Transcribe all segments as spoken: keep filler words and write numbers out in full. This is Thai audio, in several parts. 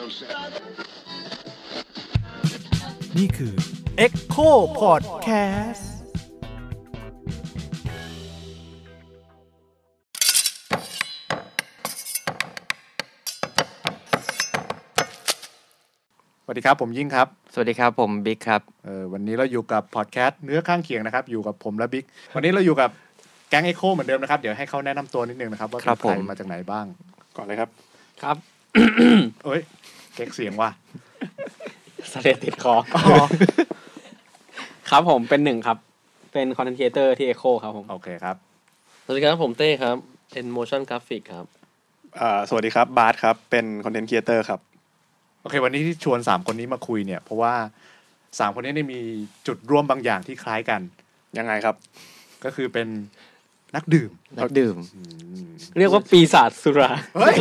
นี่คือ Echo Podcast สวัสดีครับผมยิ่งครับสวัสดีครับผมบิ๊กครับเออวันนี้เราอยู่กับพอดแคสต์เนื้อข้างเคียงนะครับอยู่กับผมและบิ๊กวันนี้เราอยู่กับแก๊ง Echo เหมือนเดิมนะครับเดี๋ยวให้เขาแนะนำตัวนิดนึงนะครับว่าเป็นใครมาจากไหนบ้างก่อนเลยครับครับเอ้ยเก๊กเสียงว่ะสะเด็ดติดคอครับผมเป็นหนึ่งครับเป็นคอนเทนต์ครีเอเตอร์ที่ Echo ครับผมโอเคครับสวัสดีครับผมเต้ครับเป็น motion graphic ครับอ่าสวัสดีครับบาสครับเป็นคอนเทนต์ครีเอเตอร์ครับโอเควันนี้ที่ชวนสามคนนี้มาคุยเนี่ยเพราะว่าสามคนนี้เนี่ยมีจุดร่วมบางอย่างที่คล้ายกันยังไงครับก็คือเป็นนักดื่มนักดื่มเรียกว่าปีศาจสุราเฮ้ย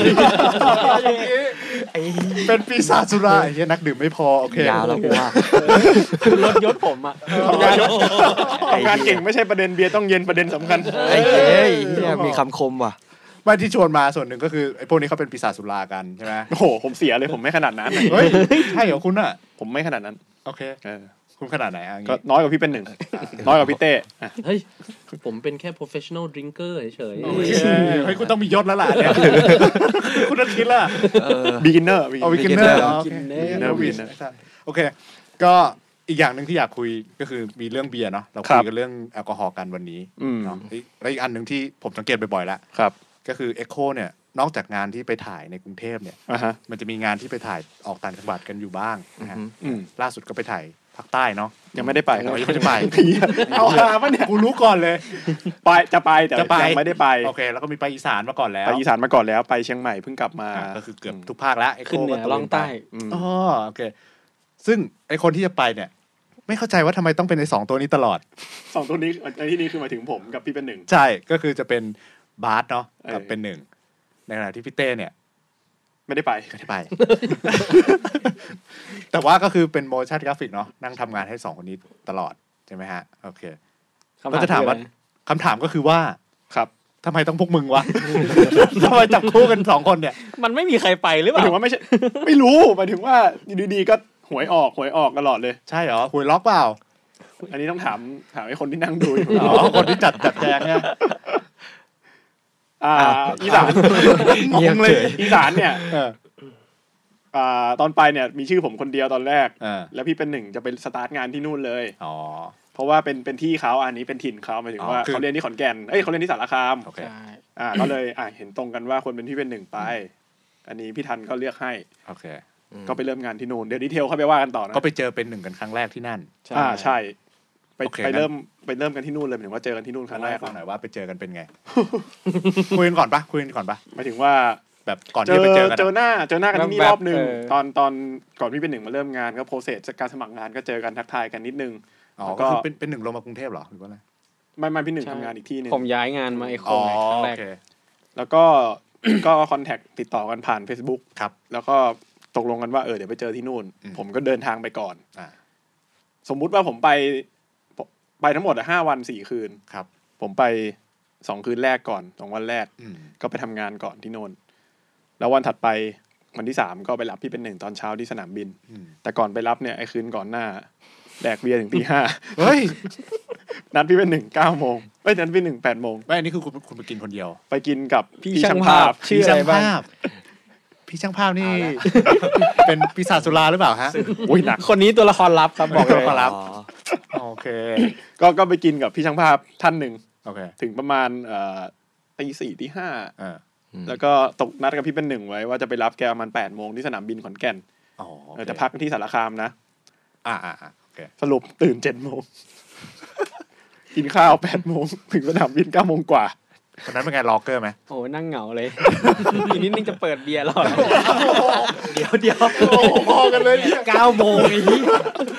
เป็นปีศาจสุราไอ้เหี้ยนักดื่มไม่พอโอเคยาวแล้วกูว่าลดยศผมอ่ะทำงานเก่งไม่ใช่ประเด็นเบียร์ต้องเย็นประเด็นสำคัญไอ้เฮ้ยเนี่ยมีคำคมว่ะไม่ที่ชวนมาส่วนหนึ่งก็คือไอ้พวกนี้เขาเป็นปีศาจสุรากันใช่ไหมโอ้โหผมเสียเลยผมไม่ขนาดนั้นเฮ้ยใช่เหรอคุณอ่ะผมไม่ขนาดนั้นโอเคคุณขนาดไหนอ่ะก็น้อยกว่าพี่เป็นหนึ่งน้อยกว่าพี่เต้เฮ้ยผมเป็นแค่ professional drinker เฉยๆเฮ้ยคุณต้องมียศแล้วล่ะเนี่ยคุณต้องคิดล่ะ beginner เอา beginner โอเค beginner โอเคก็อีกอย่างนึงที่อยากคุยก็คือมีเรื่องเบียร์เนาะเราคุยกันเรื่องแอลกอฮอล์กันวันนี้เนาะแล้วอีกอันนึงที่ผมสังเกตบ่อยๆแล้วก็คือ Echo เนี่ยนอกจากงานที่ไปถ่ายในกรุงเทพเนี่ยมันจะมีงานที่ไปถ่ายออกต่างจังหวัดกันอยู่บ้างนะฮะล่าสุดก็ไปถ่ายภาคใต้เนาะยังไม่ได้ไปยังไม่ได้ไปเอาหาป่ะเนี่ยกูรู้ก่อนเลยไปจะไปแต่ยังไม่ได้ไปโอเคแล้วก็มีไปอีสานมาก่อนแล้วไปอีสานมาก่อนแล้วไปเชียงใหม่เพิ่งกลับมาก็คือเกือบทุกภาคแล้ว Echo ก็ล่องใต้อ๋อโอเคซึ่งไอคนที่จะไปเนี่ยไม่เข้าใจว่าทำไมต้องเป็นไอสองตัวนี้ตลอดสองตัวนี้ในที่นี้คือหมายถึงผมกับพี่เป็นหนึ่งใช่ก็คือจะเป็นบาสเนาะกับเป็นหนึ่งในขณะที่พี่เต้เนี่ยไม่ได้ไปไม่ได้ไป แต่ว่าก็คือเป็น motion graphic เนาะนั่งทำงานให้สองคนนี้ตลอดใช่ไหมฮะโอเคก็จะถามว่าคำถามก็คือว่าครับทำไมต้องพวกมึงวะ ทำไมจับคู่กันสองคนเนี่ยมันไม่มีใครไปหรือเปล่าหมายถึงว่าไม่ใช่ไม่รู้หมายถึงว่าดีๆก็หวยออกหวยออกตลอดเลยใช่เหรอหวยล็อกเปล่าอันนี้ต้องถามถามไอ้คนที่นั่งดูอ๋อคนที่จัดจัดแจงเนี่ยอ่าอีสานงงเลยอีสานเนี่ยอ่าตอนไปเนี่ยมีชื่อผมคนเดียวตอนแรกแล้วพี่เป็นหนึ่งจะไปสตาร์ทงานที่นู่นเลยอ๋อเพราะว่าเป็นเป็นที่เขาอันนี้เป็นถิ่นเขาหมายถึงว่าเขาเรียนที่ขอนแก่นเอ้ยเขาเรียนที่สารคามโอเคอ่าก็เลยอ่าเห็นตรงกันว่าคนเป็นพี่เป็นหนึ่งไปอันนี้พี่ทันก็เลือกให้โอเคก็ไปเริ่มงานที่นู่นเดี๋ยวดีเทลเข้าไปว่ากันต่อนะก็ไปเจอเป็นหนึ่งกันครั้งแรกที่นั่นอ่าใช่ไปไปเริ่มไปเริ่มกันที่นู่นเลยหมายถึงว่าเจอกันที่นู่นครั้งแรกฟังหน่อยว่าไปเจอกันเป็นไงคุยกันก่อนปะคุยกันก่อนปะหมายถึงว่าแบบก่อนที่ไปเจอกันเจอหน้าเจอหน้ากันที่นี่รอบนึงตอนตอนก่อนพี่เป็นหนึ่งมาเริ่มงานก็โปรเซสการสมัครงานก็เจอกันทักทายกันนิดนึงอ๋อก็คือเป็นเป็นหนึ่งลงมากรุงเทพเหรอหรือว่าอะไรไม่ไม่พี่หนึ่งทำงานอีกที่นึงผมย้ายงานมาไอโคงครั้งแรกแล้วก็ก็คอนแทคติดต่อกันผ่าน Facebook ครับแล้วก็ตกลงกันว่าเออเดี๋ยวไปเจอที่นู่นผมก็เดินทางไปก่อนสมมุติว่าผมไปไปทั้งหมดอ่ะห้าวันสี่คืนครับผมไปสองคืนแรกก่อนสองวันแรกก็ไปทำงานก่อนที่โน่นแล้ววันถัดไปวันที่สามก็ไปรับพี่เป็นหนึ่งตอนเช้าที่สนามบินแต่ก่อนไปรับเนี่ยไอ้คืนก่อนหน้าแดกเบียร์ถึงตีห้าเฮ้ยนัดพี่เป็นหนึ่งเก้าโมงเอ้ยนัดพี่หนึ่งแปดโมงไม่อันนี้คือคุณคุณไปกินคนเดียวไปกินกับพี่ช่างภาพชื่ออะไรบ้างพี่ช่างภาพนี่เป็นปีศาจสุราหรือเปล่าฮะอุ้ยหนักคนนี้ตัวละครลับครับบอกเลยตัวละครลับโอเคก็ก็ไปกินกับพี่ช่างภาพท่านหนึ่งโอเคถึงประมาณเอ่อตีสี่ตีห้าแล้วก็ตกนัดกับพี่เป็นหนึ่งไว้ว่าจะไปรับแกประมาณแปดโมงที่สนามบินขอนแก่นอ๋อแต่พักที่สารคามนะอ่าอ่าโอเคสรุปตื่นเจ็ดโมงกินข้าวแปดโมงถึงสนามบินเก้าโมงกว่าวันนั้นเป็นไงล็อกเกอร์ไหมโอ้นั่งเหงาเลยอีกนิดนึงจะเปิดเบียร์แล้วเดี๋ยวเดี๋ยวพอกันเลยเก้าโมงไอ้ที่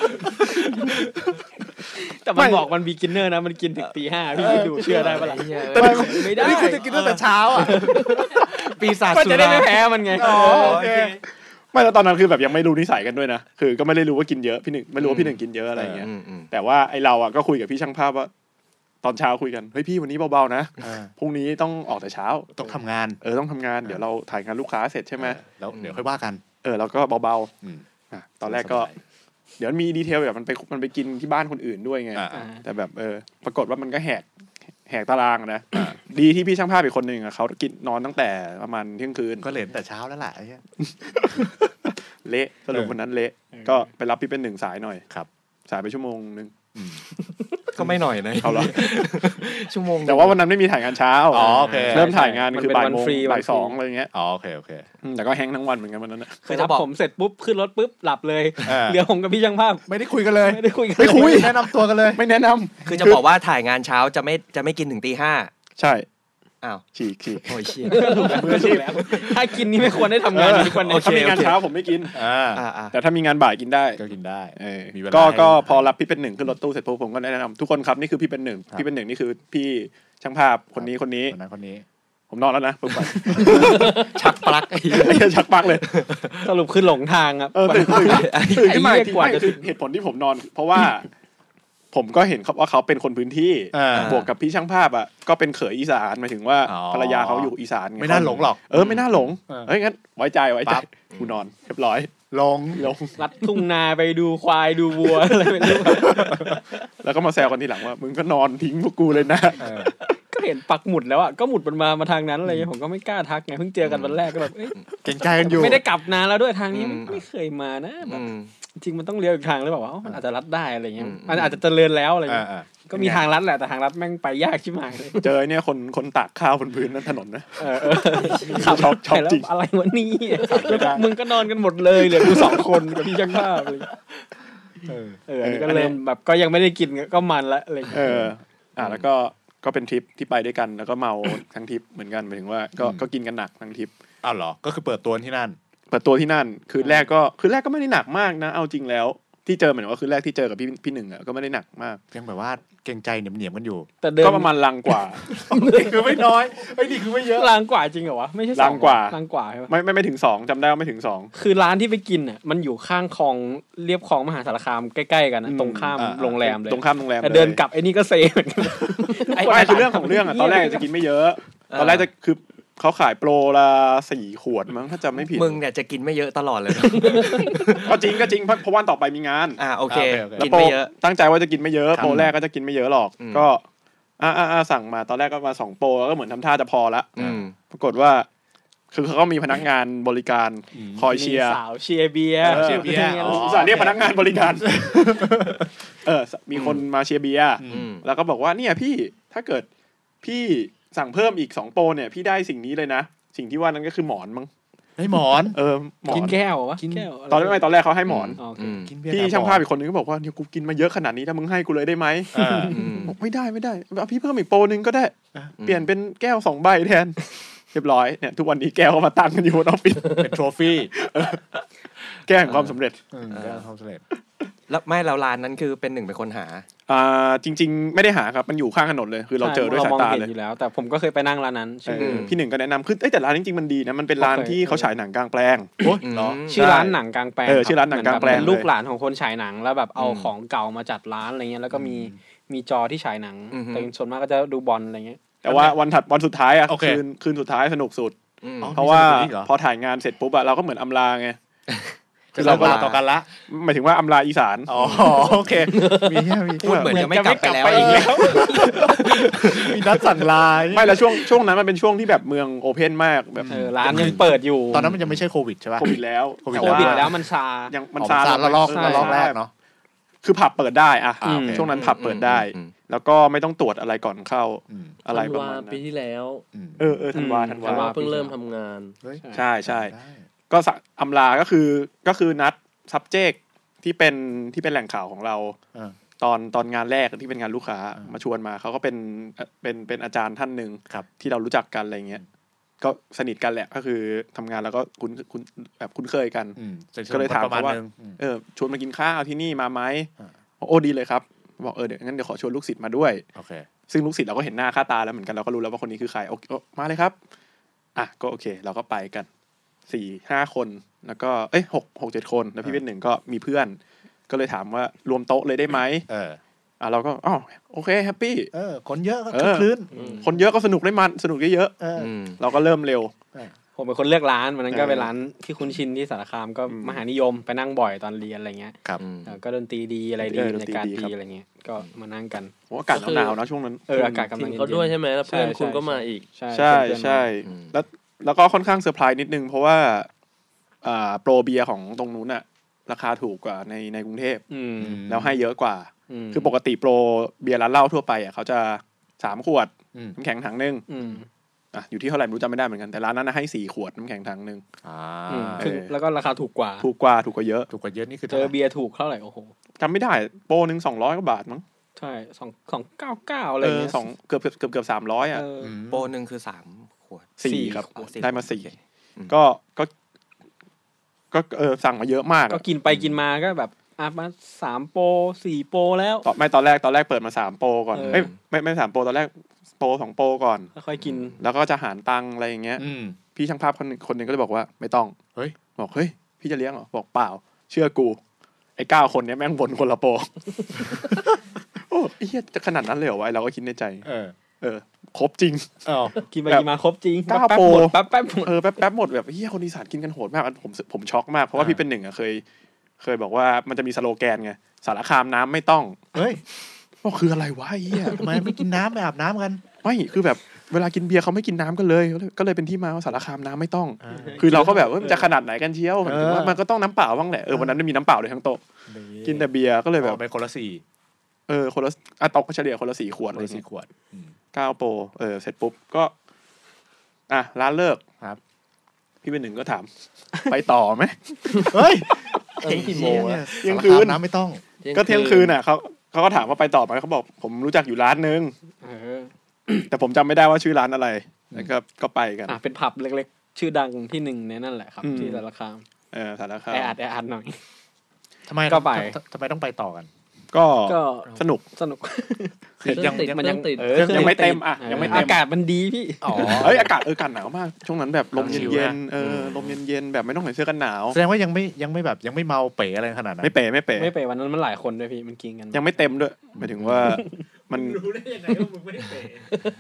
แต่มันบอกมันบีกินเนอร์นะมันกินถึงตีห้าพี่ดูเชื่อได้ปะล่ะไม่ได้นี่คือจะกินตั้งแต่เช้าอ่ะปีศาจสุราจะได้ไม่แพ้มันไงโอเคไม่แล้วตอนนั้นคือแบบยังไม่รู้นิสัยกันด้วยนะคือก็ไม่ได้รู้ว่ากินเยอะพี่หนึ่งไม่รู้ว่าพี่หนึ่งกินเยอะอะไรอย่างเงี้ยแต่ว่าไอเราอ่ะก็คุยกับพี่ช่างภาพว่าตอนเช้าคุยกันเฮ้ยพี่วันนี้เบาๆนะพรุ่งนี้ต้องออกแต่เช้าต้องทำงานเออต้องทำงานเดี๋ยวเราถ่ายงานลูกค้าเสร็จใช่ไหมแล้วเดี๋ยวค่อยว่ากันเออแล้วก็เบาๆอ่ะตอนแรกก็เดี๋ยวมีดีเทลแบบมันไปมันไปกินที่บ้านคนอื่นด้วยไงแต่แบบเออปรากฏว่ามันก็แหกแหกตารางนะดีที่พี่ช่างภาพอีกคนนึงอ่ะเขากินนอนตั้งแต่ประมาณเที่ยงคืนก็เล่นแต่เช้าแล้วแหละไอ้เละสรุปวันนั้นเละก็ไปรับพี่เป็นหนึ่งสายหน่อยครับสายไปชั่วโมงนึงก็ไม่หน่อยนะเอาละชั่วโมงแต่ว่าวันนั้นไม่มีถ่ายงานเช้าอ๋อโอเคเริ่มถ่ายงานคือบ่ายโมงบ่ายสองอะไรเงี้ยอ๋อโอเคโอเคแต่ก็แฮงทั้งวันเหมือนกันวันนั้นน่ะคือรับผมเสร็จปุ๊บขึ้นรถปุ๊บหลับเลยเดี๋ยวผมกับพี่ช่างภาพไม่ได้คุยกันเลยไม่ได้คุยกันไม่คุยแนะนำตัวกันเลยไม่แนะนำคือจะบอกว่าถ่ายงานเช้าจะไม่จะไม่กินถึงตีห้าใช่อ้าวฉีกฉีกโอ้ยเชี่ยมืออาชีพถ้ากินนี่ไม่ควรได้ทำงานทุกวันถ้ามีงานเช้าผมไม่กินแต่ถ้ามีงานบ่ายกินได้ก็กินได้ก็ก็พอรับพี่เป็นหนึ่งขึ้นรถตู้เสร็จปุ๊บผมก็แนะนำทุกคนครับนี่คือพี่เป็นหนึ่งพี่เป็นหนึ่งนี่คือพี่ช่างภาพคนนี้คนนี้คนนั้นคนนี้ผมนอนแล้วนะปุ๊บไปชักปลั๊กไอ้ชักปลั๊กเลยสรุปคือหลงทางครับตื่นตื่นขึ้นมาก่อนจะเหตุผลที่ผมนอนเพราะว่าผมก็เห็นครับว่าเขาเป็นคนพื้นที่บวกกับพี่ช่างภาพอ่ะก็เป็นเขยอีสานหมายถึงว่าภรรยาเขาอยู่อีสานไม่น่าหลงหรอกเออไม่น่าหลงเฮ้ยงั้นไว้ใจไว้ใจกูนอนเรียบร้อยลงลงลัดทุ่งนาไปดูควายดูวัวอะไรไม่รู้แล้วก็มาแซวกันทีหลังว่ามึงก็นอนทิ้งพวกกูเลยนะก็เห็นปักหมุดแล้วอ่ะก็หมุดมันมามาทางนั้นอะไรผมก็ไม่กล้าทักไงเพิ่งเจอกันวันแรกก็แบบเก่งใจกันอยู่ไม่ได้กลับนานแล้วด้วยทางนี้ไม่เคยมานะแบบจริงมันต้องเลี้ยวอีกทางหรือเปล่าวะมันอาจจะลัดได้อะไรเงี้ยมันอาจจะเจริญแล้วอะไรเงี้ยก็มีทางลัดแหละแต่ทางลัดแม่งไปยากชิบหายเลยเจอเนี่ยคนคนตากข้าวบนพื้นนั่นถนนนะขับช็อปช็อปจริงอะไรวะนี่มึงก็นอนกันหมดเลยเหลือกูสองคนกับพี่ช่างภาพเลยเออเออก็เริ่มแบบก็ยังไม่ได้กินก็มันละอะไรเอออ่าแล้วก็ก็เป็นทริปที่ไปด้วยกันแล้วก็เมาทั้งทริปเหมือนกันหมายถึงว่าก็ก็กินกันหนักทั้งทริปอ้าวเหรอก็คือเปิดตัวที่นั่นเปิดตัวที่นั่นคืนแรกก็คืนแรกก็ไม่ได้หนักมากนะเอาจริงแล้วที่เจอเหมือนว่าคืนแรกที่เจอกับพี่พี่หนึ่งอ่ะก็ไม่ได้หนักมากเพียงแบบว่าเกรงใจเหนียมๆกันอยู่ก็ประมาณลังกว่าคือไม่น้อยไอ้นี่คือไม่เยอะลังกว่าจริงเหรอวะไม่ใช่ลังกว่าลังกว่าใช่ป่ะไม่ไม่ไม่ถึงสองจำได้ว่าไม่ถึงสองคือร้านที่ไปกินอ่ะมันอยู่ข้างคลองเรียบคลองมหาสารคามใกล้ๆกันตรงข้ามโรงแรมเลยตรงข้ามโรงแรมเดินกลับไอ้นี่ก็เซเหมือนกันไอ้คือเรื่องของเรื่องอ่ะตอนแรกจะกินไม่เยอะตอนแรกจะคือเขาขายโปรละสี่ขวดมั้งถ้าจำไม่ผิดมึงเนี่ยจะกินไม่เยอะตลอดเลยก็จริงก็จริงเพราะวันต่อไปมีงานอ่าโอเคกินไม่เยอะตั้งใจว่าจะกินไม่เยอะโปรแรกก็จะกินไม่เยอะหรอกก็อ่าอ่าสั่งมาตอนแรกก็มาสองโปรแล้วก็เหมือนทำท่าจะพอละปรากฏว่าคือเขาก็มีพนักงานบริการคอยเชียร์สาวเชียร์เบียร์เชียร์เบียร์สาวเรียกพนักงานบริการเออมีคนมาเชียร์เบียร์แล้วก็บอกว่าเนี่ยพี่ถ้าเกิดพี่สั่งเพิ่มอีกสองโปรเนี่ยพี่ได้สิ่งนี้เลยนะสิ่งที่ว่านั้นก็คือหมอนมั้งให้หมอนเออหมอนกินแก้ววะกินแก้วตอนไม่ตอนแรกเขาให้หมอนพี่ช่างภาพอีกคนนึงก็บอกว่าเนี่ยกูกินมาเยอะขนาดนี้ถ้ามึงให้กูเลยได้ไหมบอกไม่ได้ไม่ได้เอาพี่เพิ่มอีกโปรนึงก็ได้เปลี่ยนเป็นแก้วสองใบแทนเรียบร้อยเนี่ยทุกวันนี้แก้วก็มาตั้งกันอยู่บนออฟฟิศเป็นโทรฟี่แก้วแห่งความสำเร็จแก้วความสำเร็จแล้วไม่เราร้านนั้นคือเป็นหนึ่งเป็นคนหาอ่าจริงๆไม่ได้หาครับมันอยู่ข้างถนนเลยคือเราเจอด้วยสายตาเลยอยู่แล้วแต่ผมก็เคยไปนั่งร้านนั้นพี่หนึ่งก็แนะนำคือแต่ร้านจริงๆมันดีนะมันเป็นร้านที่เขาฉายหนังกลางแปลงชื่อร้านหนังกลางแปลงเออชื่อร้านหนังกลางแปลงลูกหลานของคนฉายหนังแล้วแบบเอาของเก่ามาจัดร้านอะไรเงี้ยแล้วก็มีมีจอที่ฉายหนังแต่ส่วนมากก็จะดูบอลอะไรเงี้ยแต่ว่าวันถัดวันสุดท้ายอ่ะคืนคืนสุดท้ายสนุกสุดเพราะว่าพอถ่ายงานเสร็จปุ๊บอะเราก็เหมือนอำลาไงคือเราก็ต่อกันละหมายถึงว่าอำลาอีสานอ๋อโอเคมีแค่มีพูดเหมือนจะไม่กลับไปแล้วอีกแล้วมีนัดสั่งลาไม่แล้วช่วงช่วงนั้นมันเป็นช่วงที่แบบเมืองโอเพ่นมากแบบร้านยังเปิดอยู่ตอนนั้นมันยังไม่ใช่โควิดใช่ป่ะโควิดแล้วโควิดแล้วมันซายังมันซาระลอกระลอกแรกเนาะคือผับเปิดได้อะช่วงนั้นผับเปิดได้แล้วก็ไม่ต้องตรวจอะไรก่อนเข้าอะไรประมาณนั้นปีที่แล้วเออเออธันวาธันวาเพิ่งเริ่มทำงานใช่ใช่ก็อำลาก็คือก็คือนัด subject ที่เป็นที่เป็นแหล่งข่าวของเราตอนตอนงานแรกที่เป็นงานลูกค้ามาชวนมาเขาก็เป็นเป็นเป็นอาจารย์ท่านหนึ่งที่เรารู้จักกันอะไรเงี้ยก็สนิทกันแหละก็คือทำงานแล้วก็คุ้นคุ้นแบบคุ้นเคยกันก็เลยถามเขาว่าเออชวนมากินข้าวที่นี่มาไหมโอ้ดีเลยครับบอกเออเดี๋ยวงั้นเดี๋ยวขอชวนลูกศิษย์มาด้วยซึ่งลูกศิษย์เราก็เห็นหน้าค่าตาแล้วเหมือนกันเราก็รู้แล้วว่าคนนี้คือใครโอเคมาเลยครับอ่ะก็โอเคเราก็ไปกันสี่ห้าคนแล้วก็เอ้ยหกหกเจ็ดคนแล้วพี่เป็นหนึ่งก็มีเพื่อนก็เลยถามว่ารวมโต๊ะเลยได้ไหมเอออ่ะเราก็อ๋อโอเคแฮปปี้เออคนเยอะก็คลื่นคนเยอะก็สนุกได้มันสนุกได้เยอะเราก็เริ่มเร็วผมเป็นคนเลือกร้านวันนั้นก็เป็นร้านที่คุ้นชินที่สารคามก็มหานิยมไปนั่งบ่อยตอนเรียนอะไรเงี้ยครับก็ดนตรีดีอะไรดีในการดีอะไรเงี้ยก็มานั่งกันโอ้อากาศหนาวๆนะช่วงนั้นเอออากาศกำลังเย็นเขาด้วยใช่ไหมแล้วเพื่อนคุณก็มาอีกใช่ใช่ใช่แล้วแล้วก็ค่อนข้างเซอร์ไพรส์นิดนึงเพราะว่าอ่าโปรเบียร์ของตรงนู้นอะราคาถูกกว่าในในกรุงเทพแล้วให้เยอะกว่าคือปกติโปรเบียร์ร้านเหล้าทั่วไปอ่ะเขาจะสามขวดน้ำแข็งถังนึงอ่ะอยู่ที่เท่าไหร่ไม่รู้จำไม่ได้เหมือนกันแต่ร้านนั้นให้สี่ขวดน้ำแข็งถังนึงอ่าแล้วก็ราคาถูกกว่าถูกกว่าถูกกว่าเยอะถูกกว่าเยอะนี่คือเจอเบียร์ถูกเท่าไหร่โอ้โหจำไม่ได้โปรนึงสองร้อยกว่าบาทมั้งใช่สองสองเก้าเก้าอะไรเงี้ยสองเกือบเกือบเกือบสามร้อยอ่ะโปรนึงคือสามขวดสี่ครับได้มาสี่ก็ก็ก็เออสั่งมาเยอะมากก็กินไปกินมาก็แบบอ่ะมาสามโปรสี่โปรแล้วไม่ตอนแรกตอนแรกเปิดมาสามโปรก่อนไม่ไม่ไม่สามโปรตอนแรกโปรสองโปรก่อนแล้วค่อยกินแล้วก็จะหารตังอะไรอย่างเงี้ยพี่ช่างภาพคนคนนึงก็เลยบอกว่าไม่ต้องเฮ้ยบอกเฮ้ยพี่จะเลี้ยงเหรอบอกเปล่าเชื่อกูไอ้เก้าคนเนี้ยแม่งบ่นคนละโปรโอ้เหี้ยจะขนาดนั้นเลยเหรอวะเราก็คิดในใจเออเออครบจริงอ๋อกินไปกินมาครบจริงเก้าโปรแป๊บแป๊บเออแป๊บแป๊บหมดแบบเหี้ยคนอีสานกินกันโหดมากผมผมช็อกมากเพราะว่าพี่เป็นหนึ่งอ่ะเคยเคยบอกว่ามันจะมีสโลแกนไงสารคามน้ำไม่ต้องเฮ้ยก็คืออะไรวะไอ้เหี้ยทำไมไม่กินน้ำไม่อาบน้ำกันไม่คือแบบเวลากินเบียร์เขาไม่กินน้ำกันเลยก็เลยเป็นที่มาว่าสารคามน้ำไม่ต้องคือเราก็แบบว่าจะขนาดไหนกันเชียวถึงว่ามันก็ต้องน้ำเปล่าบ้างแหละเออวันนั้นไม่มีน้ำเปล่าเลยทั้งโต๊ะกินแต่เบียร์ก็เลยแบบไปคนละสี่เออคนละอ่ะตกเฉลี่ยคนละสี่ขวดคนละสี่ขวดเก้าโปรเออเสร็จปุ๊บก็อ่ะร้านเลิกครับพี่เป็นหนึ่งก็ถามไปต่อไหมเฮ้ยกี่โมงอะเที่ยงคืนน้ำไม่ต้องก็เที่ยงคืนอ่ะเขาเขาก็ถามว่าไปต่อไหมเขาบอกผมรู้จักอยู่ร้านนึงแต่ผมจำไม่ได้ว่าชื่อร้านอะไรแล้วก็ก็ไปกันอ่ะเป็นผับเล็กๆชื่อดังที่หนึ่งในนั่นแหละครับที่สารคามเออสารคามแออัดแออัดหน่อยทำไมก็ไปทำไมต้องไปต่อกันก็สนุกสนุกยังติดมันยังติดยังไม่เต็มอ่ะยังไม่เต็มอากาศมันดีพี่อ๋อเฮ้ยอากาศเอออากาศหนาวมากช่วงนั้นแบบลมเย็นๆเออลมเย็นๆแบบไม่ต้องใส่เสื้อกันหนาวแสดงว่ายังไม่ยังไม่แบบยังไม่เมาเป๋อะไรขนาดนั้นไม่เป๋ไม่เป๋ไม่เป๋วันนั้นมันหลายคนด้วยพี่มันกินกันยังไม่เต็มด้วยหมายถึงว่ามันรู้ได้ยังไงว่ามึงไม่เป๋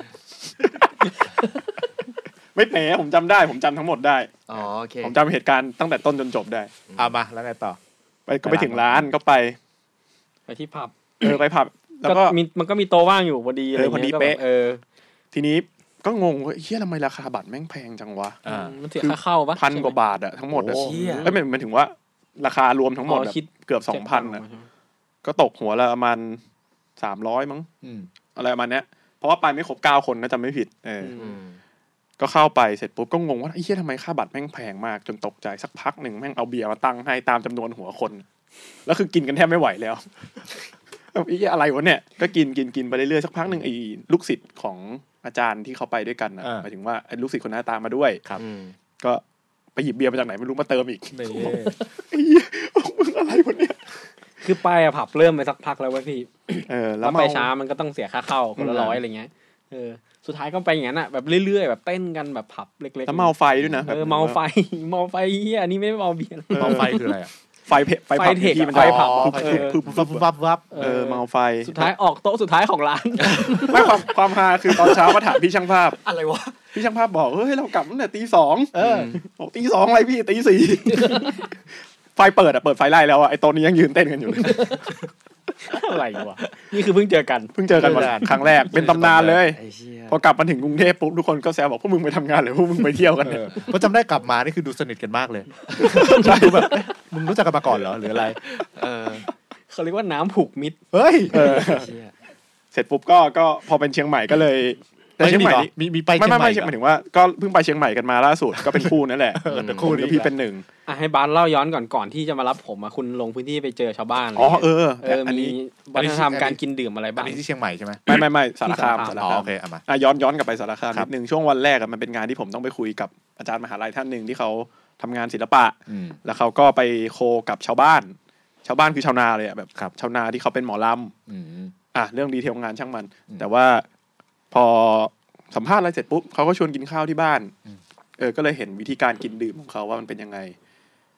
ไม่เป๋ผมจำได้ผมจำทั้งหมดได้อ๋อโอเคผมจำเหตุการณ์ตั้งแต่ต้นจนจบได้เอามาแล้วไงต่อไปก็ไปถึงร้านก็ไปไปที่ผับเออไปผับแล้วก็มีมันก็มีโต๊ะว่างอยู่พอดีอะไรเงี้ยก็เออทีนี้ก็งงว่าเฮียทำไมราคาบัตรแม่งแพงจังวะมันเสียค่าเข้าปะพันกว่าบาทอะทั้งหมดอะไม่เป็นมันถึงว่าราคารวมทั้งหมดเกือบสองพันอะก็ตกหัวละประมาณสามร้อยมั้งอะไรประมาณเนี้ยเพราะว่าไปไม่ครบเก้าคนนะจำไม่ผิดเออก็เข้าไปเสร็จปุ๊บก็งงว่าไอ้เฮียทำไมค่าบัตรแม่งแพงมากจนตกใจสักพักหนึ่งแม่งเอาเบียร์มาตั้งให้ตามจำนวนหัวคนแล้วคือกินกันแทบไม่ไหวแล้วไอ้อะไรวะเนี่ยก็กินกินกินไปเรื่อยๆสักพักหนึ่งไอ้ลูกศิษย์ของอาจารย์ที่เขาไปด้วยกันนะหมายถึงว่าไอ้ลูกศิษย์คนนั้นตามมาด้วยครับก็ไปหยิบเบียร์มาจากไหนไม่รู้มาเติมอีกนี่ไอ้มึงอะไรวะเนี่ยคือไปอะผับเริ่มไปสักพักแล้ววะพี่เออแล้วไปช้ามันก็ต้องเสียค่าเข้าคนละร้อยอะไรเงี้ยเออสุดท้ายก็ไปอย่างนั้นอะแบบเรื่อยๆแบบเต้นกันแบบผับเล็กๆแล้วเมาไฟด้วยนะเออเมาไฟเมาไฟเฮียอันนี้ไม่เมาเบียร์เมาไฟคืออะไรอะไฟเพไฟผับที่มันไฟผับคือวับวับเออเมาไฟสุดท้ายออกโต๊ะสุดท้ายของร้านไม่ความความฮาคือตอนเช้าก็ถามพี่ช่างภาพอะไรวะพี่ช่างภาพบอกเฮ้ยเรากลับตั้งแต่ตีสองเออบอกตีสองอะไรพี่ตีสี่ไฟเปิดอ่ะเปิดไฟไล่แล้วอ่ะไอ้โต๊ะนี้ยังยืนเต้นกันอยู่เลยอะไรวะนี่คือเพิ่งเจอกันเพิ่งเจอกันครั้งแรกเป็นตำนานเลยพอกลับมาถึงกรุงเทพปุ๊บทุกคนก็แซวบอกพวกมึงไปทำงานหรือพวกมึงไปเที่ยวกันเนี่ยเพราะจำได้กลับมานี่คือดูสนิทกันมากเลยใช่แบบมึงรู้จักกันมาก่อนเหรอหรืออะไรเออเขาเรียกว่าน้ำผูกมิตรเฮ้ยเสร็จปุ๊บก็ก็พอเป็นเชียงใหม่ก็เลยแต่เชียงใหม่มีมีไปเชียงใหม่ไม่ไม่หมายถึงว่าก็เพิ่งไปเชียงใหม่กันมาล่าสุดก็เป็นคู่นั่นแหละคู่กับพี่เป็นหนึ่งอ่ะให้บาสเล่าย้อนก่อนก่อนที่จะมารับผมอ่ะคุณลงพื้นที่ไปเจอชาวบ้านอ๋อเออเออมีวัฒนธรรมการกินดื่มอะไรบ้างอันนี้ที่เชียงใหม่ใช่ไหมไม่ไม่ไม่สารคามสารคามโอเคเอามาอ่ะย้อนย้อนกลับไปสารคามนิดนึงช่วงวันแรกมันเป็นงานที่ผมต้องไปคุยกับอาจารย์มหาลัยท่านหนึ่งที่เขาทำงานศิลปะแล้วเขาก็ไปโคกับชาวบ้านชาวบ้านคือชาวนาเลยอ่ะแบบชาวนาที่เขาเป็นหมอลำอ่ะเรื่องดีเทลงานช่างมันแต่ว่าพอสัมภาษณ์อะไรเสร็จปุ๊บเขาก็ชวนกินข้าวที่บ้านเออก็เลยเห็นวิธีการกินดื่มของเขาว่ามันเป็นยังไง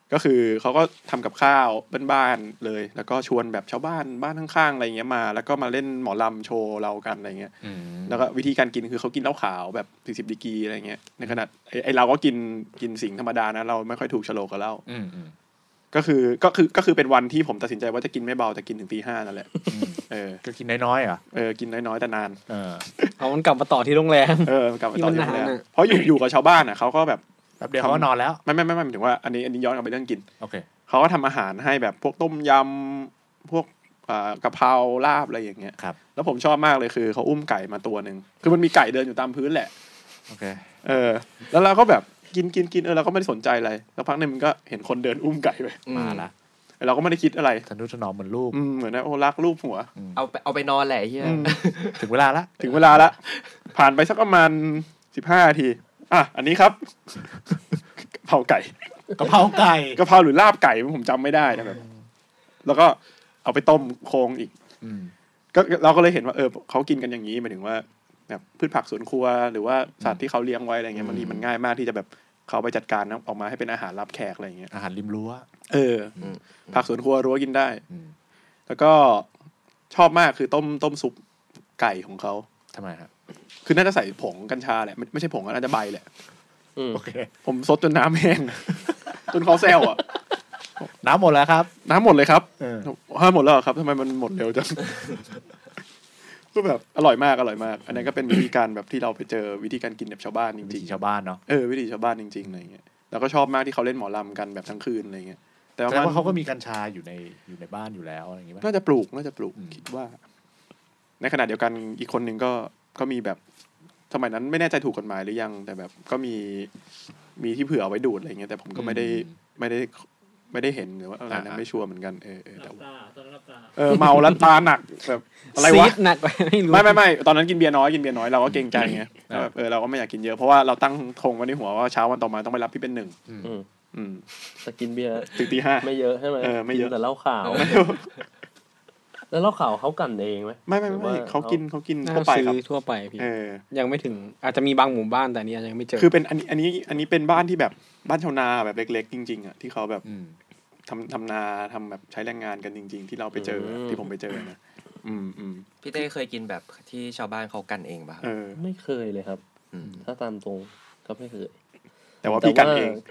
ก็คือเขาก็ทำกับข้าวบ้านๆเลยแล้วก็ชวนแบบชาวบ้านบ้านข้างๆอะไรเงี้ยมาแล้วก็มาเล่นหมอลำโชว์เรากันอะไรเงี้ยแล้วก็วิธีการกินคือเขากินเหล้าขาวแบบสี่สิบดีกรีอะไรเงี้ยในขณะไอ้เราก็กินกินสิงธรรมดานะเราไม่ค่อยถูกฉลกกับเหล้าก็คือก็คือก็คือเป็นวันที่ผมตัดสินใจว่าจะกินไม่เบาแต่กินถึงตีห้านั่นแหละเออก็กินน้อยๆอ่ะเออกินน้อยๆแต่นานเออเอามันกลับมาต่อที่โรงแรมเออกลับมาต่อที่โรงแรมเพราะอยู่อยู่กับชาวบ้านอ่ะเขาก็แบบแบบเดี๋ยวเขาก็นอนแล้วไม่ไม่ไม่ไม่หมายถึงว่าอันนี้อันนี้ย้อนกลับไปเรื่องกินโอเคเขาก็ทำอาหารให้แบบพวกต้มยำพวกอ่ากะเพราลาบอะไรอย่างเงี้ยครับแล้วผมชอบมากเลยคือเขาอุ้มไก่มาตัวนึงคือมันมีไก่เดินอยู่ตามพื้นแหละโอเคเออแล้วเราก็แบบกินกินกินเออเราก็ไม่ได้สนใจอะไรแล้วพักนึงมันก็เห็นคนเดินอุ้มไก่ไปมาละเราก็ไม่ได้คิดอะไรทนุถนอมเหมือนลูกเหมือนนะโอ้รักลูกหัวเอาไปเอาไปนอนแหละเฮียถึงเวลาละถึงเวลาละผ่านไปสักประมาณสิบห้านาทีอ่ะอันนี้ครับกะเพราไก่กะเพราไก่กะเพราหรือลาบไก่ผมจำไม่ได้นะแบบแล้วก็เอาไปต้มโครงอีกก็เราก็เลยเห็นว่าเออเขากินกันอย่างนี้หมายถึงว่าแบบพืชผักสวนครัวหรือว่าสัตว์ที่เขาเลี้ยงไว้อะไรเงี้ยบางทีมันง่ายมากที่จะแบบเขาไปจัดการออกมาให้เป็นอาหารรับแขกอะไรเงี้ยอาหารริมรั้วเออผักสวนครัวรั้วกินได้แล้วก็ชอบมากคือต้มต้มซุปไก่ของเขาทำไมครับคือน่าจะใส่ผงกัญชาแหละไม่ไม่ใช่ผงน่าจะใบแหละโอเคผมซดจนน้ำแห้งจนเขาแซวอ่ะน้ำหมดแล้วครับน้ำหมดเลยครับห้าหมดแล้วครับทำไมมันหมดเร็วจังก็แบบอร่อยมากอร่อยมากอันนั้นก็เป็นวิธีการแบบที่เราไปเจอวิธีการกินแบบชาวบ้านจริงๆชาวบ้านเนาะเออวิธีชาวบ้านจริงๆอะไรเงี้ยแล้วก็ชอบมากที่เขาเล่นหมอลำกันแบบทั้งคืนอะไรเงี้ยแต่ว่าเขาก็มีกัญชาอยู่ในอยู่ในบ้านอยู่แล้วอะไรอย่างเงี้ยน่าจะปลูกน่าจะปลูกคิดว่าในขณะเดียวกันอีกคนหนึ่งก็ก็มีแบบสมัยนั้นไม่แน่ใจถูกกฎหมายหรือยังแต่แบบก็มีมีที่เผื่อเอาไว้ดูดอะไรเงี้ยแต่ผมก็ไม่ได้ไม่ได้ไม่ได้เห็นหรือว่าอะไรนะไม่ชัวร์เหมือนกันเออเออแต่เออเมาแล้วตาหนักแบบอะไรวะหนักไปไม่รู้ไม่ไม่ไม่ตอนนั้นกินเบียร์น้อยกินเบียร์น้อยเราก็เกรงใจไงแบบเออเราก็ไม่อยากกินเยอะเพราะว่าเราตั้งธงไว้ในหัวว่าเช้าวันต่อมาต้องไปรับพี่เป็นหนึ่งอืมแต่กินเบียร์ถึงตีห้าไม่เยอะใช่ไหมเออไม่เยอะแต่เหล้าขาวแล้วเหล้าขาวเขากันเองไหมไม่ไม่ไม่เขากินเขากินทั่วไปครับทั่วไปพี่ยังไม่ถึงอาจจะมีบางหมู่บ้านแต่นี้ยังไม่เจอคือเป็นอันนี้อันนี้อันนี้เป็นบ้านที่แบบบ้านชาวนาแบบเล็กๆจริงๆอ่ะที่เขาแบบทำทำนาทำแบบใช้แรงงานกันจริงๆที่เราไปเจอที่ผมไปเจอนะอืมอืมพี่เต้เคยกินแบบที่ชาวบ้านเขากันเองป่ะไม่เคยเลยครับถ้าตามตรงก็ไม่เคยแต่ว่าพี่กันเอง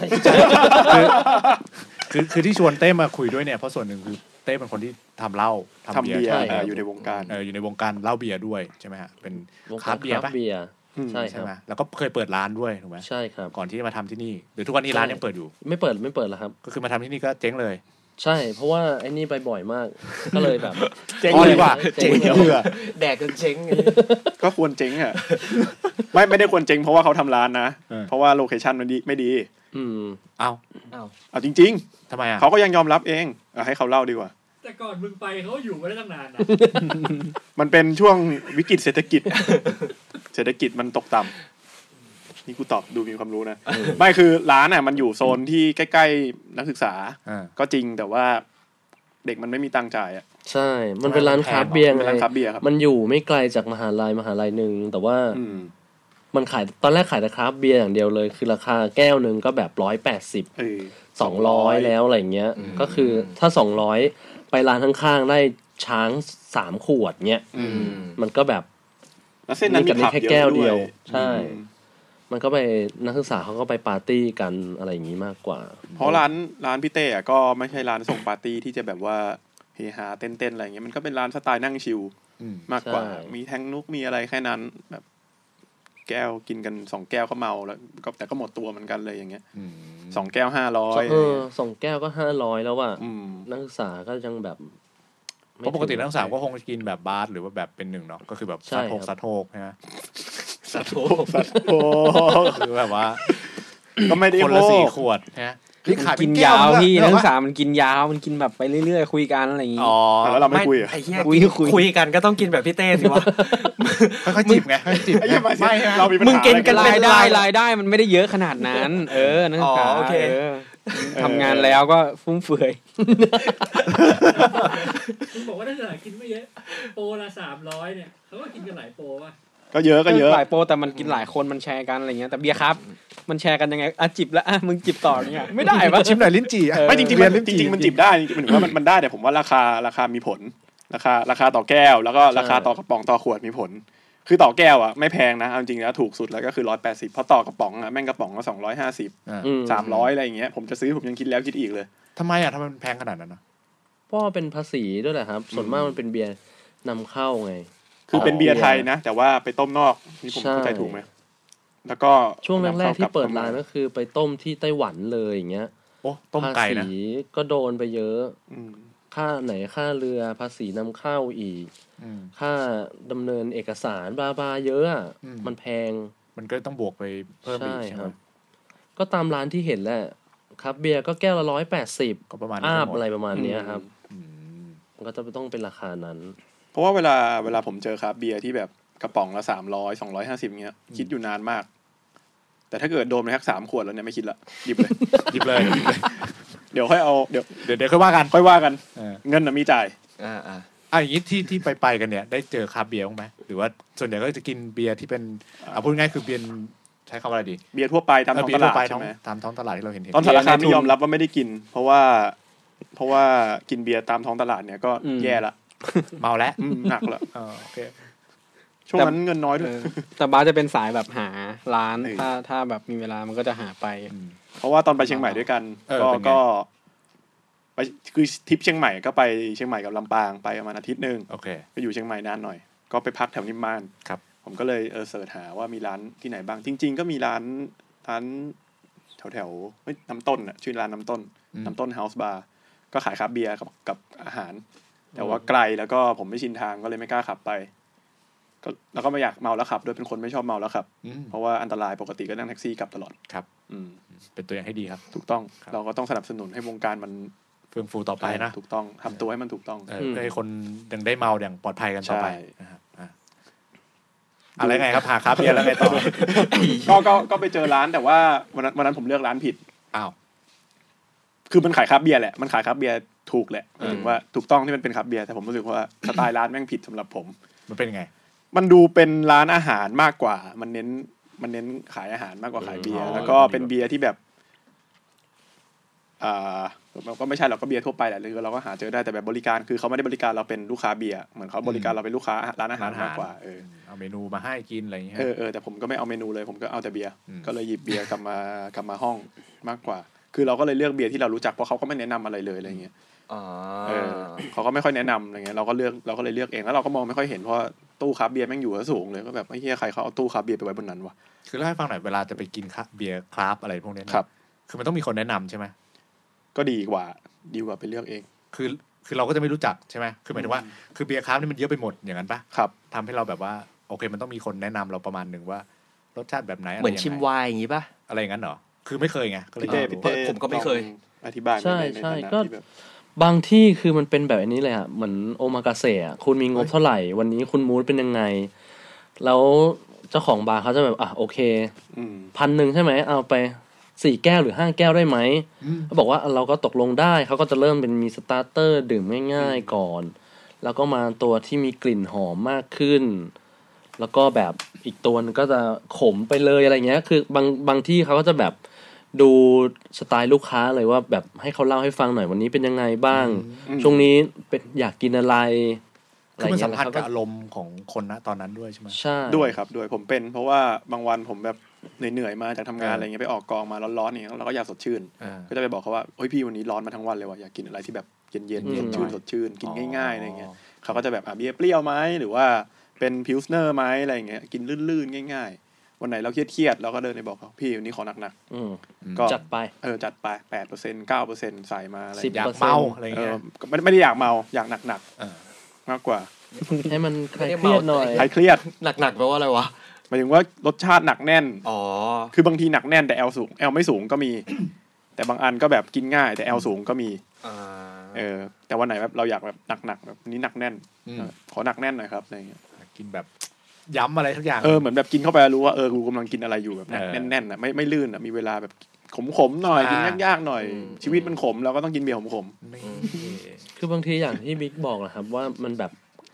คือคือที่ชวนเต้มาคุยด้วยเนี่ยเพราะส่วนหนึ่งคือเต้เป็นคนที่ทำเหล้าทำเบียร์อยู่ในวงการเอออยู่ในวงการเหล้าเบียร์ด้วยใช่ไหมฮะเป็นคราฟต์เบียร์ป่ะใช่ใช่ไหมแล้วก็เคยเปิดร้านด้วยถูกไหมใช่ครับก่อนที่จะมาทำที่นี่หรือทุกวันนี้ร้านยังเปิดอยู่ไม่เปิดไม่เปิดแล้วครับก็คือมาทำที่นี่ก็เจ๊งเลยใช่เพราะว่าไอ้นี่ไปบ่อยมากก็เลยแบบเจ๊งเลยว่ะเจ๊งเยอะแดกจนเจ๊งก็ควรเจ๊งอ่ะไม่ไม่ได้ควรเจ๊งเพราะว่าเขาทำร้านนะเพราะว่าโลเคชั่นมันดีไม่ดีอืมเอาเอาเอาจริงๆทำไมอ่ะเขาก็ยังยอมรับเองให้เขาเล่าดีกว่าแต่ก่อนมึงไปเขาอยู่มาได้ตั้งนานนะมันเป็นช่วงวิกฤตเศรษฐกิจเศรษฐกิจมันตกต่ำนี่กูตอบดูมีความรู้นะไม่คือร้านอ่ะมันอยู่โซนที่ใกล้ๆนักศึกษาก็จริงแต่ว่าเด็กมันไม่มีตังค์จ่ายอ่ะใช่มันเป็นร้านคราฟต์เบียร์ไงครับมันอยู่ไม่ไกลจากมหาลัยมหาลัยนึงแต่ว่ามันขายตอนแรกขายแต่คราฟต์เบียร์อย่างเดียวเลยคือราคาแก้วนึงก็แบบหนึ่งร้อยแปดสิบ สองร้อยแล้วอะไรเงี้ยก็คือถ้าสองร้อยไปร้านข้างๆได้ช้างสามขวดเงี้ยมันก็แบบแล้วเส้นนั้นมีผับเยอะด้วยใช่มันก็ไปนักศึกษาเขาก็ไปปาร์ตี้กันอะไรอย่างงี้มากกว่าเพราะร้านร้านพี่เต้อ่ะก็ไม่ใช่ร้านส่งปาร์ตี้ที่จะแบบว่าเฮฮาเต้นๆอะไรเงี้ยมันก็เป็นร้านสไตล์นั่งชิลมากกว่ามีแทงนุกมีอะไรแค่นั้นแบบแก้วกินกันสองแก้วก็เมาแล้วก็แต่ก็หมดตัวเหมือนกันเลยอย่างเงี้ยสองแก้วห้าร้อยเออสองแก้วก็ห้าร้อยแล้วว่ะนักศึกษาก็ยังแบบเพราะปกตินักศึกษาก็คงกินแบบบาร์หรือว่าแบบเป็นหนึ่งเนาะก็คือแบบซัดโทกซัดโทกใช่ไหมซัดโทกซัดโทกคือแบบว่าก็ไม่ได้คนละสี่ขวดนะพี่ขายกินยาวพี่นักศึกษามันกินยาวมันกินแบบไปเรื่อยๆคุยกันอะไรอย่างงี้อ๋อแล้วเราไม่คุยอ่ะคุยคุยกันก็ต้องกินแบบพี่เต้สิวะค่อยๆจิบไงค่อยๆจิบไม่เรามีปัญหามึงกินกันรายได้รายได้มันไม่ได้เยอะขนาดนั้นเออนักศึกษาโอเคทำงานแล้วก็ฟุ่มเฟือยคุณบอกว่านักศึกษากินไม่เยอะโปรละสามร้อยเนี่ยเขาก็กินกันหลายโปรป่ะก็เยอะก็เยอะหลายโปรแต่มันกินหลายคนมันแชร์กันอะไรเงี้ยแต่เบียร์ครับมันแชร์กันยังไงอ่ะจิบแล้วอ่ะมึงจิบต่อเงี้ยไม่ได้ปะชิมหน่อยลิ้นจี่ไม่จริงๆมันจริงๆมันจิบได้จริงๆมันถือว่ามันมันได้แต่ผมว่าราคาราคามีผลราคาราคาต่อแก้วแล้วก็ราคาต่อกระป๋องต่อขวดมีผลคือต่อแก้วอ่ะไม่แพงนะเอาจริงแล้วถูกสุดแล้วก็คือหนึ่งร้อยแปดสิบเพราะต่อกระป๋องอ่ะแม่งกระป๋องก็สองร้อยห้าสิบ สามร้อยอะไรอย่างเงี้ยผมจะซื้อผมยังคิดแล้วคิดอีกเลยทำไมอ่ะทำไมมันแพงขนาดนั้นนะเพราะเป็นภาษีด้วยแหละครับส่วนมากมันเป็นเบียร์นำเข้าไงคือเป็นเบียร์ไทยนะแต่ว่าไปต้มนอกนี่ผมเข้าใจถูกไหมแล้วก็ช่วงแรกๆที่เปิดร้านก็คือไปต้มที่ไต้หวันเลยอย่างเงี้ยโอ้ต้มไก่นะภาษีก็โดนไปเยอะค่าไหนค่าเรือภาษีนำเข้าอีกค่าดำเนินเอกสารบาบาเยอะอ่ะมันแพงมันก็ต้องบวกไปเพิ่มอีกใช่ไหมก็ตามร้านที่เห็นแหละครับเบียร์ก็แก้วละร้อยแปดสิบก็ประมาณอาบอะไรประมาณนี้ครับมันก็จะต้องเป็นราคานั้นเพราะว่าเวลาเวลาผมเจอครับเบียร์ที่แบบกระป๋องละสามร้อยสองร้อยห้าสิบเงี้ยคิดอยู่นานมากแต่ถ้าเกิดโดนไปแค่สามขวดแล้วเนี่ยไม่คิดละหยิบเลยหยิบเลยเดี๋ยวค่อยเอาเดี๋ยวเดี๋ยวเดี๋ยวค่อยว่ากันค่อยว่ากันเงินน่ะมีจ่ายอ่าอ่าอ่ะอย่างนี้ที่ที่ไปไปกันเนี่ยได้เจอคราฟเบียร์บ้างไหมหรือว่าส่วนใหญ่ก็จะกินเบียร์ที่เป็นอ่าพูดง่ายคือเบียร์ใช้คำว่าอะไรดีเบียร์ทั่วไปตามท้องตลาดใช่ไหมตามท้องตลาดที่เราเห็นตอนราคาไม่ยอมรับว่าไม่ได้กินเพราะว่าเพราะว่ากินเบียร์ตามท้องตลาดเนี่ยก็แย่ละเมาแล้วหนักละโอเคช่วงนั้นเงินน้อยด้วยแต่บ้าจะเป็นสายแบบหาร้านถ้าถ้าแบบมีเวลามันก็จะหาไปเพราะว่าตอนไปเชียงใหม่ด้วยกันก็ก็ไปคือทริปเชียงใหม่ก็ไปเชียงใหม่กับลำปางไปประมาณอาทิตย์นึงโอเคไปอยู่เชียงใหม่นานหน่อยก็ไปพักแถวนิมมานครับผมก็เลยเออเสิร์ชหาว่ามีร้านที่ไหนบ้างจริงๆก็มีร้านร้านแถวแถวเฮ้ยน้ำต้นอ่ะชื่อร้านน้ำต้นน้ำต้นเฮาส์บาร์ก็ขายคราฟต์เบียร์กับกับอาหารแต่ว่าไกลแล้วก็ผมไม่ชินทางก็เลยไม่กล้าขับไปก็แล้วก็ไม่อยากเมาแล้วขับด้วยเป็นคนไม่ชอบเมาแล้วขับเพราะว่าอันตรายปกติก็นั่งแท็กซี่กลับตลอดครับเป็นตัวอย่างให้ดีครับถูกต้องเราก็ต้องสนับสนุนให้วงการมันเฟื่องฟูต่อไปนะถูกต้องทำตัวให้มันถูกต้องเพื่อให้คนยังได้เมาอย่างปลอดภัยกันต่อไปนะครับอะไรไงครับหาคราฟต์เบียร์แล้วไงต่อก็ก็ก็ไปเจอร้านแต่ว่าวันนั้นวันนั้นผมเลือกร้านผิดอ้าวคือมันขายคราฟต์เบียร์แหละมันขายคราฟต์เบียร์ถูกแหละถึงว่าถูกต้องที่มันเป็นคราฟต์เบียร์แต่ผมรู้สึกว่าสไตล์ร้านแม่งผิดสำหรับผมมันเป็นไงมันดูเป็นร้านอาหารมากกว่ามันเน้นมันเน้นขายอาหารมากกว่าขายเบียร์แล้วก็เป็นเบียร์ที่แบบอ่ามันก็ไม่ใช่หรอกก็เบียร์ทั่วไปแหละคือเราก็หาเจอได้แต่แบบบริการคือเขาไม่ได้บริการเราเป็นลูกค้าเบียร์เหมือนเขาบริการเราเป็นลูกค้าร้านอาหารมากกว่าเออเอาเมนูมาให้กินอะไรอย่างเงี้ยเออเออแต่ผมก็ไม่เอาเมนูเลยผมก็เอาแต่เบียร์ก็เลยหยิบเบียร์กลับมากลับมาห้องมากกว่าคือเราก็เลยเลือกเบียร์ที่เรารู้จักเพราะเขาก็ไม่แนะนำอะไรเลยอะไรเงี้ยอ๋อเออเขาก็ไม่ค่อยแนะนำอะไรเงี้ยเราก็เลือกเราก็เลยเลือกเองแล้วเราก็มองไม่ค่อยเห็นเพราะตู้คราฟต์เบียร์แม่งอยู่สูงเลยก็แบบไอ้เหี้ยใครเขาเอาตู้คราฟต์เบียร์ไปไว้บนนั้นวะคือเล่าให้ฟังหน่อยเวลาจะไปกินเบียร์คราฟต์อะไรพวกนี้ครับคือมันต้องมีคนแนะนำใช่ไหมก็ดีกว่าดีกว่าไปเลือกเองคือคือเราก็จะไม่รู้จักใช่ไหมคือหมายถึงว่าคือเบียร์คราฟต์นี่มันเยอะไปหมดอย่างนั้นปะครับทำให้เราแบบว่าโอเคมันต้องมีคนแนะนำเราประมาณหนึ่งว่ารสชาติแบบไหนเหมือนชิมไวน์อย่างงี้ปะอะไรอย่างนั้นเหรอคือไม่เคยไงก็เลยผมก็ไม่เคยอธิบายใช่ใช่ก็บางที่คือมันเป็นแบบนี้เลยอ่ะเหมือนโอมากาเสะอ่ะคุณมีงบเท่าไหร่วันนี้คุณมูดเป็นยังไงแล้วเจ้าของบาร์เขาจะแบบอ่ะโอเคพันหนึ่งใช่ไหมเอาไปสี่แก้วหรือห้าแก้วได้ไหมเขาบอกว่าเราก็ตกลงได้เขาก็จะเริ่มเป็นมีสตาร์เตอร์ดื่มง่ายๆก่อนแล้วก็มาตัวที่มีกลิ่นหอมมากขึ้นแล้วก็แบบอีกตัวนึงก็จะขมไปเลยอะไรเงี้ยคือบางบางที่เขาก็จะแบบดูสไตล์ลูกค้าเลยว่าแบบให้เขาเล่าให้ฟังหน่อยวันนี้เป็นยังไงบ้างช่วงนี้เป็นอยากกินอะไรคือมันสัมพันธ์กับอารมณ์ของคนนะตอนนั้นด้วยใช่ไหมใช่ด้วยครับด้วยผมเป็นเพราะว่าบางวันผมแบบเหนื่อยๆมาจากทำงานอะไรเงี้ยไปออกกองมาร้อนๆเนี่ยเราก็อยากสดชื่นก็จะไปบอกเขาว่าเฮ้ยพี่วันนี้ร้อนมาทั้งวันเลยว่ะอยากกินอะไรที่แบบเย็นๆสดชื่นสดชื่นกินง่ายๆอะไรเงี้ยเขาก็จะแบบอ่ะเบียร์เปรี้ยวไหมหรือว่าเป็นพิลสเนอร์ไหมอะไรเงี้ยกินลื่นๆง่ายๆวันไหนเราเครียดๆเราก็เดินไปบอกเขาพี่วันนี้ขอหนักๆก็จัดไปเออจัดไป แปดเปอร์เซ็นต์ เก้าเปอร์เซ็นต์ ใส่มาอะไรอยากเมาอะไรเงี้ยไม่ไม่ได้อยากเมาอยากหนักๆมากกว่าให้มันคลายเครียดหน่อยคลายเครียดหนักๆแปลว่าอะไรวะหมายถึงว่ารสชาติหนักแน่นอ๋อคือบางทีหนักแน่นแต่แอลสูงแอลไม่สูงก็มีแต่บางอันก็แบบกินง่ายแต่แอลสูงก็มีเออแต่วันไหนแบบเราอยากแบบหนักๆแบบนี้หนักแน่นขอหนักแน่นหน่อยครับอะไรเงี้ยกินแบบย้ำอะไรทุกอย่างเออเหมือนแบบกินเข้าไปรู้ว่าเออกูกำลังกินอะไรอยู่แบบแน่นๆอ่ะไม่ไม่ลื่นอ่ะมีเวลาแบบขมๆหน่อยกินยากๆหน่อยชีวิตมันขมเราก็ต้องกินเบียร์ขมๆคือบางทีอย่างที่บิ๊กบอกนะครับว่ามันแบบ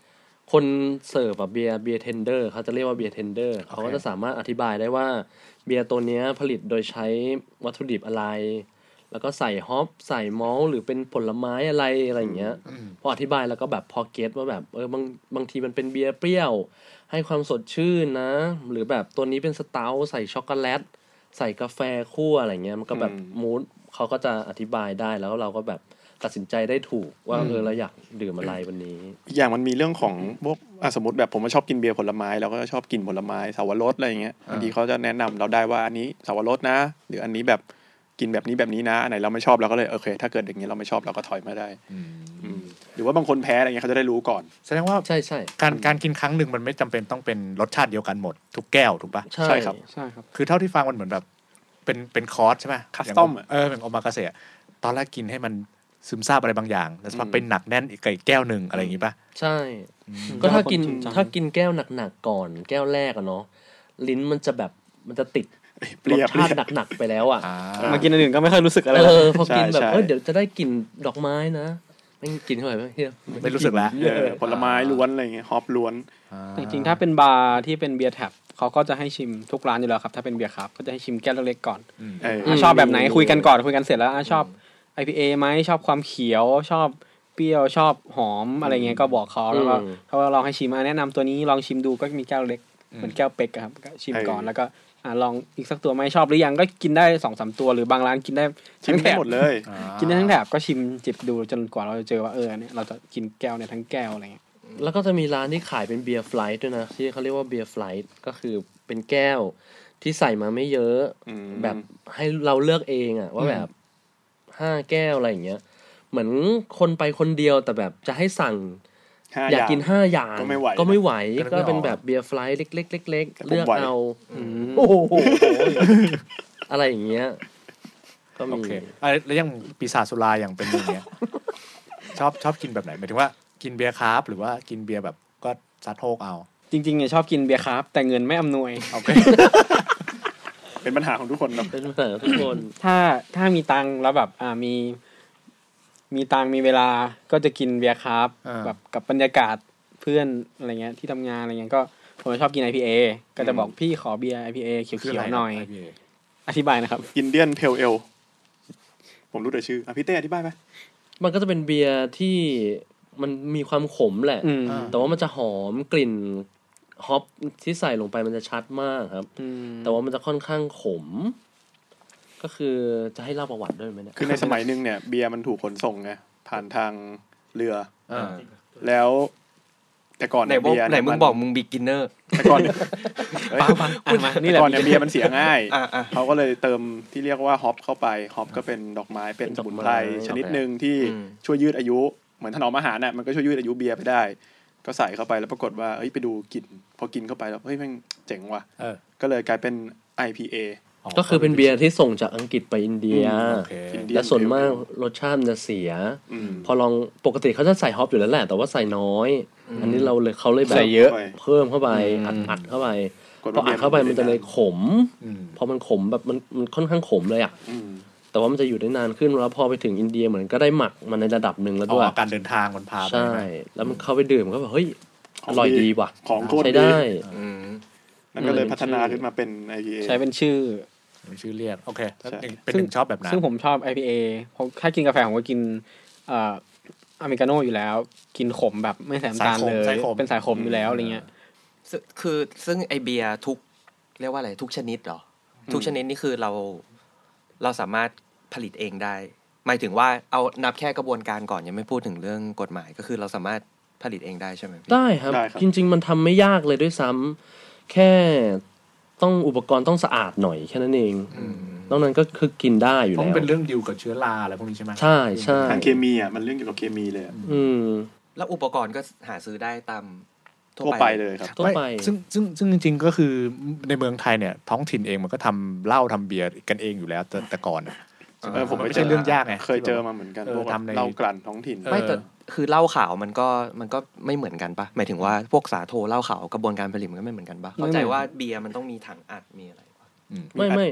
คนเสิร์ฟแบบเบียร์เบียร์เทนเดอร์เขาจะเรียกว่าเบียร์เทนเดอร์เขาก็จะสามารถอธิบายได้ว่าเบียร์ตัวนี้ผลิตโดยใช้วัตถุดิบอะไรแล้วก็ใส่ฮอปใส่มอลต์หรือเป็นผลไม้อะไรอะไรอย่างเงี้ยพออธิบายแล้วก็แบบพอเก็ตว่าแบบเออบางบางทีมันเป็นเบียร์เปรี้ยวให้ความสดชื่นนะหรือแบบตัวนี้เป็นสเตาท์ใส่ช็อกโกแลตใส่กาแฟคั่วอะไรเงี้ยมันก็แบบมูดเขาก็จะอธิบายได้แล้วเราก็แบบตัดสินใจได้ถูกว่าเออเราอยากดื่มอะไรวันนี้อย่างมันมีเรื่องของพวกสมมติแบบผมชอบกินเบียร์ผลไม้เราก็ชอบกินผลไม้สาวรสอะไรอย่างเงี้ยบางทีเขาจะแนะนำเราได้ว่าอันนี้สาวรสนะหรืออันนี้แบบกินแบบนี้แบบนี้นะอันไหนเราไม่ชอบเราก็เลยโอเคถ้าเกิดอย่างนี้เราไม่ชอบเราก็ถอยมาได้หรือว่าบางคนแพ้อะไรเงี้ยเขาจะได้รู้ก่อนแสดงว่าใช่ใช่การการกินครั้งหนึ่งมันไม่จำเป็นต้องเป็นรสชาติเดียวกันหมดทุกแก้วถูกปะใช่ครับใช่ครับคือเท่าที่ฟังมันเหมือนแบบเป็นเป็นคอร์สใช่ไหมคัสตอมเออเป็นโอมากาเสะตอนแรกกินให้มันซึมซาบอะไรบางอย่างแล้วสักพักเป็นหนักแน่นอีกแก้วหนึ่งอะไรอย่างงี้ป่ะใช่ก็ถ้ากินถ้ากินแก้วหนักๆก่อนแก้วแรกอะเนาะลิ้นมันจะแบบมันจะติดรสชาติหนักๆไปแล้วอ่ะมากินอันอื่นก็ไม่ค่อยรู้สึกอะไรเออพอกินแบบเออเดี๋ยวจะได้กลิ่นดอกไม้นะไม่กินเท่าไหร่ไม่ไม่รู้สึกแล้วผลไม้ล้วนอะไรเงี้ยฮอปล้วนจริงๆถ้าเป็นบาร์ที่เป็นเบียร์แท็บเขาก็จะให้ชิมทุกร้านอยู่แล้วครับถ้าเป็นเบียร์ครับก็จะให้ชิมแก้วเล็กๆก่อนชอบแบบไหนคุยกันก่อนคุยกันเสร็จแล้วชอบ ไอ พี เอ ไหมชอบความเขียวชอบเปรี้ยวชอบหอมอะไรเงี้ยก็บอกเขาแล้วก็เขาลองให้ชิมแนะนำตัวนี้ลองชิมดูก็มีแก้วเล็กเหมือนแก้วเป๊กครับก็ชิมก่อนแล้วก็อ่าลองอีกสักตัวไหมชอบหรือยังก็กินได้ สองสาม ตัวหรือบางร้านกินได้ทั้งแถบหมดเลยกินได้ทั้งแถบก็ชิมจิบดูจนกว่าเราจะเจอว่าเออเนี่ยเราจะกินแก้วเนี่ยทั้งแก้วอะไรเงี้ยแล้วก็จะมีร้านที่ขายเป็นเบียร์ไฟลท์ด้วยนะที่เขาเรียกว่าเบียร์ไฟลท์ก็คือเป็นแก้วที่ใส่มาไม่เยอะแบบให้เราเลือกเองอ่ะว่าแบบห้าแก้วอะไรอย่างเงี้ยเหมือนคนไปคนเดียวแต่แบบจะให้สั่งอยากกินห้าอย่างก็ไม่ไหวก็ไม่ไหวก็เป็นแบบเบียร์ไฟลท์เล็กๆเล็กๆเลือกเอาโอ้โหอะไรอย่างเงี้ยก็มีแล้วยังปีศาจสุราอย่างเป็นอย่างเงี้ยชอบชอบกินแบบไหนหมายถึงว่ากินเบียร์คราฟหรือว่ากินเบียร์แบบก็ซัดโฮกเอาจริงๆเนี่ยชอบกินเบียร์คราฟแต่เงินไม่อำนวยโอเคเป็นปัญหาของทุกคนนะเป็นปัญหาทุกคนถ้าถ้ามีตังค์แล้วแบบอ่ามีมีตังค์มีเวลาก็จะกินเบียร์คราฟแบบกับบรรยากาศเพื่อนอะไรเงี้ยที่ทำงานอะไรเงี้ยก็ผมชอบกิน ไอ พี เอ ก็จะบอกพี่ขอเบียร์ ไอ พี เอ เขียวๆหน่อยอธิบายนะครับ Indian Pale Ale ผมรู้แต่ชื่ออ่ะพี่เต้อธิบายไหมมันก็จะเป็นเบียร์ที่มันมีความขมแหละแต่ว่ามันจะหอมกลิ่นฮอปที่ใส่ลงไปมันจะชัดมากครับแต่ว่ามันจะค่อนข้างขมก็คือจะให้เล่าประวัติด้วยไหมเนี่ยคือในสมัยนึงเนี่ยเบียร์มันถูกขนส่งไงผ่านทางเรือแล้วแต่ก่อนเนี่ยเบียร์ไหนมึงบอกมึงบิ๊กกินเนอร์แต่ก่อนปังๆนี่แหละก่อนเนี่ยเบียร์มันเสียง่ายเขาก็เลยเติมที่เรียกว่าฮอปเข้าไปฮอปก็เป็นดอกไม้เป็นสมุนไพรชนิดนึงที่ช่วยยืดอายุเหมือนถนอมอาหารน่ะมันก็ช่วยยืดอายุเบียร์ไปได้ก็ใส่เข้าไปแล้วปรากฏว่าเอ้ยไปดูกลิ่นพอกินเข้าไปแล้วเฮ้ยแม่งเจ๋งว่ะก็เลยกลายเป็น ไอ พี เอก็คือเป็นเบียร์ที่ส่งจากอังกฤษไปอินเดียและส่วนมากรสชาติมันจะเสียพอลองปกติเขาจะใส่ฮอปอยู่แล้วแหละแต่ว่าใส่น้อยอันนี้เราเลยเขาเลยแบบใส่เยอะเพิ่มเข้าไปอัดๆเข้าไปพออัดเข้าไปมันจะเลยขมพอมันขมแบบมันมันค่อนข้างขมเลยอ่ะแต่ว่ามันจะอยู่ได้นานขึ้นแล้วพอไปถึงอินเดียเหมือนก็ได้หมักมันในระดับหนึ่งแล้วด้วยการเดินทางมันพาไปใช่แล้วมันเข้าไปดื่มก็แบบเฮ้ยอร่อยดีว่ะของโคตรใช้ได้นั่นก็เลยพัฒนาขึ้นมาเป็น ไอ พี เอใช้เป็นชื่อเป็นชื่อเรียกโอเคเป็นหนึ่งชอบแบบนั้นซึ่งผมชอบ ไอ พี เอ ผมถ้ากินกาแฟผมก็กินเอ่ออเมริกาโน่อยู่แล้วกินขมแบบไม่ใส่น้ำตาลเลยเป็นสายขมอยู่แล้วอะไรเงี้ยคือซึ่งไอเบียร์ทุกเรียกว่าอะไรทุกชนิดหรอทุกชนิดนี่คือเราเราสามารถผลิตเองได้หมายถึงว่าเอานับแค่กระบวนการก่อนยังไม่พูดถึงเรื่องกฎหมายก็คือเราสามารถผลิตเองได้ใช่ไหมได้ครับจริงๆมันทำไม่ยากเลยด้วยซ้ำแค่ต้องอุปกรณ์ต้องสะอาดหน่อยแค่นั้นเองนอกนั้นก็คือกินได้อยู่แล้วต้องเป็นเรื่องดิวกับเชื้อราอะไรพวกนี้ใช่ไหมใช่ใช่ทางเคมีอ่ะมันเรื่องเกี่ยวกับเคมีเลยอืมแล้วอุปกรณ์ก็หาซื้อได้ตามทั่วไปเลยครับทั่วไปซึ่งซึ่งซึ่งจริงๆก็คือในเมืองไทยเนี่ยท้องถิ่นเองมันก็ทำเหล้าทำเบียร์กันเองอยู่แล้วแต่ก่อนเออผมไม่ใช่เรื่องยากไงเคยเจอมาเหมือนกันพวกเหล้ากลั่นท้องถิ่นไม่แต่คือเหล้าขาวมันก็มันก็ไม่เหมือนกันปะหมายถึงว่าพวกสาโทเหล้าขาวกระบวนการผลิตมันก็ไม่เหมือนกันปะเข้าใจว่าเบียร์มันต้องมีถังอัดมีอะไรไม่ไม่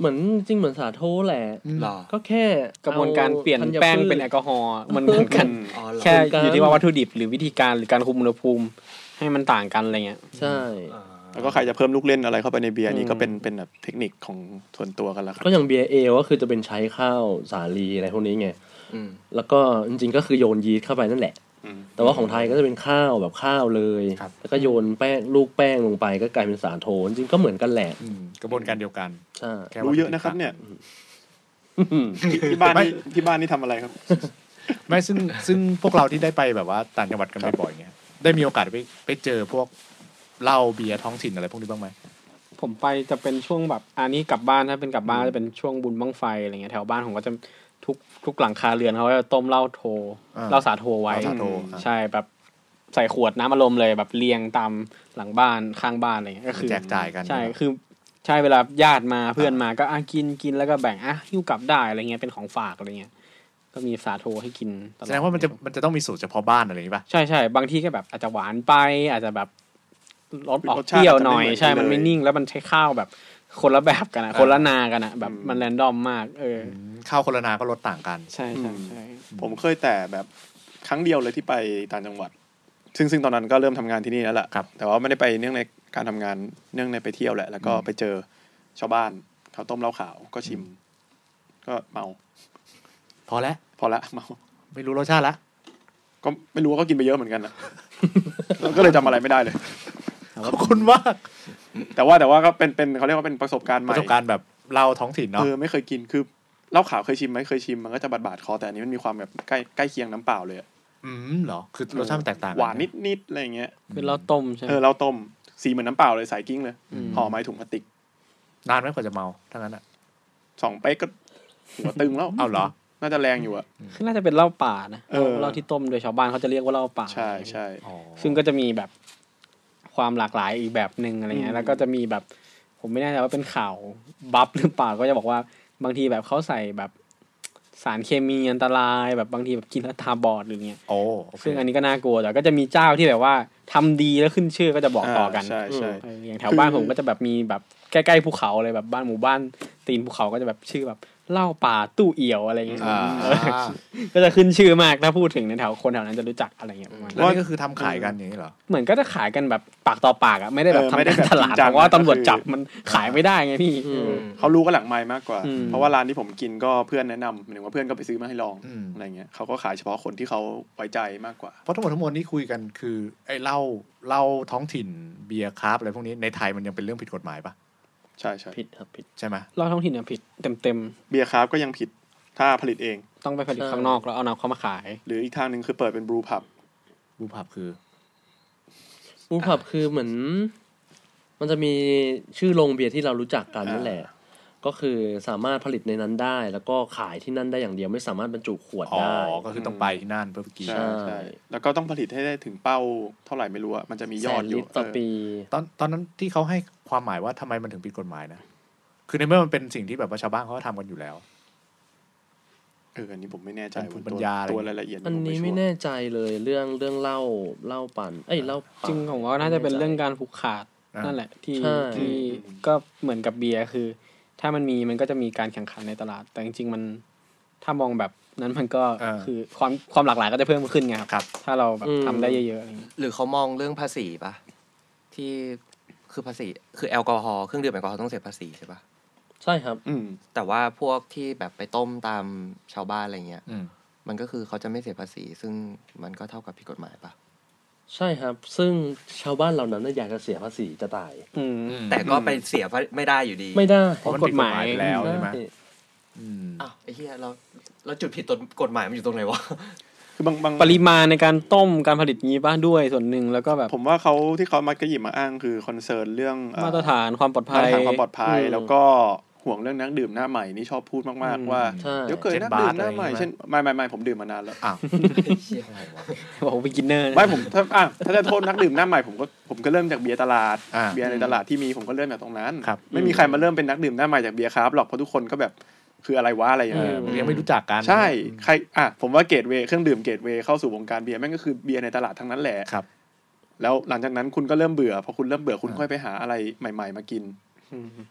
เหมือนจริงเหมือนสาโทแหละก็แค่กระบวนการเปลี่ยนแป้งเป็นแอลกอฮอล์มันเหมือนกันแค่อยู่ที่ว่าวัตถุดิบหรือวิธีการหรือการคุมอุณหภูมิให้มันต่างกันอะไรเงี้ยใช่แล้วก็ใครจะเพิ่มลูกเล่นอะไรเข้าไปในเบียร์นี้ก็เป็นเป็นแบบเทคนิคของส่วนตัวกันแล้วครับก็อย่างเบียร์เอลก็คือจะเป็นใช้ข้าวสาลีอะไรพวกนี้ไงแล้วก็จริงๆก็คือโยนยีสต์เข้าไปนั่นแหละแต่ว่าของไทยก็จะเป็นข้าวแบบข้าวเลยแล้วก็โยนแป้งลูกแป้งลงไปก็กลายเป็นสาโทจริงๆก็เหมือนกันแหละกระบวนการเดียวกันใช่รู้เยอะนะครับเนี่ยที่บ้านนี่ที่บ้านนี่ทำอะไรครับไม่ซึ่งซึ่งพวกเราที่ได้ไปแบบว่าต่างจังหวัดกันบ่อยๆเงี้ยได้มีโอกาสไปไปเจอพวกเหล้าเบียร์ท้องถิ่นอะไรพวกนี้บ้างไหมผมไปจะเป็นช่วงแบบอันนี้กลับบ้านถ้าเป็นกลับบ้านจะเป็นช่วงบุญบั้งไฟอะไรเงี้ยแถวบ้านผมก็จะทุกทุกหลังคาเรือนเขาจะต้มเหล้าโทเหล้าสาโทไว้ใช่แบบใส่ขวดน้ำอารมณ์เลยแบบเรียงตามหลังบ้านข้างบ้านอะไรเงี้ยก็คือแจกจ่ายกันใช่คือใช่เวลาญาติมาเพื่อนมาก็อ่ะกินกินแล้วก็แบ่งอ่ะหิ้วกลับได้อะไรเงี้ยเป็นของฝากอะไรเงี้ยก็มีสาโทให้กินแสดงว่ามันจะมันจะต้องมีสูตรเฉพาะบ้านอะไรอย่างนี้ป่ะใช่ใช่บางที่ก็แบบอาจจะหวานไปอาจจะแบบรสออกเปรี้ยวหน่อยใช่มันไม่นิ่งแล้วมันใช้ข้าวแบบคนละแบบกันอ่ะคนละนากันอ่ะแบบมันแรนดอมมากเออข้าวคนละนาก็รสต่างกันใช่ใช่ใช่ผมเคยแต่แบบครั้งเดียวเลยที่ไปต่างจังหวัดซึ่งซึ่งตอนนั้นก็เริ่มทำงานที่นี่แล้วแหละแต่ว่าไม่ได้ไปเนื่องในการทำงานเนื่องในไปเที่ยวแหละแล้วก็ไปเจอชาวบ้านเขาต้มเหล้าขาวก็ชิมก็เมาพอแล้วพอละเมาไม่รู้รสชาติละก็ไม่รู้ว่าก็กินไปเยอะเหมือนกันนะก็เลยจำอะไรไม่ได้เลยขอบคุณมากแต่ว่าแต่ว่าก็เป็นเป็นเขาเรียกว่าเป็นประสบการณ์ใหม่ประสบการณ์แบบเราท้องถิ่นเนาะเออไม่เคยกินคือเหล้าขาวเคยชิมไหมเคยชิมมันก็จะบาดบาดคอแต่อันนี้มันมีความแบบใกล้ใกล้เคียงน้ำเปล่าเลยอืมเหรอคือรสชาติมันแตกต่างหวานนิดนิดอะไรเงี้ยเป็นเหล้าต้มใช่ไหมเออเหล้าต้มสีเหมือนน้ำเปล่าเลยใส่กิ้งเลยห่อไม้ถุงพลาสติกนานไหมกว่าจะเมาทั้งนั้นอ่ะสองเป๊กก็หัวตึงแล้วเอาเหรอน่าจะแรงอยู่อ่ะน่าจะเป็นเหล้าป่านะเหล้าที่ต้มโดยชาวบ้านเขาจะเรียกว่าเหล้าป่าใช่ใช่ซึ่งก็จะมีแบบความหลากหลายอีกแบบนึงอะไรเงี้ยแล้วก็จะมีแบบผมไม่แน่ใจว่าเป็นข่าวบัฟหรือเปล่าก็จะบอกว่าบางทีแบบเขาใส่แบบสารเคมีอันตรายแบบบางทีแบบกินแล้วตาบอดหรือเงี้ยโอ้ซึ่งอันนี้ก็น่ากลัวแต่ก็จะมีเจ้าที่แบบว่าทำดีแล้วขึ้นชื่อก็จะบอกต่อกันใช่ใช่อย่างแถวบ้านผมก็จะแบบมีแบบใกล้ๆภูเขาเลยแบบบ้านหมู่บ้านตีนภูเขาก็จะแบบชื่อแบบเหล้าป่าตู้เอี่ยวอะไรเงี้ยก็จะขึ้นชื่อมากถ้าพูดถึงในแถวคนแถวนั้นจะรู้จักอะไรเงี้ยแล้วนี่ก็คือทำขายกันอย่างนี้เหรอเหมือนก็จะขายกันแบบปากต่อปากอ่ะไม่ได้แบบทำการตลาดเพราะว่าตำรวจจับมันขายไม่ได้ไงพี่เขารู้กันหลังไมค์มากกว่าเพราะว่าร้านที่ผมกินก็เพื่อนแนะนำหมายถึงว่าเพื่อนก็ไปซื้อมาให้ลองอะไรเงี้ยเขาก็ขายเฉพาะคนที่เขาไว้ใจมากกว่าเพราะทั้งหมดทั้งมวลนี่คุยกันคือไอ้เหล้าเหล้าท้องถิ่นเบียร์คราฟอะไรพวกนี้ในไทยมันยังเป็นเรื่องผิดกฎหมายปะใช่ใช่ผิดครับผิดใช่ไหมเหล้าท้องถิ่นเนี่ยผิดเต็มๆเบียร์คราฟก็ยังผิดถ้าผลิตเองต้องไปผลิตข้างนอกแล้วเอานำเข้ามาขายหรืออีกทางนึงคือเปิดเป็นบรูพับบรูพับคือบรูพับคือเหมือนมันจะมีชื่อโรงเบียร์ที่เรารู้จักกันนั่นแหละก็คือสามารถผลิตในนั้นได้แล้วก็ขายที่นั่นได้อย่างเดียวไม่สามารถบรรจุขวดได้อ๋อก็คือต้องไปที่นั่นเพื่อกินใช่ใช่แล้วก็ต้องผลิตให้ได้ถึงเป้าเท่าไหร่ไม่รู้อ่ะมันจะมียอดอยู่ต่อปีตอนตอนนั้นที่เขาให้ความหมายว่าทำไมมันถึงผิดกฎหมายนะคือในเมื่อมันเป็นสิ่งที่แบบว่าชาวบ้านเขาทำกันอยู่แล้วเอออันนี้ผมไม่แน่ใจปัญญาตัวรายละเอียดอันนี้ไม่แน่ใจเลยเรื่องเรื่องเล่าเล่าปั่นเอ้ยเล่าจริงของว่าน่าจะเป็นเรื่องการผูกขาดนั่นแหละที่ที่ก็เหมือนกับเบียร์คือถ้ามันมีมันก็จะมีการแข่งขันในตลาดแต่จริงๆมันถ้ามองแบบนั้นมันก็คือความความหลากหลายก็จะเพิ่มขึ้นไงครับถ้าเราแบบทำได้เยอะๆอะไรอย่างเงี้ยหรือเขามองเรื่องภาษีปะที่คือภาษีคือแอลกอฮอล์เครื่องดื่มแอลกอฮอล์ต้องเสียภาษีใช่ปะใช่ครับอืมแต่ว่าพวกที่แบบไปต้มตามชาวบ้านอะไรเงี้ยมันก็คือเขาจะไม่เสียภาษีซึ่งมันก็เท่ากับผิดกฎหมายปะใช่ครับซึ่งชาวบ้านเหล่านั้นอยากจะเสียภาษีจะตายแต่ก็ไปเสียไม่ได้อยู่ดีไม่ได้เพราะกฎหมายแล้วใช่ไหมอ้าวไอ้เหี้ยเราเราจุดผิดตัวกฎหมายมันอยู่ตรงไหนวะคือบางบางปริมาณในการต้มการผลิตงี้บ้างด้วยส่วนหนึ่งแล้วก็แบบผมว่าเขาที่เขามักจะหยิบมาอ้างคือคอนเซิร์นเรื่องมาตรฐานความปลอดภัยมาตรฐานความปลอดภัยแล้วก็ห่วงเรื่องนักดื่มหน้าใหม่นี่ชอบพูดมากๆว่าเดี๋ยวเกิดนักดื่มหน้าใหม่เช่นไม่ไม่ไม่ผมดื่มมานานแล้วอ้าวบอกว่าบิกินเนอร์ไม่ผมถ้าอ่ะถ้าจะโทษนักดื่มหน้าใหม่ผมก็ผมก็เริ่มจากเบียร์ตลาดเบียร์ในตลาดที่มีผมก็เริ่มจากตรงนั้นไม่มีใครมาเริ่มเป็นนักดื่มหน้าใหม่จากเบียร์ครับหรอกเพราะทุกคนก็แบบคืออะไรวะอะไรอย่างเงี้ยยังไม่รู้จักกันใช่ใครอ่ะผมว่าเกตเวย์เครื่องดื่มเกตเวย์เข้าสู่วงการเบียร์แม่งก็คือเบียร์ในตลาดทั้งนั้นแหละครับแล้วหลังจากนั้นคุณก็เริ่มเบื่อพอคุณเริ่มเบื่อคุณค่อยไปหาอะไรใหม่ๆมากิน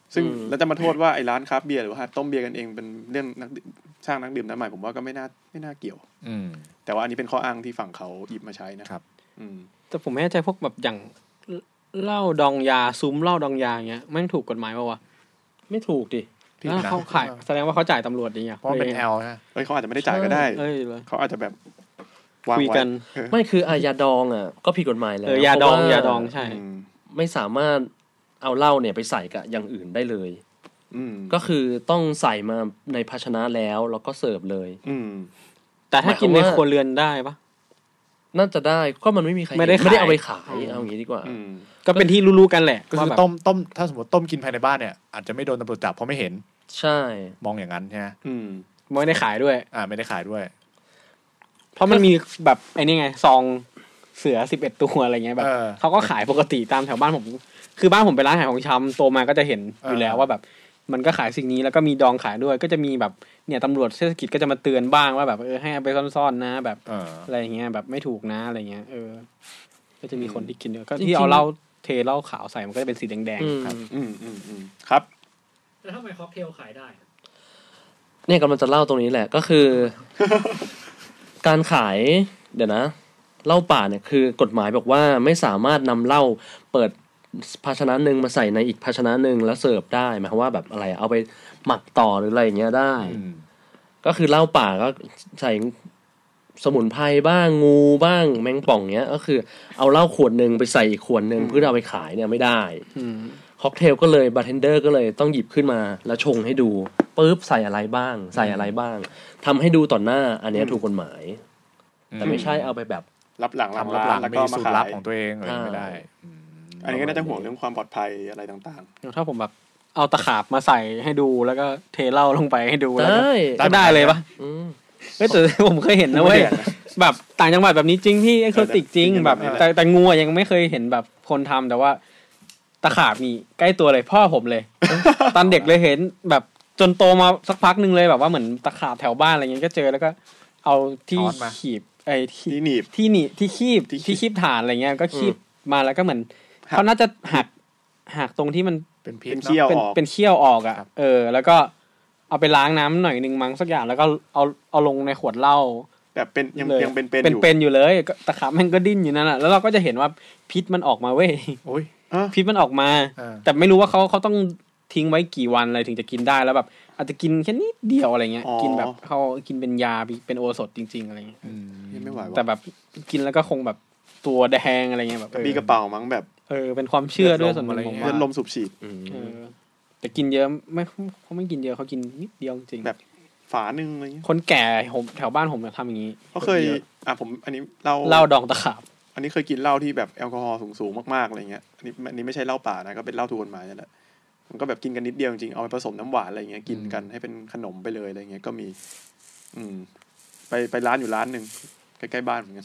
ซึ่งแล้วจะมาโทษว่าไอ้ร้านคราฟต์เบียร์หรือว่าต้มเบียร์กันเองเป็นเรื่องนักสร้างนักดื่มน้ำใหม่ผมว่าก็ไม่น่าไม่น่าเกี่ยวแต่ว่าอันนี้เป็นข้ออ้างที่ฝั่งเขาหยิบมาใช้นะครับแต่ผมไม่แน่ใจพวกแบบอย่างเหล้าดองยาซุ้มเหล้าดองยาอย่างเงี้ยไม่ถูกกฎหมายป่าววะไม่ถูกดิถ้าเขาขายแสดงว่าเขาจ่ายตำรวจอย่างเงี้ยเพราะเป็น L ฮะเอ้ยเขาอาจจะไม่ได้จ่ายก็ได้เขาอาจจะแบบคุยกันไม่คืออายาดองอ่ะก็ผิดกฎหมายแล้วยาดองยาดองใช่ไม่สามารถเอาเหล้าเนี่ยไปใส่กับอย่างอื่นได้เลยก็คือต้องใส่มาในภาชนะแล้วแล้วก็เสิร์ฟเลยแต่ถ้ากินในครัวเรือนได้ปะน่าจะได้ก็มันไม่มีใครไม่ได้ไม่ได้เอาไปขายเอาอย่างนี้ดีกว่าก็เป็นที่รู้ๆกันแหละก็คือต้มต้มถ้าสมมติต้มกินภายในบ้านเนี่ยอาจจะไม่โดนตำรวจจับเพราะไม่เห็นใช่มองอย่างนั้นใช่ไหมไม่ได้ขายด้วยอ่าไม่ได้ขายด้วยเพราะมันมีแบบไอ้นี่ไงซองเสือสิบเอ็ดตัวอะไรเงี้ยแบบเขาก็ขายปกติตามแถวบ้านผมคือบ้านผมเป็นร้านขายของชำโตมาก็จะเห็นอยู่แล้วว่าแบบมันก็ขายสิ่งนี้แล้วก็มีดองขายด้วยก็จะมีแบบเนี่ยตำรวจเทศกิจก็จะมาเตือนบ้างว่าแบบเออให้เอาไปซ่อนๆนะแบบอะไรอย่างเงี้ยแบบไม่ถูกนะอะไรเงี้ยเออก็จะมีคนที่กินเยอะก็ที่เอาเหล้าเทเหล้าขาวใส่มันก็จะเป็นสีแดงๆครับอืมอืมอืมครับแล้วทำไมค็อกเทลขายได้เนี่ยกำลังจะเล่าตรงนี้แหละก็คือ การขายเดี๋ยวนะเหล้าป่าเนี่ยคือกฎหมายบอกว่าไม่สามารถนำเหล้าเปิดภาชนะหนึ่งมาใส่ในอีกภาชนะหนึ่งแล้วเสิร์ฟได้หมายความว่าแบบอะไรเอาไปหมักต่อหรืออะไรอย่างเงี้ยได้ก็คือเหล้าป่าก็ใส่สมุนไพรบ้างงูบ้างแมงป่องเงี้ยก็คือเอาเหล้าขวดนึงไปใส่อีกขวดนึงเพื่อเอาไปขายเนี่ยไม่ได้ค็อกเทลก็เลยบาร์เทนเดอร์ก็เลยต้องหยิบขึ้นมาแล้วชงให้ดูปึ๊บใส่อะไรบ้างใส่อะไรบ้างทำให้ดูต่อหน้าอันนี้ถูกกฎหมายแต่ไม่ใช่เอาไปแบบรับหลังรับหลังแล้วก็มาขายของตัวเองอะไรไม่ได้อันนี้ก็น่าจะห่วงเรื่องความปลอดภัยอะไรต่างๆถ้าผมแบบเอาตะขาบมาใส่ให้ดูแล้วก็เทเหล้าลงไปให้ดูแล้วก็ได้เลยปะเฮ้ยแต่ผมเคยเห็นนะเว้ยแบบต่างจังหวัดแบบนี้จริงที่เอ็กโซติกจริงแบบแต่แต่งูยังไม่เคยเห็นแบบคนทำแต่ว่าตะขาบมีใกล้ตัวเลยพ่อผมเลยตอนเด็กเลยเห็นแบบจนโตมาสักพักนึงเลยแบบว่าเหมือนตะขาบแถวบ้านอะไรเงี้ยก็เจอแล้วก็เอาที่ขีบไอ้ที่หนีบที่หนีบที่คีบที่คีบฐานอะไรเงี้ยก็คีบมาแล้วก็เหมือนเขาน่าจะหักหักตรงที่มันเป็นพิษเขี้ยวออกเป็นเขี้ยวออกอ่ะเออแล้วก็เอาไปล้างน้ำหน่อยนึงมั้งสักอย่างแล้วก็เอาเอาลงในขวดเหล้าแบบเป็นยังยังเป็นเป็นอยู่เป็นอยู่เลยตะขาบมันก็ดิ้นอยู่นั่นแหละแล้วเราก็จะเห็นว่าพิษมันออกมาเว้ยโอ้ยพิษมันออกมาแต่ไม่รู้ว่าเขาเขาต้องทิ้งไว้กี่วันอะไรถึงจะกินได้แล้วแบบอาจจะกินแค่นิดเดียวอะไรเงี้ยกินแบบเขากินเป็นยาเป็นโอสถจริงๆอะไรเงี้ยไม่ไหวแต่แบบกินแล้วก็คงแบบตัวแดงอะไรเงี้ยแบบมีกระเป๋ามั้งแบบเออเป็นความเชื่อด้วยส่วนหนึ่งผมว่าเลือดลมสูบฉีดแต่กินเยอะไม่เขาไม่กินเยอะเขากินนิดเดียวจริงแบบฝาหนึ่งอะไรเงี้ยคนแก่ผมแถวบ้านผมทำอย่างนี้เขาเคยอ่ะผมอันนี้เล่าเหล้าดองตะขาบอันนี้เคยกินเหล้าที่แบบแอลกอฮอล์สูงๆมากๆอะไรเงี้ยอันนี้อันนี้ไม่ใช่เหล้าป่านะก็เป็นเหล้าถูกกฎหมายนั่นแหละมันก็แบบกินกันนิดเดียวจริงเอาไปผสมน้ำหวานอะไรเงี้ยกินกันให้เป็นขนมไปเลยอะไรเงี้ยก็มีอืมไปไปร้านอยู่ร้านหนึ่งใกล้ๆบ้านเหมือนกัน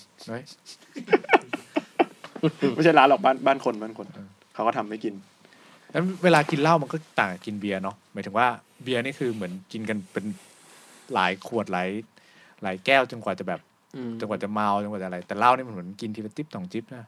ไม่ใช่ร้านหรอกบ้านบ้านคนบ้านคนเขาก็ทำให้กินแล้วเวลากินเหล้ามันก็ต่างกินเบียร์เนาะหมายถึงว่าเบียร์นี่คือเหมือนกินกันเป็นหลายขวดหลายหลายแก้วจนกว่าจะแบบจนกว่าจะเมาจนกว่าจะอะไรแต่เหล้านี่มันเหมือนกินทีละจิ๊บสองจิ๊บนะ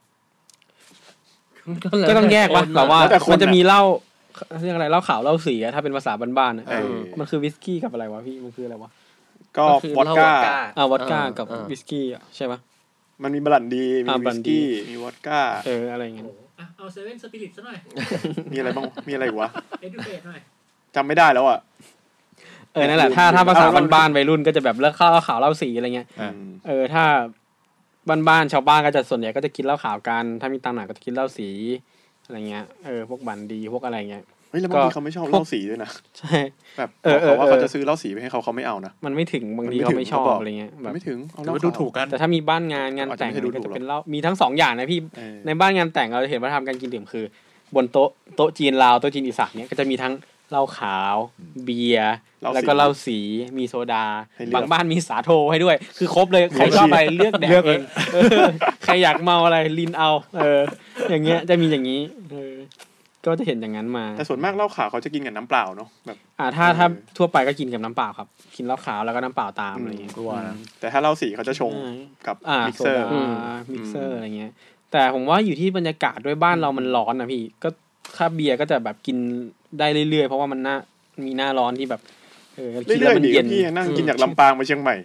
ก็ต้องแยกว่าแบบว่ามันจะมีเหล้าเรียกอะไรเหล้าขาวเหล้าสีถ้าเป็นภาษาบ้านๆนะมันคือวิสกี้กับอะไรวะพี่มันคืออะไรวะก็วอดก้าอ่าวอดก้ากับวิสกี้อ่ะใช่ปะมันมีบรันดีมีวิสกี้มีวอดก้าเอออะไรอย่างเงี้ยเอาเซเว่นสปิริตซะหน่อยมีอะไรบ้างมีอะไรวะเอ็ดดูเคทหน่อยจำไม่ได้แล้วอ่ะเออนั่นแหละถ้าถ้าภาษาบ้านๆวัยรุ่นก็จะแบบเลิกข้าวขาวเหล้าสีอะไรเงี้ยเออถ้าบ้านๆชาวบ้านก็จะส่วนใหญ่ก็จะกินเหล้าขาวกันถ้ามีตังค์หน่อยก็จะกินเหล้าสีอะไรเงี้ยเออพวกบันดีพวกอะไรเงี้ยเฮ้ยแล้วบางทีเขาไม่ชอบเหล้าสีด้วยนะใช่แบบเขาว่าเขาจะซื้อเหล้าสีไปให้เขาเขาไม่เอานะมันไม่ถึงบางทีเขาไม่ชอบอะไรเงี้ยแบบไม่ถึงเอาดูถูกกันแต่ถ้ามีบ้านงานงานแต่งก็จะเป็นเหล้ามีทั้งสองอย่างนะพี่ในบ้านงานแต่งเราจะเห็นว่าทำการกินดื่มคือบนโต๊ะโต๊ะจีนลาวโต๊ะจีนอีสานเนี้ยก็จะมีทั้งเหล้าขาวเบียร์แล้วก็เหล้าสีมีโซดาบางบ้านมีสาโทให้ด้วยคือครบเลยใครชอบอะไรเลือกแดกเองใครอยากเมาอะไรลินเอาเอออย่างเงี้ยจะมีอย่างนี้เออก็จะเห็นอย่างนั้นมาแต่ส่วนมากเหล้าขาวเขาจะกินกับน้ำเปล่าเนาะแบบอ่าถ้าถ้าทั่วไปก็กินกับน้ำเปล่าครับกินเหล้าขาวแล้วก็น้ำเปล่าตามอะไรอย่างเงี้ยกลัวนะแต่ถ้าเหล้าสีเขาจะชงกับมิกเซอร์มิกเซอร์อะไรเงี้ยแต่ผมว่าอยู่ที่บรรยากาศด้วยบ้านเรามันร้อนนะพี่ก็ถ้าเบียร์ก็จะแบบกินได้เรื่อยๆเพราะว่ามันหน้ามีหน้าร้อนที่แบบเออเรื่อยๆมันเย็นพี่นั่งกินจากลำปางไปเชียงใหม่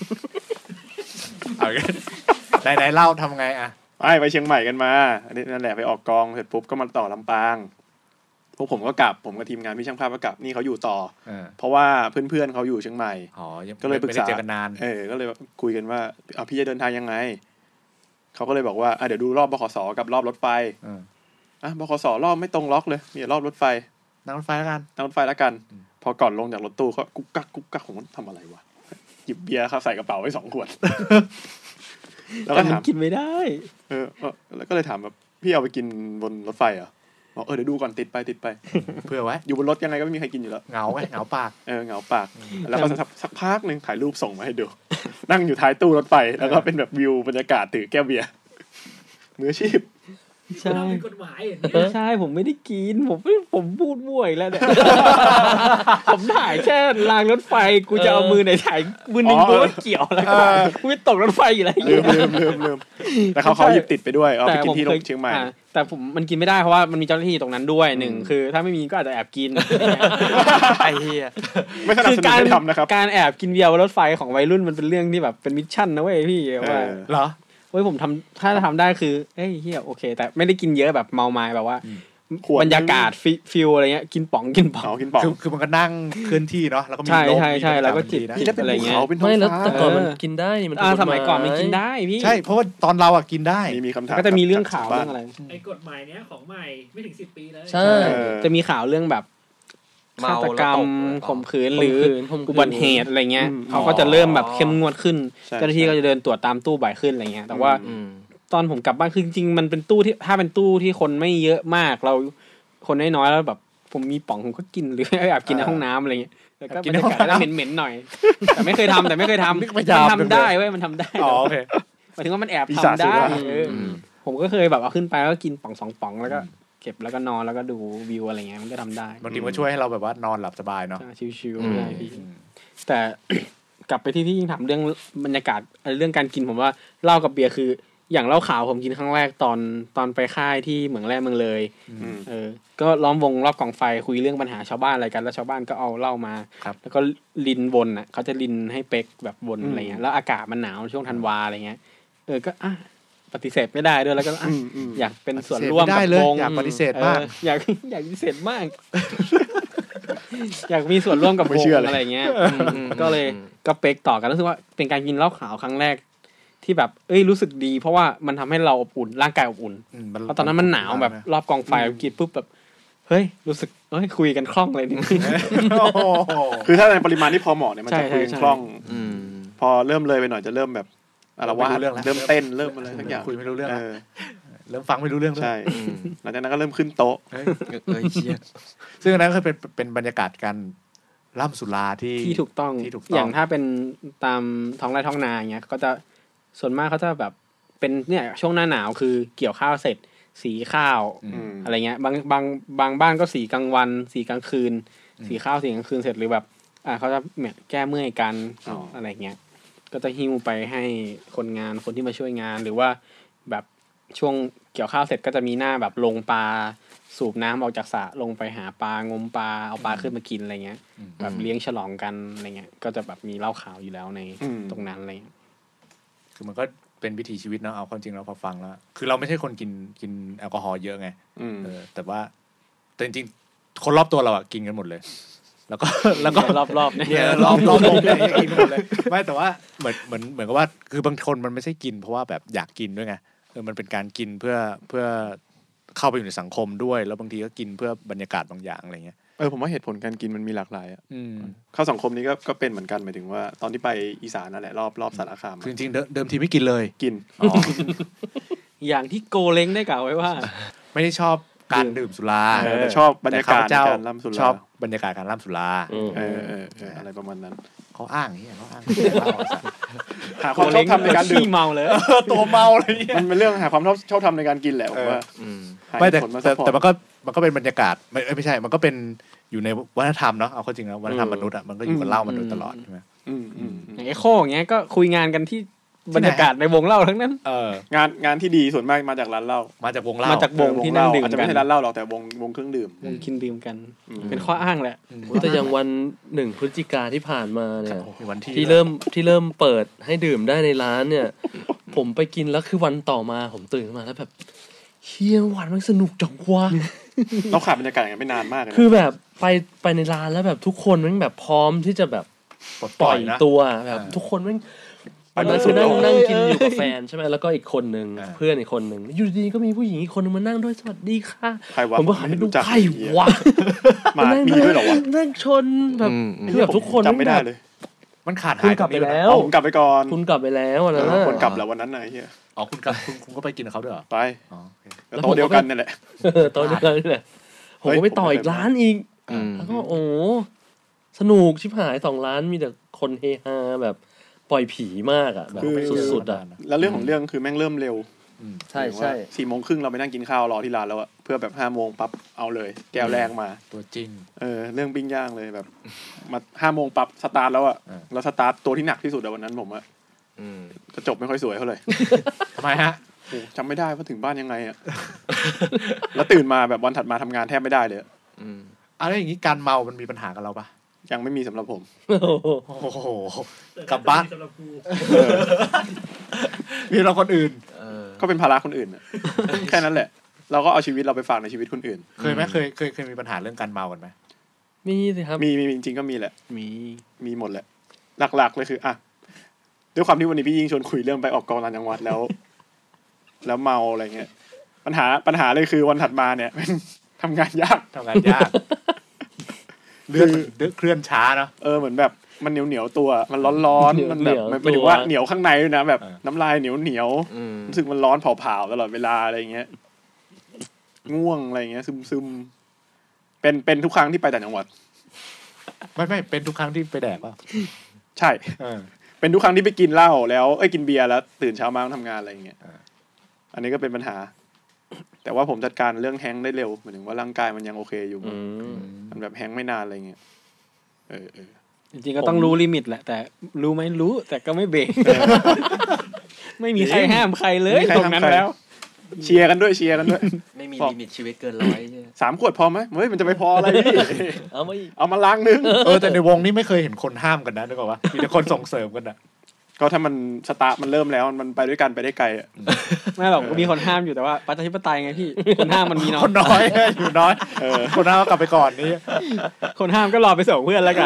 เอาไหนไหนเล่าทำไงอ่ะไปไปเชียงใหม่กันมาอันนี้นั่นแหละไปออกกองเสร็จปุ๊บก็มาต่อลำปางพวกผมก็กลับผมกับทีมงานพี่ช่างภาพก็กลับนี่เขาอยู่ต่อเพราะว่าเพื่อนๆเขาอยู่เชียงใหม่ก็เลยปรึกษาเออก็เลยคุยกันว่าเอาพี่จะเดินทางยังไงเขาก็เลยบอกว่าอ่ะเดี๋ยวดูรอบบขสกับรอบรถไฟอ่ะบขสรอบไม่ตรงล็อกเลยมีรอบรถไฟนั่งรถไฟแล้วกันนั่งรถไฟแล้วกันพอก่อนลงจากรถตู้ก็กุ๊กกักกุ๊กกักผมทำอะไรวะหยิบเบียร์ครับใส่กระเป๋าไว้สองขวดแล้วก็ถามกินไม่ได้เออแล้วก็เลยถามแบบพี่เอาไปกินบนรถไฟเหรอบอกเออเดี๋ยวดูก่อนติดไปติดไปเพื่อไว้อยู่บนรถยังไงก็ไม่มีใครกินอยู่แล้วเหงาไงเหงาปากเออเหงาปากแล้วก็สักพักนึงถ่ายรูปส่งมาให้ดูนั่งอยู่ท้ายตู้รถไฟแล้วก็เป็นแบบวิวบรรยากาศถือแก้วเบียร์มืออาชีพใช่กฎหมายใช่ผมไม่ได้กินผมผมพูดมั่วอีกแล้วเนี่ยผมถ่ายแค่รางรถไฟกูจะเอามือไหนถ่ายมือนึงกูไม่เกี่ยวแล้วกูไม่ตกรถไฟอยู่แล้วลืมลืมลืมลืมแต่เขาเขาหยิบติดไปด้วยเอาไปกินที่โรงเชียงใหม่แต่ผมมันกินไม่ได้เพราะว่ามันมีเจ้าหน้าที่ตรงนั้นด้วยหนึ่งคือถ้าไม่มีก็อาจจะแอบกินไอ้เหี้ยไม่สนับสนุนให้ทำนะครับการแอบกินเบียร์บนรถไฟของวัยรุ่นมันเป็นเรื่องที่แบบเป็นมิชชั่นนะเว้ยพี่ว่าเหรอเฮ้ยผมทำถ้าทำได้คือเฮ้ยเฮียโอเคแต่ไม่ได้กินเยอะแบบเมาไม้แบบว่าบรรยากาศฟิลอะไรเงี้ยกินป๋องกินป๋องกินป๋องคือมันก็นั่งเคลื่อนที่เนาะแล้วก็มีลมใช่ใช่แล้วก็จิบอะไรเงี้ยไม่แล้วแต่ก่อนมันกินได้มันสมัยก่อนมันกินได้พี่ใช่เพราะว่าตอนเราอะกินได้มีคำถามก็จะมีเรื่องข่าวเรื่องอะไรไอ้กฎหมายเนี้ยของใหม่ไม่ถึงสิบปีเลยใช่จะมีข่าวเรื่องแบบฆาตกรรมข่มขืนหรืออุบัติเหตุอะไรเงี้ยเขาก็จะเริ่มแบบเข้มงวดขึ้นเจ้าหน้าที่ก็จะเดินตรวจตามตู้บ่อยขึ้นอะไรเงี้ยแต่ว่าตอนผมกลับบ้านคือจริงๆมันเป็นตู้ที่ถ้าเป็นตู้ที่คนไม่เยอะมากเราคนน้อยๆแล้วแบบผมมีป๋องผมก็กินหรือแอบกินในห้องน้ำอะไรเงี้ยแล้วก็บรรยากาศก็เหม็นๆหน่อยแต่ไม่เคยทำแต่ไม่เคยทำมันทำได้เว้ยมันทำได้อ๋อโอเคหมายถึงว่ามันแอบทำได้ผมก็เคยแบบเอาขึ้นไปก็กินป๋องสองป๋องแล้วก็เก็บแล้วก็นอนแล้วก็ดูวิวอะไรเงี้ยมันก็ทำได้บางทีมันช่วยให้เราแบบว่านอนหลับสบายเนาะชิวๆได้พี่แต่กลับไปที่ที่ยิ่งถามเรื่องบรรยากาศเรื่องการกินผมว่าเหล้ากับเบียร์คืออย่างเหล้าขาวผมกินครั้งแรกตอนตอนไปค่ายที่เหมืองแร่เมืองเลยเออก็ล้อมวงรอบกองไฟคุยเรื่องปัญหาชาวบ้านอะไรกันแล้วชาวบ้านก็เอาเหล้ามาแล้วก็ลินวนอ่ะเขาจะลินให้เป๊กแบบวนอะไรเงี้ยแล้วอากาศมันหนาวช่วงธันวาอะไรเงี้ยเออก็อ่ะปฏิเสธไม่ได้ด้วยแล้วก็อ่ะอยากเป็นส่วนร่วมกับวงอยากปฏิเสธมากอยากอยากปฏิเสธมากอยากมีส่วนร่วมกับวงอะไรเงี้ยก็เลยก็เป๊กต่อกันรู้สึกว่าเป็นการกินเหล้าขาวครั้งแรกที่แบบเอ้ยรู้สึกดีเพราะว่ามันทำให้เราอบอุ่นร่างกายอบอุ่นเพราะตอนนั้นมันหนาวแบบรอบกองไฟกินปุ๊บแบบเฮ้ยรู้สึกเฮ้ยคุยกันคล่องเลยนี่คือถ้าในปริมาณที่พอเหมาะเนี่ยมันจะคุยกันคล่องพอเริ่มเลยไปหน่อยจะเริ่มแบบอะไรวะเริ่มเต้นเริ่มอะไรสักอย่างคุยไม่รู้เรื่องเริ่มฟังไม่รู้เรื่องใช่หลังจากนั้นก็เริ่มขึ้นโต๊ะเอ้ยเชี่ยซึ่งอันนั้นก็เป็นเป็นบรรยากาศการล่ำสุราที่ที่ถูกต้องอย่างถ้าเป็นตามท้องไร่ท้องนาอย่างเงี้ยก็จะส่วนมากเขาจะแบบเป็นเนี่ยช่วงหน้าหนาวคือเกี่ยวข้าวเสร็จสีข้าวอะไรเงี้ยบางบางบางบ้านก็สีกลางวันสีกลางคืนสีข้าวสีกลางคืนเสร็จหรือแบบอ่าเขาจะเนี่ยแก้เมื่อยกันอะไรเงี้ยก็จะหิ้วไปให้คนงานคนที่มาช่วยงานหรือว่าแบบช่วงเกี่ยวข้าวเสร็จก็จะมีหน้าแบบลงปลาสูบน้ำออกจากสระลงไปหาปลางมปลาเอาปลาขึ้นมากินอะไรเงี้ยแบบเลี้ยงฉลองกันอะไรเงี้ยก็จะแบบมีเหล้าขาวอยู่แล้วในตรงนั้นอะไรเงี้ยคือมันก็เป็นวิถีชีวิตเนาะเอาความจริงเราพอฟังแล้วคือเราไม่ใช่คนกินกินแอลกอฮอล์เยอะไงเออแต่ว่าแต่จริงๆคนรอบตัวเราอ่ะกินกันหมดเลยแล้วก็แล้วก็รอบๆเนี่ยรอบๆผมเนี่ยกินหมดเลยไม่แต่ว่าเหมือนเหมือนเหมือนกับว่าคือบางคนมันไม่ใช่กินเพราะว่าแบบอยากกินด้วยไงเออมันเป็นการกินเพื่อเพื่อเข้าไปอยู่ในสังคมด้วยแล้วบางทีก็กินเพื่อบรรยากาศบางอย่างอะไรเงี้ยเออผมว่าเหตุผลการกินมันมีหลากหลายอ่ะเข้าสังคมนี้ก็ก็เป็นเหมือนกันหมายถึงว่าตอนที่ไปอีสานนั่นแหละรอบรอบสารคามจริงๆเดิมทีไม่กินเลยกินอย่างที่โกเล้งได้กล่าวไว้ว่าไม่ได้ชอบการดื่มสุราแต่ชอบบรรยากาศการล่ำสุราชอบบรรยากาศการล่ำสุราเออเอออะไรประมาณนั้นเขาอ้างอย่างนี้เขาอ้างหาความชอบทำในการดื่มเมาเลยตัวเมาเลยมันเป็นเรื่องหาความชอบชอบทำในการกินแหละผมว่าไม่แต่แต่มันก็มันก็เป็นบรรยากาศไม่ไม่ใช่มันก็เป็นอยู่ในวัฒนธรรมเนาะเอาเข้าจริงแล้ววัฒนธรรมมนุษย์อ่ะมันก็อยู่กับเหล้ามาโดยตลอดใช่ไหมอย่างไอ้โค้อย่างเงี้ยก็คุยงานกันที่บรรยากาศในวงเล่าทั้งนั้นเอองานงานที่ดีส่วนมากมาจากร้านเหล้ามาจากวงเล่ามาจากวงที่นั่งดื่มอาจจะไม่ใช่ร้านเหล้าหรอกแต่วงวงเครื่องดื่มวงกินดื่มกันเป็นข้ออ้างแหละแต่อย่างวันหนึ่งพฤศจิกาที่ผ่านมาเนี่ยที่เริ่มที่เริ่มเปิดให้ดื่มได้ในร้านเนี่ยผมไปกินแล้วคือวันต่อมาผมตื่นขึ้นมาแล้วแบบเฮียหวานมันสนุกจังวะเราขาดบรรยากาศกันไม่นานมากเลยคือแบบไปไปในร้านแล้วแบบทุกคนมันแบบพร้อมที่จะแบบปล่อยตัวแบบทุกคนมันมันคือนั่งนั่งกินอยู่กับแฟนใช่ไหมแล้วก็อีกคนนึงเพื่อนอีกคนนึงอยู่ดีๆก็มีผู้หญิงอีกคนนึงมานั่งด้วยสวัสดีค่ะผมก็หันไปดูใครวะมามีด้วยเหรอวะนั่งชนแบบคือแบบทุกคนจำไม่ได้เลยมันขาดหายกลับไปแล้วผมกลับไปก่อนคุณกลับไปแล้ววันนั้นคนกลับแล้ววันนั้นไหนเฮียอ๋อคุณกลับคุณคุณก็ไปกินกับเขาด้วยเหรอไปอ๋อโต๊ะเดียวกันนี่แหละโต๊ะเดียวกันนี่แหละผมก็ไปต่ออีกร้านอีกแล้วก็โอ้สนุกชิบหายสองร้านมีแต่คนเฮฮาแบบปล่อยผีมากอ่ะแบบสุดๆอ่ะแล้วเรื่องของเรื่องคือแม่งเริ่มเร็วใช่ใช่สี่โมงครึ่งเราไปนั่งกินข้าวรอที่ร้านแล้วอะเพื่อแบบห้าโมงปั๊บเอาเลยแก้วแรกมาตัวจริงเออเรื่องปิ้งย่างเลยแบบมาห้าโมงปั๊บสตาร์ทแล้วอะแล้วสตาร์ทตัวที่หนักที่สุดในวันนั้นผมอะก็จบไม่ค่อยสวยเท่าไหร่ทำไมฮะจำไม่ได้ว่าถึงบ้านยังไงอะแล้วตื่นมาแบบวันถัดมาทำงานแทบไม่ได้เลยอืมอะไรอย่างนี้การเมามันมีปัญหากับเราปะยังไม่มีสำหรับผมโอ้โหกลับบ้านมีเราคนอื่นก็เป็นภาระคนอื่นแค่นั้นแหละเราก็เอาชีวิตเราไปฝากในชีวิตคนอื่นเคยไหมเคยเคยเคยมีปัญหาเรื่องการเมากันไหมมีสิครับมีมีจริงๆก็มีแหละมีมีหมดแหละหลักๆเลยคืออ่ะด้วยความที่วันนี้พี่ยิ่งชวนคุยเรื่องไปออกกองต่างจังหวัดแล้วแล้วเมาอะไรเงี้ยปัญหาปัญหาเลยคือวันถัดมาเนี่ยทำงานยากทำงานยากเลื่อนเคลื่อนช้าเนาะเออเหมือนแบบมันเหนียวเหนียวตัวมันร้อนร้อนมันแบบไม่ถึงว่าเหนียวข้างในด้วยนะแบบน้ำลายเหนียวเหนียวรู้สึกมันร้อนเผาๆตลอดเวลาอะไรเงี้ยง่วงอะไรเงี้ยซึมๆเป็นเป็นทุกครั้งที่ไปต่างจังหวัดไม่ไม่เป็นทุกครั้งที่ไปแดกป่ะใช่เป็นทุกครั้งที่ไปกินเหล้าแล้วเอ้ยกินเบียร์แล้วตื่นเช้ามาต้องทำงานอะไรเงี้ยอันนี้ก็เป็นปัญหาแต่ว่าผมจัดการเรื่องแฮงค์ได้เร็วหมายถึงว่าร่างกายมันยังโอเคอยู่มันแบบแฮงค์ไม่นานอะไรเงี้ยเออเออจริงๆก็ต้องรู้ลิมิตแหละแต่รู้ไหมรู้แต่ก็ไม่เบรกไม่มีใครห้ามใครเลยตรงนั้นแล้วเชียร์กันด้วยเชียร์กันด้วยไม่มีลิมิตชีวิตเกินร้อยสามขวดพอไหมเฮ้ยมันจะไปพออะไรพี่เอามาเอามาล้างนึงเออแต่ในวงนี้ไม่เคยเห็นคนห้ามกันนะนึกออกปะมีแต่คนส่งเสริมกันนะก็ถ้ามันสตาร์ทมันเริ่มแล้วมันไปด้วยกันไปได้ไกลอ่ะไม่หรอกมีคนห้ามอยู่แต่ว่าประชาธิปไตยไงพี่คนห้ามมันมีน้อยคนน้อยอยู่น้อยคนห้ามกลับไปก่อนนี้คนห้ามก็รอไปส่งเพื่อนแล้วกัน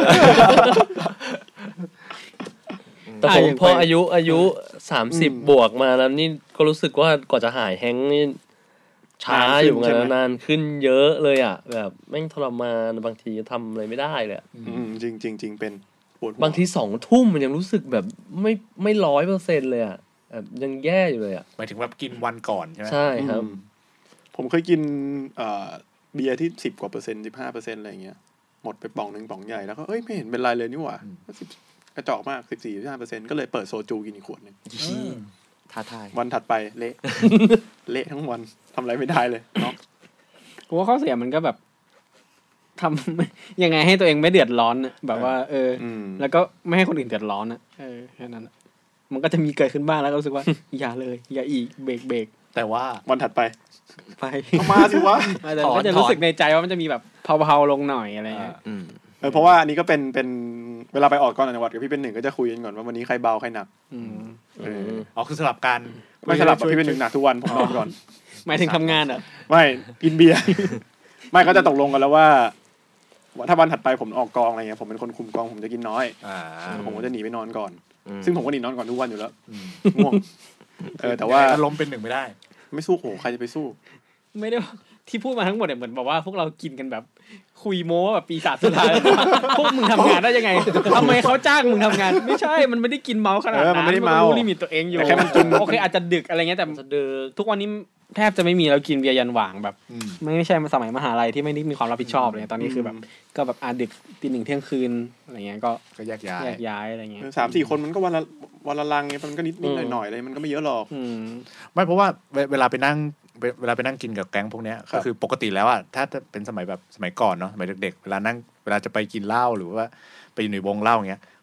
แต่ผมพออายุอายุสามสิบบวกมาแล้วนี่ก็รู้สึกว่ากว่าจะหายแฮงค์นี่ช้าอยู่เหมือนกันนานขึ้นเยอะเลยอ่ะแบบแม่งทรมานบางทีทำอะไรไม่ได้เลยจริงจริงจริงเป็นบางทีสองทุ่มมันยังรู้สึกแบบไม่ไม่ร้อยเปอร์เซ็นต์เลยอ่ะแบบยังแย่อยู่เลยอ่ะหมายถึงแบบกินวันก่อนใช่ไหมใช่ครับผมเคยกินเบียร์ที่สิบกว่าเปอร์เซ็นต์สิบห้าเปอร์เซ็นต์อะไรอย่างเงี้ยหมดไปป่องหนึ่งป่องใหญ่แล้วก็เอ้ยไม่เห็นเป็นไรเลยนี่หว่ากระจอกมากสิบสี่สิบห้าเปอร์เซ็นต์ก็เลยเปิดโซจูกินอีกขวดนึงท้าทายวันถัดไปเละเละทั้งวันทำอะไรไม่ได้เลยเนาะผมว่าข้อเสียมันก็แบบทำยังไงให้ตัวเองไม่เดือดร้อนแบบว่าเออแล้วก็ไม่ให้คนอื่นเดือดร้อนนะเออแค่นั้นมันก็จะมีเกิดขึ้นบ้างแล้วก็รู้สึกว่าอย่าเลยอย่าอีกเบรกเบรกแต่ว่าวันถัดไปไปมาสิวะแต่ก็จะรู้สึกในใจว่ามันจะมีแบบเผาๆลงหน่อยอะไรเงี้ยเออเพราะว่าอันนี้ก็เป็นเป็นเวลาไปออกก่อนจังหวัดกับพี่เป็นหนึ่งก็จะคุยกันก่อนว่าวันนี้ใครเบาใครหนักเอออ๋อคือสลับกันไม่สลับพี่เป็นหนึ่งหนักทุกวันผมนอนก่อนหมายถึงทำงานเหรอไม่กินเบียร์ไม่ก็จะตกลงกันแล้วว่าถ้าวันถัดไปผมออกกองอะไรเงี้ยผมเป็นคนคุมกองผมจะกินน้อยผมก็จะหนีไปนอนก่อนซึ่งผมก็หนีนอนก่อนทุกวันอยู่แล้วง่วงเออแต่ว่าล้มเป็นหนึ่งไม่ได้ไม่สู้โหใครจะไปสู้ไม่ได้ที่พูดมาทั้งหมดเนี่ยเหมือนบอกว่าพวกเรากินกันแบบคุยโม้แบบปีศาจสุดท้ายพวกมึงทำงานได้ยังไงทำไมเขาจ้างมึงทำงานไม่ใช่มันไม่ได้กินเมาขนาดนั้นมันรู้ลิมิตตัวเองอยู่แค่มันกินโอเคอาจจะดึกอะไรเงี้ยแต่ทุกวันนี้แทบจะไม่มีแล้วกินเบียร์ยันหว่างแบบไม่ใช่สมัยมหาลัยที่ไม่ได้มีความรับผิดชอบเลยตอนนี้คือแบบก็แบบอาดึกตีหนึ่งเที่ยงคืนอะไรเงี้ยก็ก็แยกย้ายแยกย้ายอะไรเงี้ยสามสี่คนมันก็วันละวันละลังเงี้ยมันก็นิดนิดหน่อยหน่อยเลยมันก็ไม่เยอะหรอกไม่เพราะว่าเวลาไปนั่งเวลาไปนั่งกินกับแก๊งพวกเนี้ยก็คือปกติแล้วอ่ะถ้าเป็นสมัยแบบสมัยก่อนเนาะสมัยเด็กๆเวลานั่งเวลาจะไปกินเหล้าหรือว่าไปอยู่ในวงเหล้าเงี้ย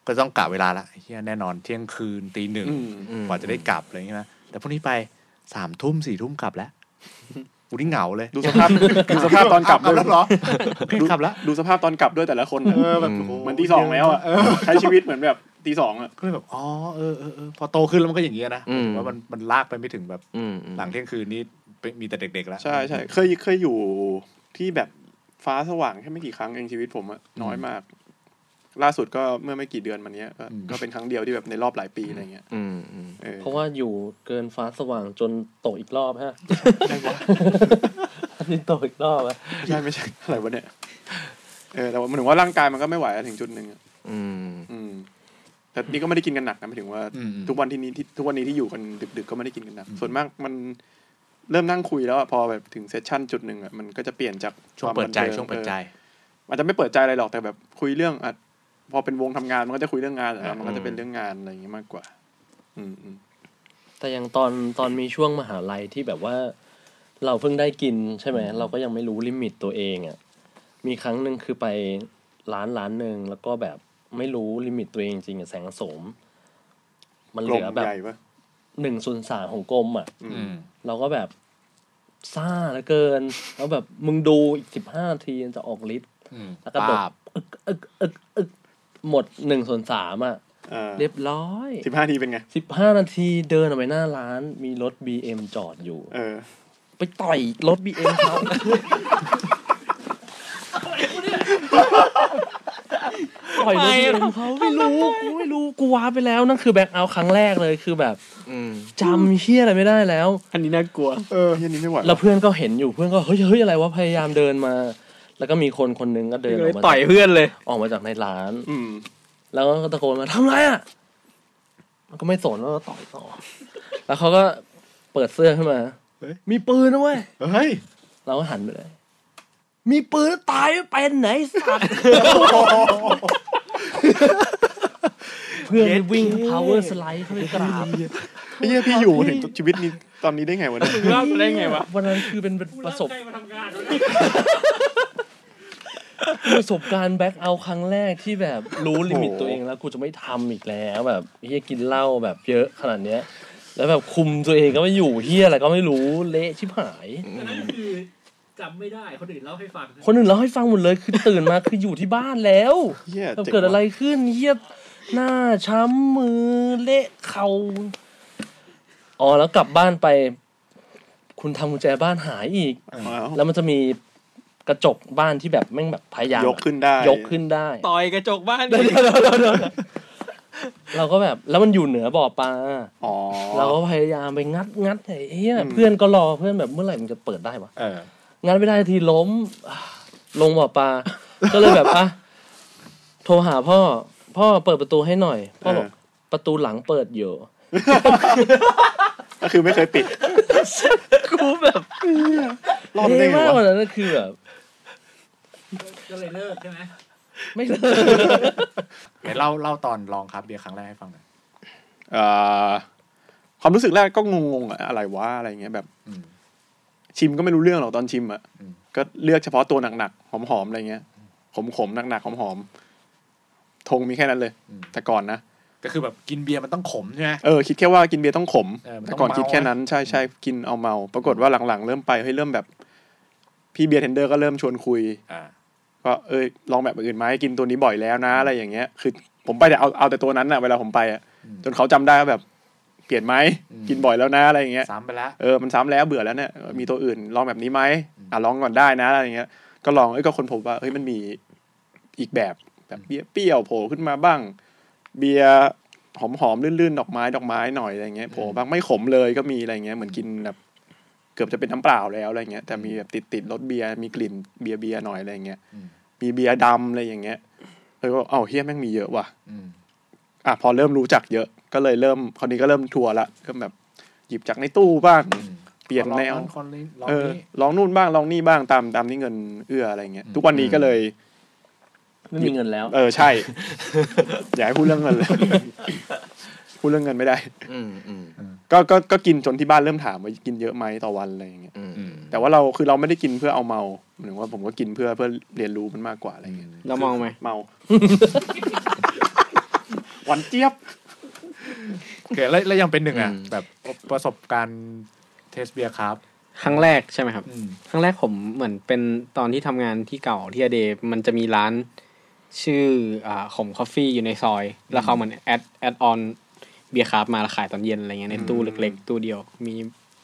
ก็ต้องกะเวลาละเฮียแน่นอนเที่ยงคืนตีหนึ่งกว่าจะได้กลับอะไรอย่างเงี้ยนะแต่พวกนี้ไปสามทุ่มสี่ทุ่มกลับแล้วกูนี่เหงาเลยดูสภาพดูสภาพตอนกลับด้วยแล้วเหรอดูกลับแล้วดูสภาพตอนกลับด้วยแต่ละคนเออแบบเหมือนตีสองแล้วอ่ะใช้ชีวิตเหมือนแบบตีสองอ่ะก็เลยแบบอ๋อเออเออพอโตขึ้นแล้วมันก็อย่างเงี้ยนะว่ามันมันลากไปไม่ถึงแบบหลังเที่ยงคืนนี้มีแต่เด็กๆแล้วใช่ใช่เคยเคยอยู่ที่แบบฟ้าสว่างแค่ไม่กี่ครั้งเองชีวิตผมอะน้อยมากล่าสุดก็เมื่อไม่กี่เดือนมานี้ก็เป็นครั้งเดียวที่แบบในรอบหลายปีอะไรเงี้ยเพราะว่าอยู่เกินฟ้าสว่างจนตกอีกรอบฮะใช่ปะอันนี้ตกอีกรอบอะใช่ไม่ใช่อะไรวะเนี่ยเออแต่ว่ามันถึงว่าร่างกายมันก็ไม่ไหวถึงจุดนึงอืมอืมแต่นี่ก็ไม่ได้กินกันหนักนะหมายถึงว่าทุกวันที่นี้ทุกวันนี้ที่อยู่กันดึกๆก็ไม่ได้กินกันหนักส่วนมากมันเริ่มนั่งคุยแล้วพอแบบถึงเซสชั่นจุดนึงอ่ะมันก็จะเปลี่ยนจากช่วงเปิดใจช่วงเปิดใจมันจะไม่เปิดใจอะไรหรอกแต่แบบคุยเรื่องอ่ะพอเป็นวงทำงานมันก็จะคุยเรื่องงานแต่มันก็จะเป็นเรื่องงานอะไรอย่างงี้มากกว่าอืมแต่อย่างตอนตอนมีช่วงมหาลัยที่แบบว่าเราเพิ่งได้กินใช่ไหมเราก็ยังไม่รู้ลิมิตตัวเองอ่ะมีครั้งนึงคือไปร้านร้านนึงแล้วก็แบบไม่รู้ลิมิตตัวเองจริงๆแสงโสมมันเหลือแบบหนึ่งส่วนสามของกลมอ่ะเราก็แบบซ่าเหลือเกินแล้วแบบมึงดูอีกสิบห้านาทีจะออกฤทธิ์แล้วก็แบบอึกอึกอึกอึกหมดหนึ่งส่วนสามอ่ะเรียบร้อยสิบห้านาทีเป็นไงสิบห้านาทีเดินออกไปหน้าร้านมีรถ บี เอ็ม จอดอยู่เออไปต่อยรถ บี เอ็ม เขาต่อยรถ บี เอ็ม เขาไม่รู้กูไม่รู้กูว้าไปแล้วนั่นคือแบ็คเอาท์ครั้งแรกเลยคือแบบจำเหี้ยอะไรไม่ได้แล้วอันนี้น่ากลัวเออเหี้ยนี้ไม่ไหวแล้วเพื่อนก็เห็นอยู่เพื่อนก็เฮ้ยเฮ้ยอะไรวะพยายามเดินมาแล้วก็มีคนคนนึงก็เดินออกมาต่อยเพื่อนเลยออกมาจากในร้านแล้วก็ตะโกนมาทำไรอ่ะมันก็ไม่สนแล้วก็ต่อยต่อแล้วเขาก็เปิดเสื้อขึ้นมามีปืนนะเว้ยเฮ้ยเราก็หันไปเลยมีปืนตายไม่เป็นไหนสัตว์เพื่อนวิ่ง power slide เข้าไปกราบไอ้เหี้ยพี่อยู่ถึงชีวิตนี้ตอนนี้ได้ไงวะเนี่ยรอดได้ไงวะวันนั้นคือเป็นประสบประสบการณ์แบ็คเอาท์ครั้งแรกที่แบบรู้ลิมิตตัวเองแล้วกูจะไม่ทำอีกแล้วแบบเฮียกินเหล้าแบบเยอะขนาดเนี้ยแล้วแบบคุมตัวเองก็ไม่อยู่เฮียอะไรก็ไม่รู้เละชิบหายนั่นคือจำไม่ได้คนอื่นเล่าให้ฟังคนอื่นเล่าให้ฟังหมดเลยคือตื่นมาคืออยู่ที่บ้านแล้วแบบเกิดอะไรขึ้นเฮียหน้าช้ำมือเละเข่าอ๋อแล้วกลับบ้านไปคุณทำกุญแจบ้านหายอีกแล้วมันจะมีกระจกบ้านที่แบบแม่งแบบพยายามยกขึ้นได้ยกขึ้นได้ต่อยกระจกบ้านเราก็แบบแล้วมันอยู่เหนือบ่อปลาเราก็พยายามไปงัดงัดไอ้เหี้ยเพื่อนก็รอเพื่อนแบบเมื่อไหร่มันจะเปิดได้วะงัดไม่ได้ทีล้มลงบ่อปลาก็เลยแบบอ่ะโทรหาพ่อพ่อเปิดประตูให้หน่อยพ่อบอกประตูหลังเปิดอยู่ก็คือไม่เคยปิดกูแบบรอดได้ไงวะวันนั้นก็คือแบบก็เลยเลิกใช่ไหมไม่เลิกเดี๋ยวเล่าเล่าตอนลองครับเบียร์ครั้งแรกให้ฟังหน่อยความรู้สึกแรกก็งงๆอะอะไรวะอะไรเงี้ยแบบชิมก็ไม่รู้เรื่องหรอกตอนชิมอ่ะก็เลือกเฉพาะตัวหนักๆหอมๆอะไรเงี้ยขมๆหนักๆหอมๆธงมีแค่นั้นเลยแต่ก่อนนะก็คือแบบกินเบียร์มันต้องขมใช่ไหมเออคิดแค่ว่ากินเบียร์ต้องขมแต่ก่อนคิดแค่นั้นใช่ใช่กินเอาเมาปรากฏว่าหลังๆเริ่มไปเฮ้ยเริ่มแบบพี่เบียร์เทนเดอร์ก็เริ่มชวนคุยก็เอ้ยลองแบบอื่นไหมกินตัวนี้บ่อยแล้วนะอะไรอย่างเงี้ยคือผมไปแต่เอาเอาแต่ตัวนั้นน่ะเวลาผมไปอ่ะจนเขาจำได้ว่าแบบเปลี่ยนไหมกินบ่อยแล้วนะอะไรอย่างเงี้ยซ้ำไปแล้วเออมันซ้ำแล้วเบื่อแล้วเนี่ยมีตัวอื่นลองแบบนี้ไหมอ่ะลองก่อนได้นะอะไรอย่างเงี้ยก็ลองเอ้ยก็คนพบว่าเฮ้ยมันมีอีกแบบแบบเบียร์เปรี้ยวโผล่ขึ้นมาบ้างเบียร์หอมๆลื่นๆดอกไม้ดอกไม้หน่อยอะไรเงี้ยโผล่บ้างไม่ขมเลยก็มีอะไรเงี้ยเหมือนกินแบบเกือบจะเป็นน้ำเปล่าแล้วอะไรเงี้ยแต่มีแบบติดๆรสเบียร์มีกลิ่นเบียร์เบียร์หน่อยอะไรเงี้ยมีเบียร์ดำอะไรอย่างเงี้ยเออเอ้าเฮียแม่งมีเยอะว่ะอ่ะพอเริ่มรู้จักเยอะก็เลยเริ่มคราวนี้ก็เริ่มทัวร์ละก็แบบหยิบจากในตู้บ้างเปลี่ยนแนวเออลองนู่นบ้างลองนี่บ้างตามตามที่เงินเอื้ออะไรเงี้ยทุกวันนี้ก็เลยไม่มีเงินแล้วเออใช่อย่าให้พูดเรื่องเงินเลยพูดเรื่องเงินไม่ได้ก็ก็ก็กินจนที่บ้านเริ่มถามว่ากินเยอะไหมต่อวันอะไรอย่างเงี้ยแต่ว่าเราคือเราไม่ได้กินเพื่อเอาเมาหมายถึงว่าผมก็กินเพื่อเพื่อเรียนรู้มันมากกว่าอะไรเงี้ยเราเมาไหมเมาอนเจี๊ยบโอเคแล้วแล้วยังเป็นหนึ่งอ่ะแบบประสบการณ์เทสเบียร์ครับครั้งแรกใช่ไหมครับครั้งแรกผมเหมือนเป็นตอนที่ทำงานที่เก่าที่อเดย์มันจะมีร้านชื่ออ่าขมคอฟฟี่อยู่ในซอยแล้วเขาเหมือนแอดแอดออนเบียร์ครับมาขายตอนเย็นอะไรเงี้ยในตู้เล็กๆตู้เดียวมี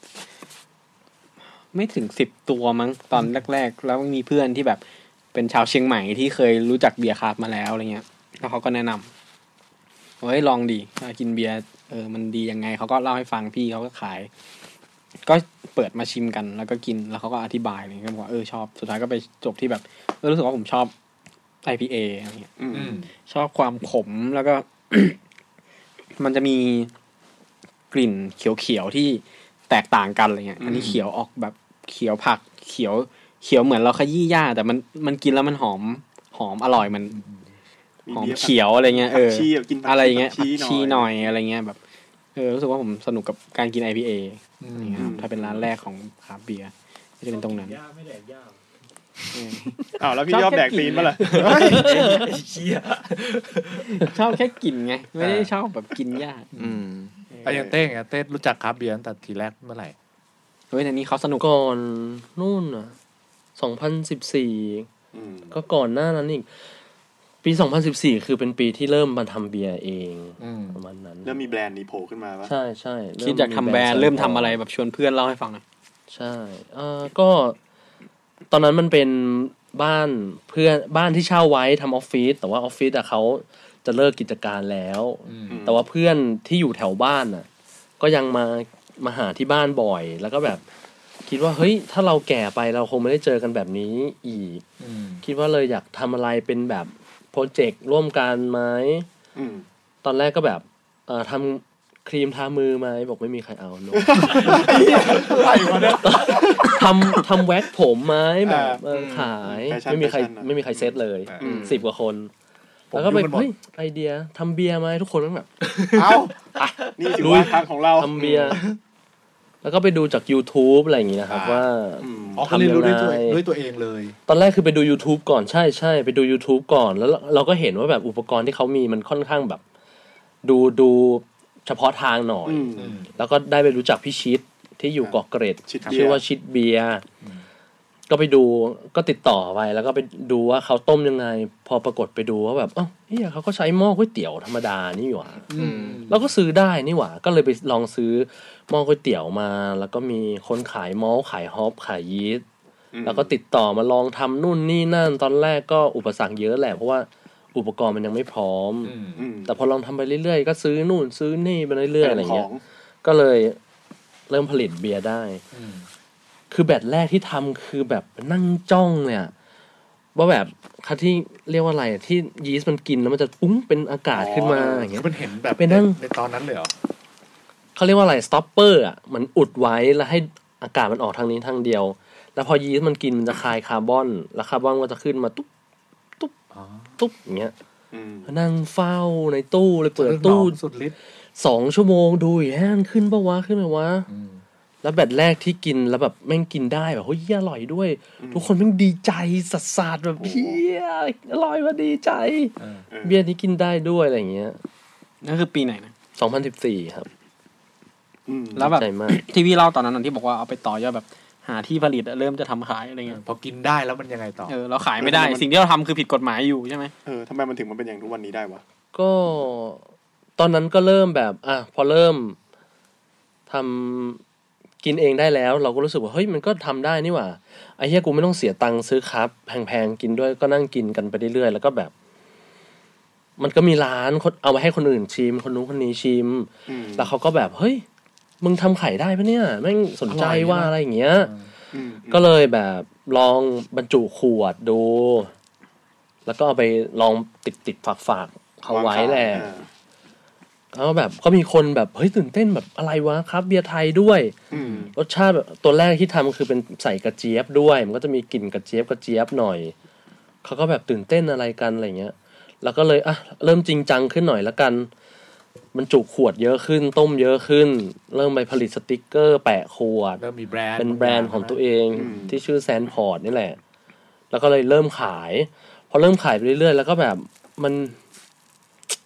ไม่ถึงสิบตัวมั้งตอนแรกๆแล้วมีเพื่อนที่แบบเป็นชาวเชียงใหม่ที่เคยรู้จักเบียร์ครับมาแล้วอะไรเงี้ยแล้วเขาก็แนะนำเฮ้ยลองดิกินเบียร์เออมันดียังไงเขาก็เล่าให้ฟังพี่เขาก็ขายก็เปิดมาชิมกันแล้วก็กินแล้วเขาก็อธิบายอะไรเงี้ยบอกว่าเออชอบสุดท้ายก็ไปจบที่แบบเออรู้สึกว่าผมชอบ ไอ พี เอ อะไรเงี้ยชอบความขมแล้วก็ มันจะมีกลิ่นเขียวๆที่แตกต่างกันอะไรเงี้ยอันนี้เขียวออกแบบเขียวผักเขียวเขียวเหมือนเราขยี้หญ้าแต่มันมันกินแล้วมันหอมหอมอร่อยมันหอมเขียวอะไรเงี้ยเอออะไรเงี้ยชีหน่อยอะไรเงี้ยแบบเออรู้สึกว่าผมสนุกกับการกิน ไอ พี เอ อะไรเงี้ยถ้าเป็นร้านแรกของคราฟต์เบียร์ก็จะเป็นตรงนั้นไม่แดกยาอ้าวแล้วพี่ยอมแดกตีนป่ะล่ะเชี่ยชอบแค่กินไงไม่ได้ชอบแบบกินยากอืมไอ้ยังเต้ไงเต้รู้จักคราฟต์เบียร์ตั้งแต่ทีแรกเมื่อไหร่เฮ้ยแต่นี้เขาสนุกก่อนนู่นอ่ะสองพันสิบสี่ก็ก่อนหน้านั้นอีกปีสองพันสิบสี่คือเป็นปีที่เริ่มมาทำเบียร์เองประมาณนั้นเริ่มมีแบรนด์นี้โผล่ขึ้นมาป่ะใช่ใช่คิดอยากทำแบรนด์เริ่มทำอะไรแบบชวนเพื่อนเล่าให้ฟังหน่อยใช่เอ่อก็ตอนนั้นมันเป็นบ้านเพื่อนบ้านที่เช่าไว้ทำออฟฟิศแต่ว่าออฟฟิศอะเขาจะเลิกกิจการแล้วแต่ว่าเพื่อนที่อยู่แถวบ้านอะก็ยังมามาหาที่บ้านบ่อยแล้วก็แบบคิดว่าเฮ้ยถ้าเราแก่ไปเราคงไม่ได้เจอกันแบบนี้อีกคิดว่าเลยอยากทำอะไรเป็นแบบโปรเจกต์ร่วมกันไหมตอนแรกก็แบบเอ่อทำครีมทามือไหมบอกไม่มีใครเอาโน้ทำทำแว็กผมไหมแบบขายไม่มีใครไม่มีใครเซตเลยสิบกว่าคนแล้วก็ไปเฮ้ยไอเดียทำเบียร์ไหมทุกคนก็แบบเอานี่ถือว่าทางของเราทำเบียร์แล้วก็ไปดูจาก YouTube อะไรอย่างงี้นะครับว่าทำยังไงด้วยตัวเองเลยตอนแรกคือไปดู YouTube ก่อนใช่ๆไปดู YouTube ก่อนแล้วเราก็เห็นว่าแบบอุปกรณ์ที่เขามีมันค่อนข้างแบบดูดูเฉพาะทางหน่อยแล้วก็ได้ไปรู้จักพี่ชิดที่อยู่เกาะเกร็ดชื่อว่าชิดเบียร์ก็ไปดูก็ติดต่อไปแล้วก็ไปดูว่าเขาต้มยังไงพอปรากฏไปดูว่าแบบอ้าวเฮ้ยเขาก็ใช้หม้อก๋วยเตี๋ยวธรรมดานี่หว่าแล้วก็ซื้อได้นี่หว่าก็เลยไปลองซื้อหม้อก๋วยเตี๋ยวมาแล้วก็มีคนขายมอลต์ขายฮอปขายยีสต์แล้วก็ติดต่อมาลองทำนู่นนี่นั่นตอนแรกก็อุปสรรคเยอะแหละเพราะว่าอุปกรณ์มันยังไม่พร้อมแต่พอลองทำไปเรื่อยๆก็ซื้อนู่นซื้อนี่ไปเรื่อยๆอะไรเงี้ยก็เลยเริ่มผลิตเบียร์ได้คือแบตแรกที่ทำคือแบบนั่งจ้องเนี่ยว่าแบบคันที่เรียกว่าอะไรที่ยีสต์มันกินแล้วมันจะปุ้งเป็นอากาศขึ้นมาอย่างเงี้ยมันเห็นแบบเป็นนั่งในตอนนั้นเลยเหรอเขาเรียกว่าอะไรสต็อปเปอร์อ่ะมันอุดไว้แล้วให้อากาศมันออกทางนี้ทางเดียวแล้วพอยีสต์มันกินมันจะคายคาร์บอนแล้วคาร์บอนก็จะขึ้นมาตุ๊บตุ๊บตุ๊บอย่างเงี้ยนั่งเฝ้าในตู้เลยเปิดตู้สุดฤทธิ์สองชั่วโมงดูอย่างนี้มันขึ้นปะวะขึ้นไหมวะแล้วแบตแรกที่กินแล้วแบบแม่งกินได้แบบเฮ้ยอร่อยด้วยทุกคนแม่งดีใจสัสๆแบบเฮียอร่อยมาดีใจเบียร์นี้กินได้ด้วยอะไรอย่างเงี้ยนั่นคือปีไหนนะสองพันสิบสี่ครับแล้วแบบที่พี่เล่าตอนนั้นที่บอกว่าเอาไปต่อยอดแบบหาที่ผลิตเริ่มจะทำขายอะไรเงี้ยพอกินได้แล้วมันยังไงต่อเออเราขายไม่ได้สิ่งที่เราทำคือผิดกฎหมายอยู่ใช่ไหมเออทำไมมันถึงมันเป็นอย่างทุกวันนี้ได้วะก็ตอนนั้นก็เริ่มแบบอ่ะพอเริ่มทำกินเองได้แล้วเราก็รู้สึกว่าเฮ้ยมันก็ทำได้นี่หว่าไอ้เหี้ยกูไม่ต้องเสียตังค์ซื้อคัพแพงๆกินด้วยก็นั่งกินกันไปเรื่อยๆแล้วก็แบบมันก็มีร้านเอาไปให้คนอื่นชิมคนนู้นคนนี้ชิมแล้วเขาก็แบบเฮ้ยมึงทำไข่ได้ปะเนี่ยแม่งสนใจว่าอะไรอย่างเงี้ยก็เลยแบบลองบรรจุขวดดูแล้วก็เอาไปลองติดติดฝากฝากเขาไว้แหละแล้วแบบก็มีคนแบบเฮ้ยตื่นเต้นแบบอะไรวะครับเบียร์ไทยด้วยรสชาติแบบตัวแรกที่ทำคือเป็นใส่กระเจี๊ยบด้วยมันก็จะมีกลิ่นกระเจี๊ยบกระเจี๊ยบหน่อยเขาก็แบบตื่นเต้นอะไรกันอะไรเงี้ยแล้วก็เลยอ่ะเริ่มจริงจังขึ้นหน่อยแล้วกันมันจุขวดเยอะขึ้นต้มเยอะขึ้นเริ่มไปผลิตสติกเกอร์แปะขวดเริ่มมีแบรนด์เป็นแบรนด์ของตัวเองที่ชื่อแซนพอร์ตนี่แหละแล้วก็เลยเริ่มขายพอเริ่มขายไปเรื่อยๆแล้วก็แบบมัน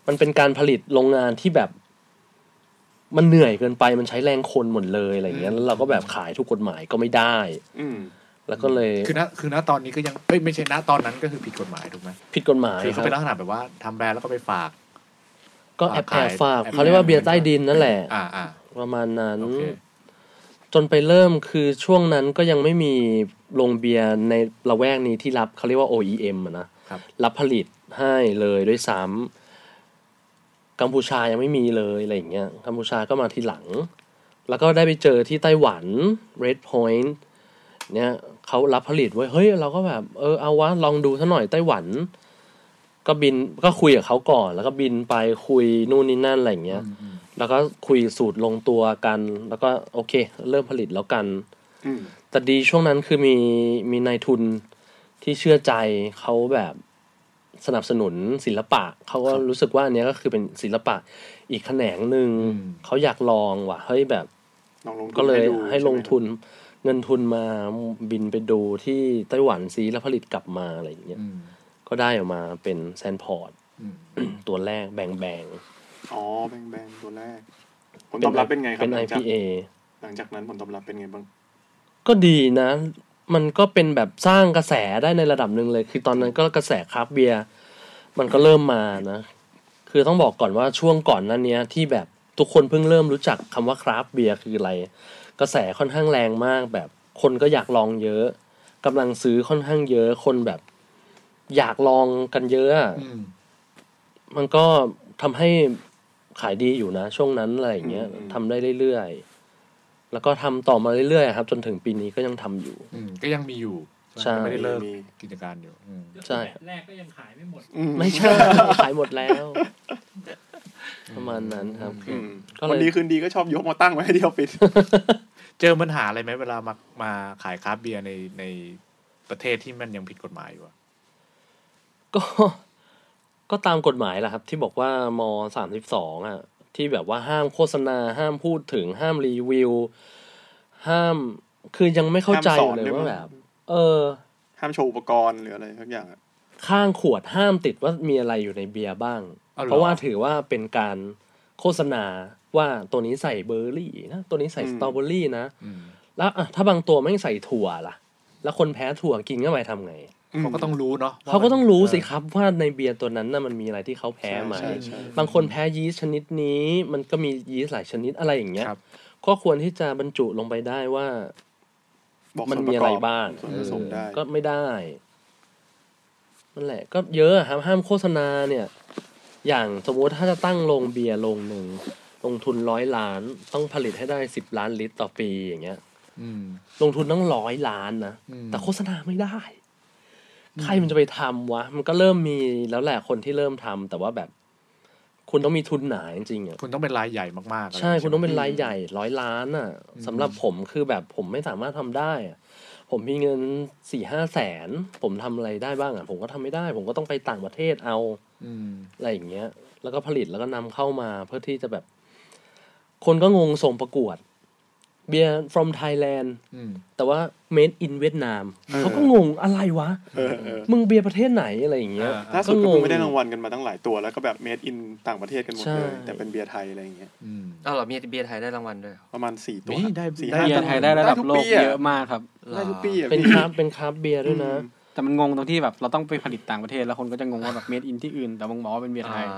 มันเป็นการผลิตโรงงานที่แบบมันเหนื่อยเกินไปมันใช้แรงคนหมดเลยอะไรเงี้ยแล้วเราก็แบบขายถูกกฎหมายก็ไม่ได้แล้วก็เลยคือณคือณตอนนี้ก็ยังไม่ใช่ณตอนนั้นก็คือผิดกฎหมายถูกไหมผิดกฎหมายคือเขาเป็นลักษณะแบบว่าทำแบรนด์แล้วก็ไปฝากก็แอบแอบฝากเขาเรียกว่าเบียร์ใต้ดินนั่นแหละอ่าประมาณนั้นจนไปเริ่มคือช่วงนั้นก็ยังไม่มีโรงเบียร์ในละแวกนี้ที่รับเขาเรียกว่า โอ อี เอ็ม อ่ะนะรับผลิตให้เลยด้วยซ้ำกัมพูชายังไม่มีเลยอะไรอย่างเงี้ยกัมพูชาก็มาทีหลังแล้วก็ได้ไปเจอที่ไต้หวัน Red Point เนี่ยเขารับผลิตไว้เฮ้ยเราก็แบบเออเอาวะลองดูซะหน่อยไต้หวันก็บินก็คุยกับเขาก่อนแล้วก็บินไปคุยนู่นนี่นั่นอะไรอย่างเงี้ยแล้วก็คุยสูตรลงตัวกันแล้วก็โอเคเริ่มผลิตแล้วกันแต่ดีช่วงนั้นคือมีมีนายทุนที่เชื่อใจเขาแบบสนับสนุนศิลปะเขาก็รู้สึกว่าอันนี้ก็คือเป็นศิลปะอีกแขนงหนึ่งเขาอยากลองว่ะเฮ้ยแบบก็เลยให้ลงทุนเงินทุนมาบินไปดูที่ไต้หวันซีแล้วผลิตกลับมาอะไรอย่างเงี้ยก็ได้ออกมาเป็นแซนพอร์ตตัวแรกแบงแบงอ๋อแบงแบงตัวแรกผลตอบรับเป็นไงครับเป็น ไอ พี เอหลังจากนั้นผลตอบรับเป็นไงบ้างก็ดีนะมันก็เป็นแบบสร้างกระแสได้ในระดับหนึ่งเลยคือตอนนั้นก็กระแสคราฟต์เบียร์มันก็เริ่มมานะคือต้องบอกก่อนว่าช่วงก่อนนั้นเนี้ยที่แบบทุกคนเพิ่งเริ่มรู้จักคำว่าคราฟต์เบียร์คืออะไรกระแสค่อนข้างแรงมากแบบคนก็อยากลองเยอะกำลังซื้อค่อนข้างเยอะคนแบบอยากลองกันเยอะมันก็ทำให้ขายดีอยู่นะช่วงนั้นอะไรอย่างเงี้ยทำได้เรื่อยๆแล้วก็ทำต่อมาเรื่อยๆครับจนถึงปีนี้ก็ยังทำอยู่ก็ยังมีอยู่ใช่ไม่ได้เลิกกิจการอยู่ใช่แรกก็ยังขายไม่หมดไม่ใช่ขายหมดแล้วประมาณนั้นครับวันดีคืนดีก็ชอบยกมาตั้งไว้ให้ที่ออฟฟิศเจอปัญหาอะไรไหมเวลามามาขายคราฟต์เบียร์ในในประเทศที่มันยังผิดกฎหมายอยู่ก็ก็ตามกฎหมายแหละครับที่บอกว่ามสามสิบสองอ่ะที่แบบว่าห้ามโฆษณาห้ามพูดถึงห้ามรีวิวห้ามคือยังไม่เข้าใจเลยว่าแบบเออห้ามโชว์อุปกรณ์หรืออะไรทุกอย่างอ่ะข้างขวดห้ามติดว่ามีอะไรอยู่ในเบียร์บ้างเพราะว่าถือว่าเป็นการโฆษณาว่าตัวนี้ใส่เบอร์รี่นะตัวนี้ใส่สตรอเบอร์รี่นะแล้วอ่ะถ้าบางตัวไม่ใส่ถั่วล่ะแล้วคนแพ้ถั่วกินเข้าไปทำไงเขาก็ต้องรู้เนาะเขาก็ต้องรู้สิครับว่าในเบียร์ตัวนั้นน่ะมันมีอะไรที่เขาแพ้ไหมบางคนแพ้ยีสต์ชนิดนี้มันก็มียีสต์หลายชนิดอะไรอย่างเงี้ยก็ควรที่จะบรรจุลงไปได้ว่ามันมีอะไรบ้างก็ไม่ได้นั่นแหละก็เยอะครับห้ามโฆษณาเนี่ยอย่างสมมติถ้าจะตั้งโรงเบียร์โรงหนึ่งลงทุนร้อยล้านต้องผลิตให้ได้สิบล้านลิตรต่อปีอย่างเงี้ยลงทุนต้องร้อยล้านนะแต่โฆษณาไม่ได้ใครมันจะไปทำวะมันก็เริ่มมีแล้วแหละคนที่เริ่มทำแต่ว่าแบบคุณต้องมีทุนหนาจริงๆอ่ะคุณต้องเป็นรายใหญ่มากๆใช่คุณต้องเป็นรายใหญ่ร้อยล้านอ่ะสำหรับผมคือแบบผมไม่สามารถทำได้อ่ะผมมีเงินสี่ห้าแสนผมทำอะไรได้บ้างอ่ะผมก็ทำไม่ได้ผมก็ต้องไปต่างประเทศเอาอะไรอย่างเงี้ยแล้วก็ผลิตแล้วก็นำเข้ามาเพื่อที่จะแบบคนก็งงส่งประกวดเบียร์ from Thailand แต่ว่า made in Vietnam เขาก็งงอะไรวะมึงเบียร์ประเทศไหนอะไรอย่างเงี้ยล่าสุดก็ไม่ได้รางวัลกันมาตั้งหลายตัวแล้วก็แบบ made in ต่างประเทศกันหมดเลยแต่เป็นเบียร์ไทยอะไรอย่างเงี้ยอ้าวเหรอมีเบียร์ไทยได้รางวัลด้วยประมาณสี่ตัวได้เบียร์ไทยได้ระดับโลกเยอะมากครับได้ทุกปีเป็นคราฟเป็นคราฟเบียร์ด้วยนะแต่มันงงตรงที่แบบเราต้องไปผลิตต่างประเทศแล้วคนก็จะงงว่าแบบ made in ที่อื่นแต่บางบอกว่าเป็นเบียร์ไทย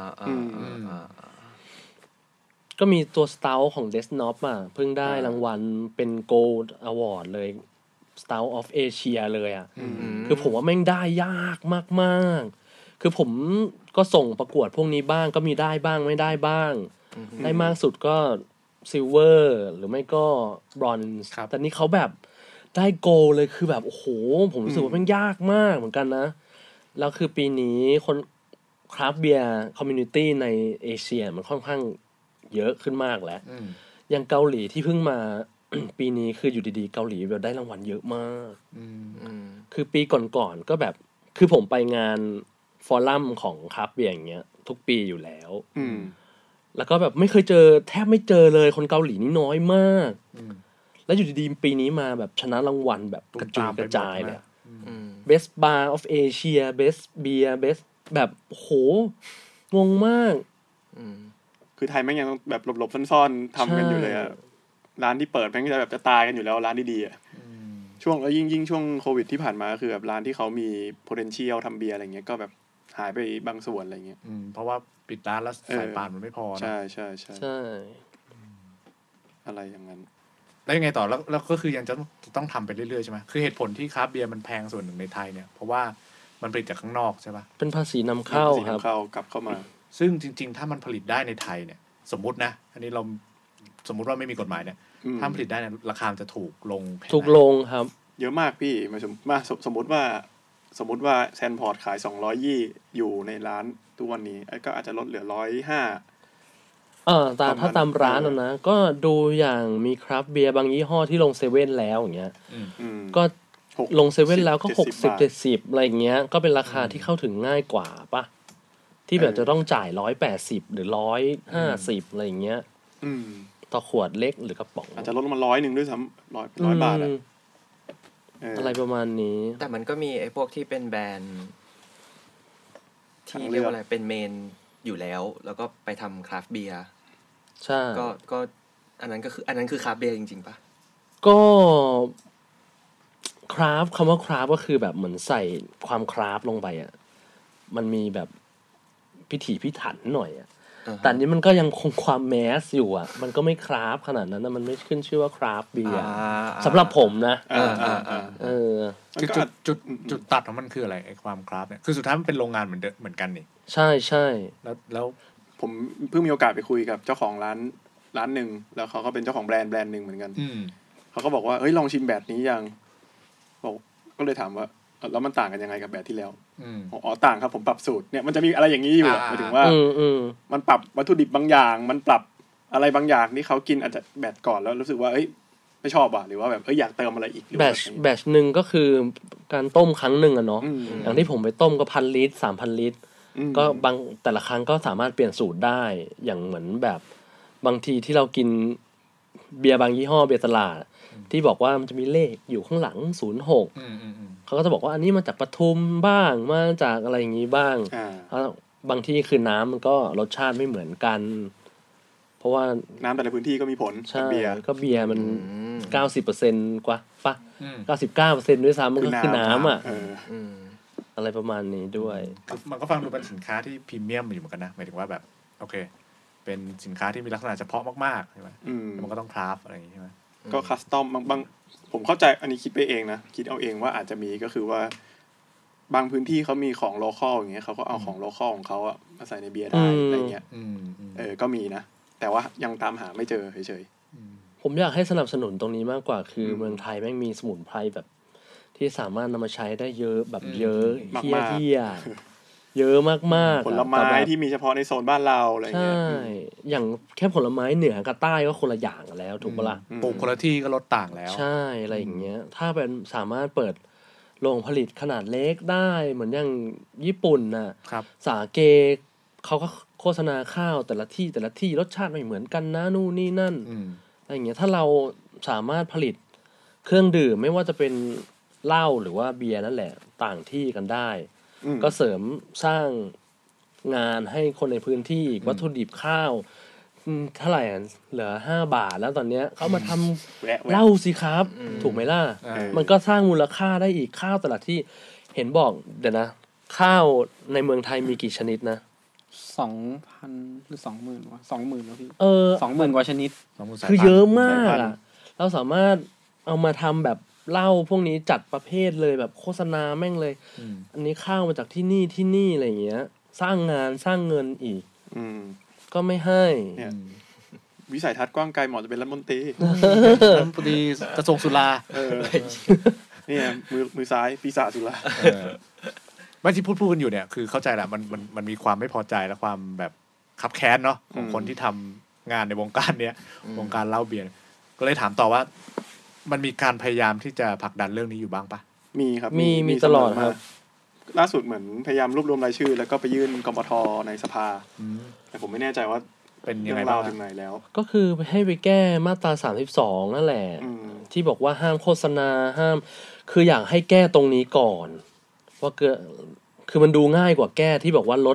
ก็มีตัว Stout ของ Desnop อ่ะเพิ่งได้รางวัลเป็น Gold Award เลย Stout of Asia เลยอ่ะคือผมว่าแม่งได้ยากมากๆคือผมก็ส่งประกวดพวกนี้บ้างก็มีได้บ้างไม่ได้บ้างได้มากสุดก็ Silver หรือไม่ก็ Bronze แต่นี่เขาแบบได้ Gold เลยคือแบบโอ้โหผมรู้สึกว่าแม่งยากมากเหมือนกันนะแล้วคือปีนี้คนคราฟต์เบียร์คอมมูนิตี้ในเอเชียมันค่อนข้างเยอะขึ้นมากแล้วอย่างเกาหลีที่เพิ่งมา ปีนี้คืออยู่ดีๆเกาหลีแบบได้รางวัลเยอะมากคือปีก่อนๆก็แบบคือผมไปงานฟอรัมของคราฟต์เบียร์อย่างเงี้ยทุกปีอยู่แล้วแล้วก็แบบไม่เคยเจอแทบไม่เจอเลยคนเกาหลีนี่น้อยมากแล้วอยู่ดีๆปีนี้มาแบบชนะรางวัลแบบกระจุยกระจายเลย Best Bar of Asia Best Beer Best แบบโหงงมากคือไทยแม่งยังแบบหลบๆซ่อนๆทำกันอยู่เลยอะร้านที่เปิดแม่งจะแบบจะตายกันอยู่แล้วร้านดีๆอะช่วงแล้วยิ่งยิ่งช่วงโควิดที่ผ่านมาคือแบบร้านที่เขามี potential ทำเบียร์อะไรเงี้ยก็แบบหายไปบางส่วนอะไรเงี้ยเพราะว่าปิดร้านแล้วสายป่านมันไม่พอนะใช่ใช่ใช่ใช่อะไรอย่างนั้นแล้วยังไงต่อแล้วแล้วก็คือยังจะต้องทำไปเรื่อยๆใช่ไหมคือเหตุผลที่คราฟต์เบียร์มันแพงส่วนหนึ่งในไทยเนี่ยเพราะว่ามันผลิตจากข้างนอกใช่ป่ะเป็นภาษีนำเข้าครับเข้ากลับเข้ามาซึ่งจริงๆถ้ามันผลิตได้ในไทยเนี่ยสมมุตินะอันนี้เราสมมุติว่าไม่มีกฎหมายเนี่ยถ้าผลิตได้เนี่ยราคาจะถูกลงถูกลงครับเยอะมากพี่มาสมมาสมมุติว่าสมมุติว่าแซนพอร์ตขายสองร้อยยี่อยู่ในร้านทุกวันนี้ก็อาจจะลดเหลือหนึ่งร้อยห้าเออตามถ้าตามร้านนะก็ดูอย่างมีคราฟต์เบียร์บางยี่ห้อที่ลงเซเว่นแล้วอย่างเงี้ยก็ลงเซเว่นแล้วก็หกสิบ เจ็ดสิบอะไรอย่างเงี้ยก็เป็นราคาที่เข้าถึงง่ายกว่าป่ะที่แบบจะต้องจ่ายหนึ่งร้อยแปดสิบหรือหนึ่งร้อยห้าสิบอะไรอย่างเงี้ยต่อขวดเล็กหรือกระป๋องอาจจะลดลงมาร้อยนึงด้วยซ้ำร้อยร้อยบาทอะไรประมาณนี้แต่มันก็มีไอ้พวกที่เป็นแบรนด์ที่เรียกว่าอะไรเป็นเมนอยู่แล้วแล้วก็ไปทำคราฟต์เบียร์ใช่ก็ก็อันนั้นก็คืออันนั้นคือคราฟต์เบียร์จริงๆป่ะก็คราฟต์คำว่าคราฟต์ก็คือแบบเหมือนใส่ความคราฟต์ลงไปอ่ะมันมีแบบพิถีพิถันหน่อยอ่ะแต่นี้มันก็ยังคงความแมสอยู่อ่ะมันก็ไม่คราฟต์ขนาดนั้นนะมันไม่ขึ้นชื่อว่าคราฟต์เบียร์สำหรับผมนะเออเออคือจุดจุดจุดตัดของมันคืออะไรไอ้ความคราฟต์เนี่ยคือสุดท้ายมันเป็นโรงงานเหมือนเหมือนกันนี่ใช่ใช่แล้วแล้วผมเพิ่งมีโอกาสไปคุยกับเจ้าของร้านร้านหนึ่งแล้วเขาก็เป็นเจ้าของแบรนด์แบรนด์หนึ่งเหมือนกันเขาก็บอกว่าเฮ้ยลองชิมแบบนี้ยังบอกก็เลยถามว่าแล้วมันต่างกันยังไงกับแบบที่แล้วอ๋อต่างครับผมปรับสูตรเนี่ยมันจะมีอะไรอย่างนี้อยู่หมายถึงว่ามันปรับวัตถุดิบบางอย่างมันปรับอะไรบางอย่างที่เขากินอาจจะแบบก่อนแล้วรู้สึกว่าเอ้ยไม่ชอบอ่ะหรือว่าแบบเอ้ยอยากเติมอะไรอีกแบชแบชนึงก็คือการต้มครั้งนึงอะเนาะอย่างที่ผมไปต้มก็พันลิตร สามพัน ลิตรก็บางแต่ละครั้งก็สามารถเปลี่ยนสูตรได้อย่างเหมือนแบบบางทีที่เรากินเบียร์บางยี่ห้อเบียร์ตลาดที่บอกว่ามันจะมีเลขอยู่ข้างหลังศูนย์หกเขาก็จะบอกว่าอันนี้มาจากปทุมบ้างมาจากอะไรอย่างนี้บ้างแล้วบางที่คือน้ำมันก็รสชาติไม่เหมือนกันเพราะว่าน้ำแต่ละพื้นที่ก็มีผลกับเบียร์ก็เบียร์มัน เก้าสิบเปอร์เซ็นต์ กว่าป่ะ เก้าสิบเก้าเปอร์เซ็นต์ ด้วยซ้ำมันก็คือน้ำอ่ะอะไรประมาณนี้ด้วยมันก็ฟังดูเป็นสินค้าที่พรีเมียมอยู่เหมือนกันนะหมายถึงว่าแบบโอเคเป็นสินค้าที่มีลักษณะเฉพาะมากๆใช่ไหมมันก็ต้องคราฟอะไรอย่างนี้ใช่ไหมก็คัสตอมบางผมเข้าใจอันนี้คิดไปเองนะคิดเอาเองว่าอาจจะมีก็คือว่าบางพื้นที่เขามีของโลคอลอย่างเงี้ยเขาก็เอาของโลคอลของเขาอะมาใส่ในเบียร์ได้อะไรเงี้ยเออก็มีนะแต่ว่ายังตามหาไม่เจอเฉยๆผมอยากให้สนับสนุนตรงนี้มากกว่าคือเมืองไทยแม่งมีสมุนไพรแบบที่สามารถนำมาใช้ได้เยอะแบบเยอะเฮี้ยเฮี้ยเยอะมากๆผลไม้ที่มีเฉพาะในโซนบ้านเราอะไรเงี้ยใช่อย่างแค่ผลไม้เหนือกับใต้ก็คนละอย่างกันแล้วถูกปะล่ะปลูกคนละที่ก็ลดต่างแล้วใช่อะไรอย่างเงี้ยถ้าเป็นสามารถเปิดโรงผลิตขนาดเล็กได้เหมือนอย่างญี่ปุ่นน่ะสาเกเขาก็โฆษณาข้าวแต่ละที่แต่ละที่รสชาติไม่เหมือนกันนะนู่นนี่นั่นอะไรอย่างเงี้ยถ้าเราสามารถผลิตเครื่องดื่มไม่ว่าจะเป็นเหล้าหรือว่าเบียร์นั่นแหละต่างที่กันได้ก็เสริมสร้างงานให้คนในพื้นที่วัตถุดิบข้าวเท่าไหร่เหลือห้าบาทแล้วตอนเนี้ยเขามาทำเหล้าสิครับถูกไหมล่ะมันก็สร้างมูลค่าได้อีกข้าวแต่ละที่เห็นบอกเดี๋ยวนะข้าวในเมืองไทยมีกี่ชนิดนะสองพันหรือสองหมื่นวะสองหมื่นแล้วพี่เออสองหมื่นกว่าชนิดคือเยอะมากอ่ะเราสามารถเอามาทำแบบเหล้าพวกนี้จัดประเภทเลยแบบโฆษณาแม่งเลยอันนี้ข้าวมาจากที่นี่ที่นี่อะไรอย่างเงี้ยสร้างงานสร้างเงินอีกก็ไม่ให้เนี่ยวิสัยทัศน์กว้างไกลเหมาะจะเป็นรัฐมนตรีรัฐมนตรีกระทรวงสุราเนี่ยมือมือซ้ายปีศาจสุราไม่ที่พูดพูดกันอยู่เนี่ยคือเข้าใจแหละมันมันมันมีความไม่พอใจและความแบบคับแค้นเนาะของคนที่ทำงานในวงการเนี้ยวงการเหล้าเบียร์ก็เลยถามต่อว่ามันมีการพยายามที่จะผลักดันเรื่องนี้อยู่บ้างปะมีครับมีมีตลอดครับล่าสุดเหมือนพยายามรวบรวมรายชื่อแล้วก็ไปยื่นกมท.ในสภาแต่ผมไม่แน่ใจว่าเป็นยังไงบ้างถึงไหนแล้วก็คือให้ไปแก้มาตราสามสิบสองนั่นแหละที่บอกว่าห้ามโฆษณาห้ามคืออยากให้แก้ตรงนี้ก่อนว่าเกิดคือมันดูง่ายกว่าแก้ที่บอกว่าลด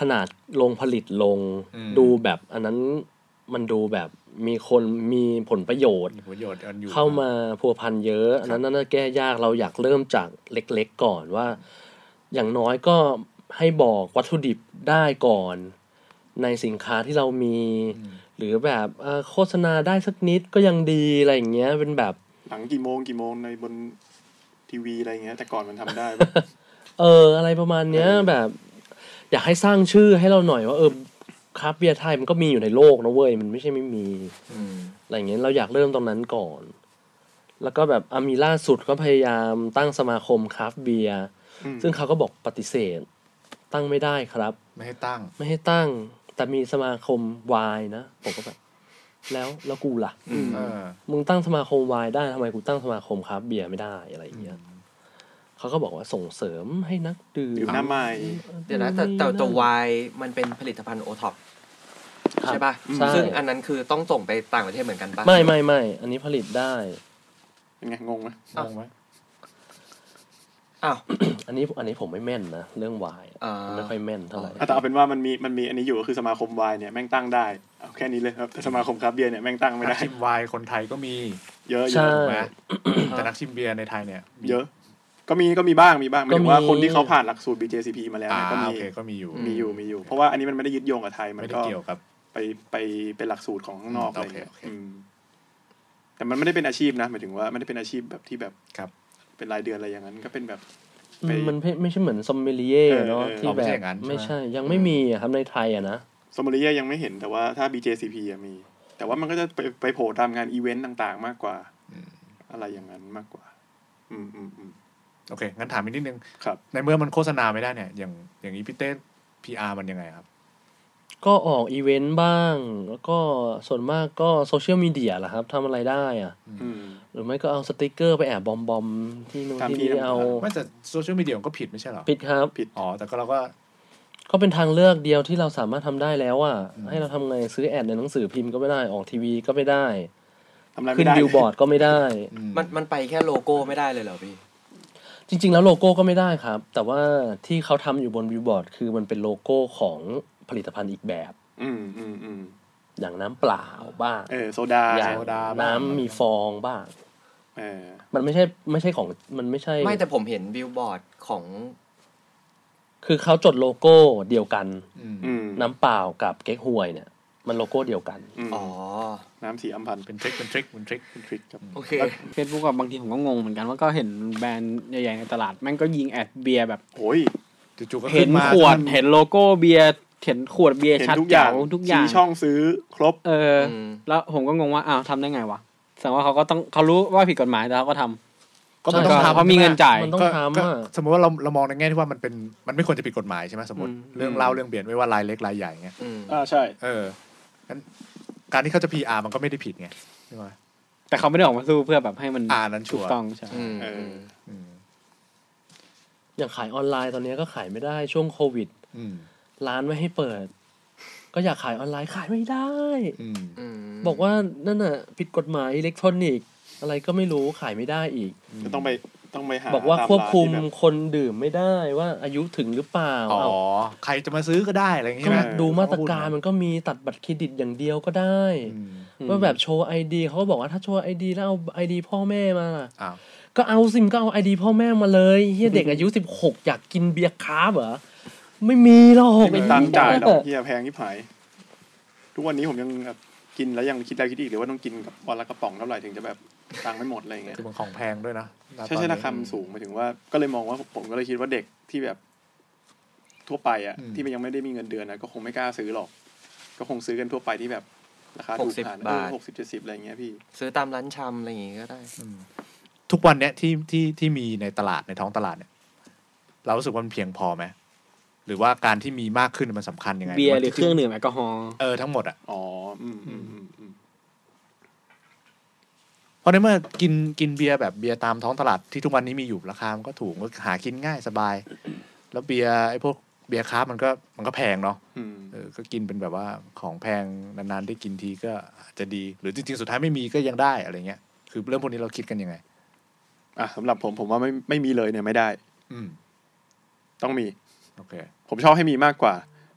ขนาดลงผลิตลงดูแบบอันนั้นมันดูแบบมีคนมีผลประโยชน์เข้ามาพัวพันเยอะอันนั้นน่าแก้ยากเราอยากเริ่มจากเล็กๆก่อนว่าอย่างน้อยก็ให้บอกวัตถุดิบได้ก่อนในสินค้าที่เรามีหรือแบบโฆษณาได้สักนิดก็ยังดีอะไรอย่างเงี้ยเป็นแบบหลังกี่โมงกี่โมงในบนทีวีอะไรเงี้ยแต่ก่อนมันทำได้เอออะไรประมาณเนี้ยแบบอยากให้สร้างชื่อให้เราหน่อยว่าเออคราฟต์เบียร์ไทยมันก็มีอยู่ในโลกนะเว้ยมันไม่ใช่ไม่มีอะไรอย่างเงี้ยเราอยากเริ่มตรงนั้นก่อนแล้วก็แบบอามีล่าสุดก็พยายามตั้งสมาคมคราฟต์เบียร์ซึ่งเขาก็บอกปฏิเสธตั้งไม่ได้ครับไม่ให้ตั้งไม่ให้ตั้งแต่มีสมาคมไวน์นะผมก็แบบแล้วแล้วกูล่ะมึงตั้งสมาคมไวน์ได้ทำไมกูตั้งสมาคมคราฟต์เบียร์ไม่ได้อะไรอย่างเงี้ยเขาก็บอกว่าส่งเสริมให้นักดื่มหน้าใหม่เดี๋ยวนะแต่แต่ตัวไวน์มันเป็นผลิตภัณฑ์โอท็อปใช่ป่ะซึ่งอันนั้นคือต้องส่งไปต่างประเทศเหมือนกันป่ะไม่ไม่ไม่อันนี้ผลิตได้เป็นไงงงไหมงงไหมอ้าวอันนี้อันนี้ผมไม่แม่นนะเรื่องไวน์ไม่ค่อยแม่นเท่าไหร่แต่เอาเป็นว่ามันมีมันมีอันนี้อยู่ก็คือสมาคมไวน์เนี่ยแม่งตั้งได้เอาแค่นี้เลยครับแต่สมาคมคราฟต์เบียร์เนี่ยแม่งตั้งไม่ได้นักชิมไวน์คนไทยก็มีเยอะๆถูกไหมแต่นักชิมเบียร์ในไทยเนี่ยเยอะก็มีก็มีบ้างมีบ้างหมายถึงว่าคนที่เขาผ่านหลักสูตร บี เจ ซี พี มาแล้วเนี่ยก็มีก็มีอยู่มีอยู่มีอยู่เพราะว่าอันนี้มันไม่ได้ยึดโยงกับไทยมันก็เกี่ยวกับไปไปเป็นหลักสูตรของข้างนอกอะไรอย่างเงี้ยแต่มันไม่ได้เป็นอาชีพนะหมายถึงว่าไม่ได้เป็นอาชีพแบบที่แบบเป็นรายเดือนอะไรอย่างนั้นก็เป็นแบบมันไม่ใช่เหมือนซอมเมลิเย่เนาะที่แบบไม่ใช่ยังไม่มีอ่ะครับในไทยอ่ะนะซอมเมลิเย่ยังไม่เห็นแต่ว่าถ้า บี เจ ซี พี อ่ะมีแต่ว่ามันก็จะไปไปโผล่ตามงานอีเวนต์ต่างๆมากกว่าอะไรอย่างนั้นมากกว่าอืมอืมอืมโอเคงั้นถามอีกนิดนึงครับในเมื่อมันโฆษณาไม่ได้เนี่ยอย่างอย่างนี้พี่เต้ พี อาร์ มันยังไงครับก็ออกอีเวนต์บ้างแล้วก็ส่วนมากก็โซเชียลมีเดียแหละครับทำอะไรได้อ่ะหรือไม่ก็เอาสติกเกอร์ไปแอบบอมบอมที่นู่นที่นี่เอาไม่แต่โซเชียลมีเดียมันก็ผิดไม่ใช่หรอผิดครับผิดอ๋อแต่ก็เราก็ก็เป็นทางเลือกเดียวที่เราสามารถทำได้แล้วอ่ะให้เราทำไงซื้อแอดในหนังสือพิมพ์ก็ไม่ได้ออกทีวีก็ไม่ได้ขึ้นบิลบอร์ดก็ไม่ได้มันมันไปแค่โลโก้ไม่ได้เลยเหรอพี่จริงๆแล้วโลโก้ก็ไม่ได้ครับแต่ว่าที่เขาทำอยู่บนบิลบอร์ดคือมันเป็นโลโก้ของผลิตภัณฑ์อีกแบบอืมอืมอืมอย่างน้ำเปล่าบ้างเออโซดาอย่างน้ำมีฟองบ้างเออมันไม่ใช่ไม่ใช่ของมันไม่ใช่ไม่แต่ผมเห็นบิลบอร์ดของคือเขาจดโลโก้เดียวกันน้ำเปล่ากับเก๊กฮวยเนี่ยมันโลโก้เดียวกันอ๋อน้ำสีอัมพันเป็นทริคเป็นทริคเป็นทริคเป็นทริคครับโอเค Facebook กับบางทีผมก็งงเหมือนกันว่าก็เห็นแบรนด์ใหญ่ๆในตลาดแม่งก็ยิงแอดเบียร์แบบโอ้ยจู่ๆก็เห็นขวดเห็นโลโก้เบียร์เห็นขวดเบียร์ชัดแจ๋วทุกอย่างชี้ช่องซื้อครบเออแล้วผมก็งงว่าอ้าวทำได้ไงวะแสดงว่าเขาก็ต้องเขารู้ว่าผิดกฎหมายแต่เขาก็ทำก็มันต้องทำเพราะมีเงินจ่ายมันต้องทำอ่ะสมมติว่าเราเรามองในแง่ที่ว่ามันเป็นมันไม่ควรจะผิดกฎหมายใช่ไหมสมมติเรื่องเล่าเรื่องเบียร์ไม่ว่ารายเล็กรายใหญ่เงี้ยอ่าใช่เอองั้นการที่เขาจะ พี อาร์ มันก็ไม่ได้ผิดไงใช่ไหมแต่เขาไม่ได้ออกมาสู้เพื่อแบบให้มันอ่านั้นถูกต้องใช่เอออย่างขายออนไลน์ตอนนี้ก็ขายไม่ได้ช่วงโควิดร้านไม่ให้เปิดก็อยากขายออนไลน์ขายไม่ได้บอกว่านั่นน่ะผิดกฎหมายอิเล็กทรอนิกส์อะไรก็ไม่รู้ขายไม่ได้อีกก็ต้องไปต้องไปหาบอกว่าควบคุมคนดื่มไม่ได้ว่าอายุถึงหรือเปล่าอ๋อใครจะมาซื้อก็ได้อะไรอย่างเงี้ยดูมาตรการมันก็มีตัดบัตรเครดิตอย่างเดียวก็ได้ว่าแบบโชว์ ไอ ดี เขาก็บอกว่าถ้าโชว์ ไอ ดี แล้วเอา ไอ ดี พ่อแม่มาก็เอาซิมก็เอา ไอ ดี พ่อแม่มาเลยเฮียเด็กอายุสิบหกอยากกินเบียร์คราฟเหรอไม่มีหรอกไม่ตังจ่ายหรอกเฮียแพงที่ผายทุกวันนี้ผมยังกินแล้วยังคิดได้คิดอีกเลยว่าต้องกินกับวันละกระป๋องเท่าไหร่ถึงจะแบบตังไม่หมดอะไรอย่างเงี้ยคือมันของแพงด้วยนะใช่ใช่ราคาสูงหมายถึงว่าก็เลยมองว่าผมก็เลยคิดว่าเด็กที่แบบทั่วไปอ่ะที่มันยังไม่ได้มีเงินเดือนนะก็คงไม่กล้าซื้อหรอกก็คงซื้อกันทั่วไปที่แบบราคาถูกผ่านหกสิบเจ็ดสิบอะไรเงี้ยพี่ซื้อตามร้านชำอะไรอย่างงี้ก็ได้ทุกวันเนี้ยที่ที่ที่มีในตลาดในท้องตลาดเนี่ยเรารู้สึกว่ามันเพียงพอไหมหรือว่าการที่มีมากขึ้นมันสำคัญยังไงเบียร์หรือเครื่องดื่มแอลกอฮอล์เออทั้งหมดอ่ะอ๋ออืมอืมอืมเพราะในเมื่อกินกินเบียร์แบบเบียร์ตามท้องตลาดที่ทุกวันนี้มีอยู่ราคามันก็ถูกหากินง่ายสบายแล้วเบียร์ไอ้พวกเบียร์คราฟต์มันก็มันก็แพงเนาะเออก็กินเป็นแบบว่าของแพงนานๆได้กินทีก็อาจจะดีหรือจริงๆสุดท้ายไม่มีก็ยังได้อะไรเงี้ยคือเรื่องพวกนี้เราคิดกันยังไงอ่ะสำหรับผมผมว่าไม่ไม่มีเลยเนี่ยไม่ได้อืมต้องมีโอเคผมชอบให้มีมากกว่า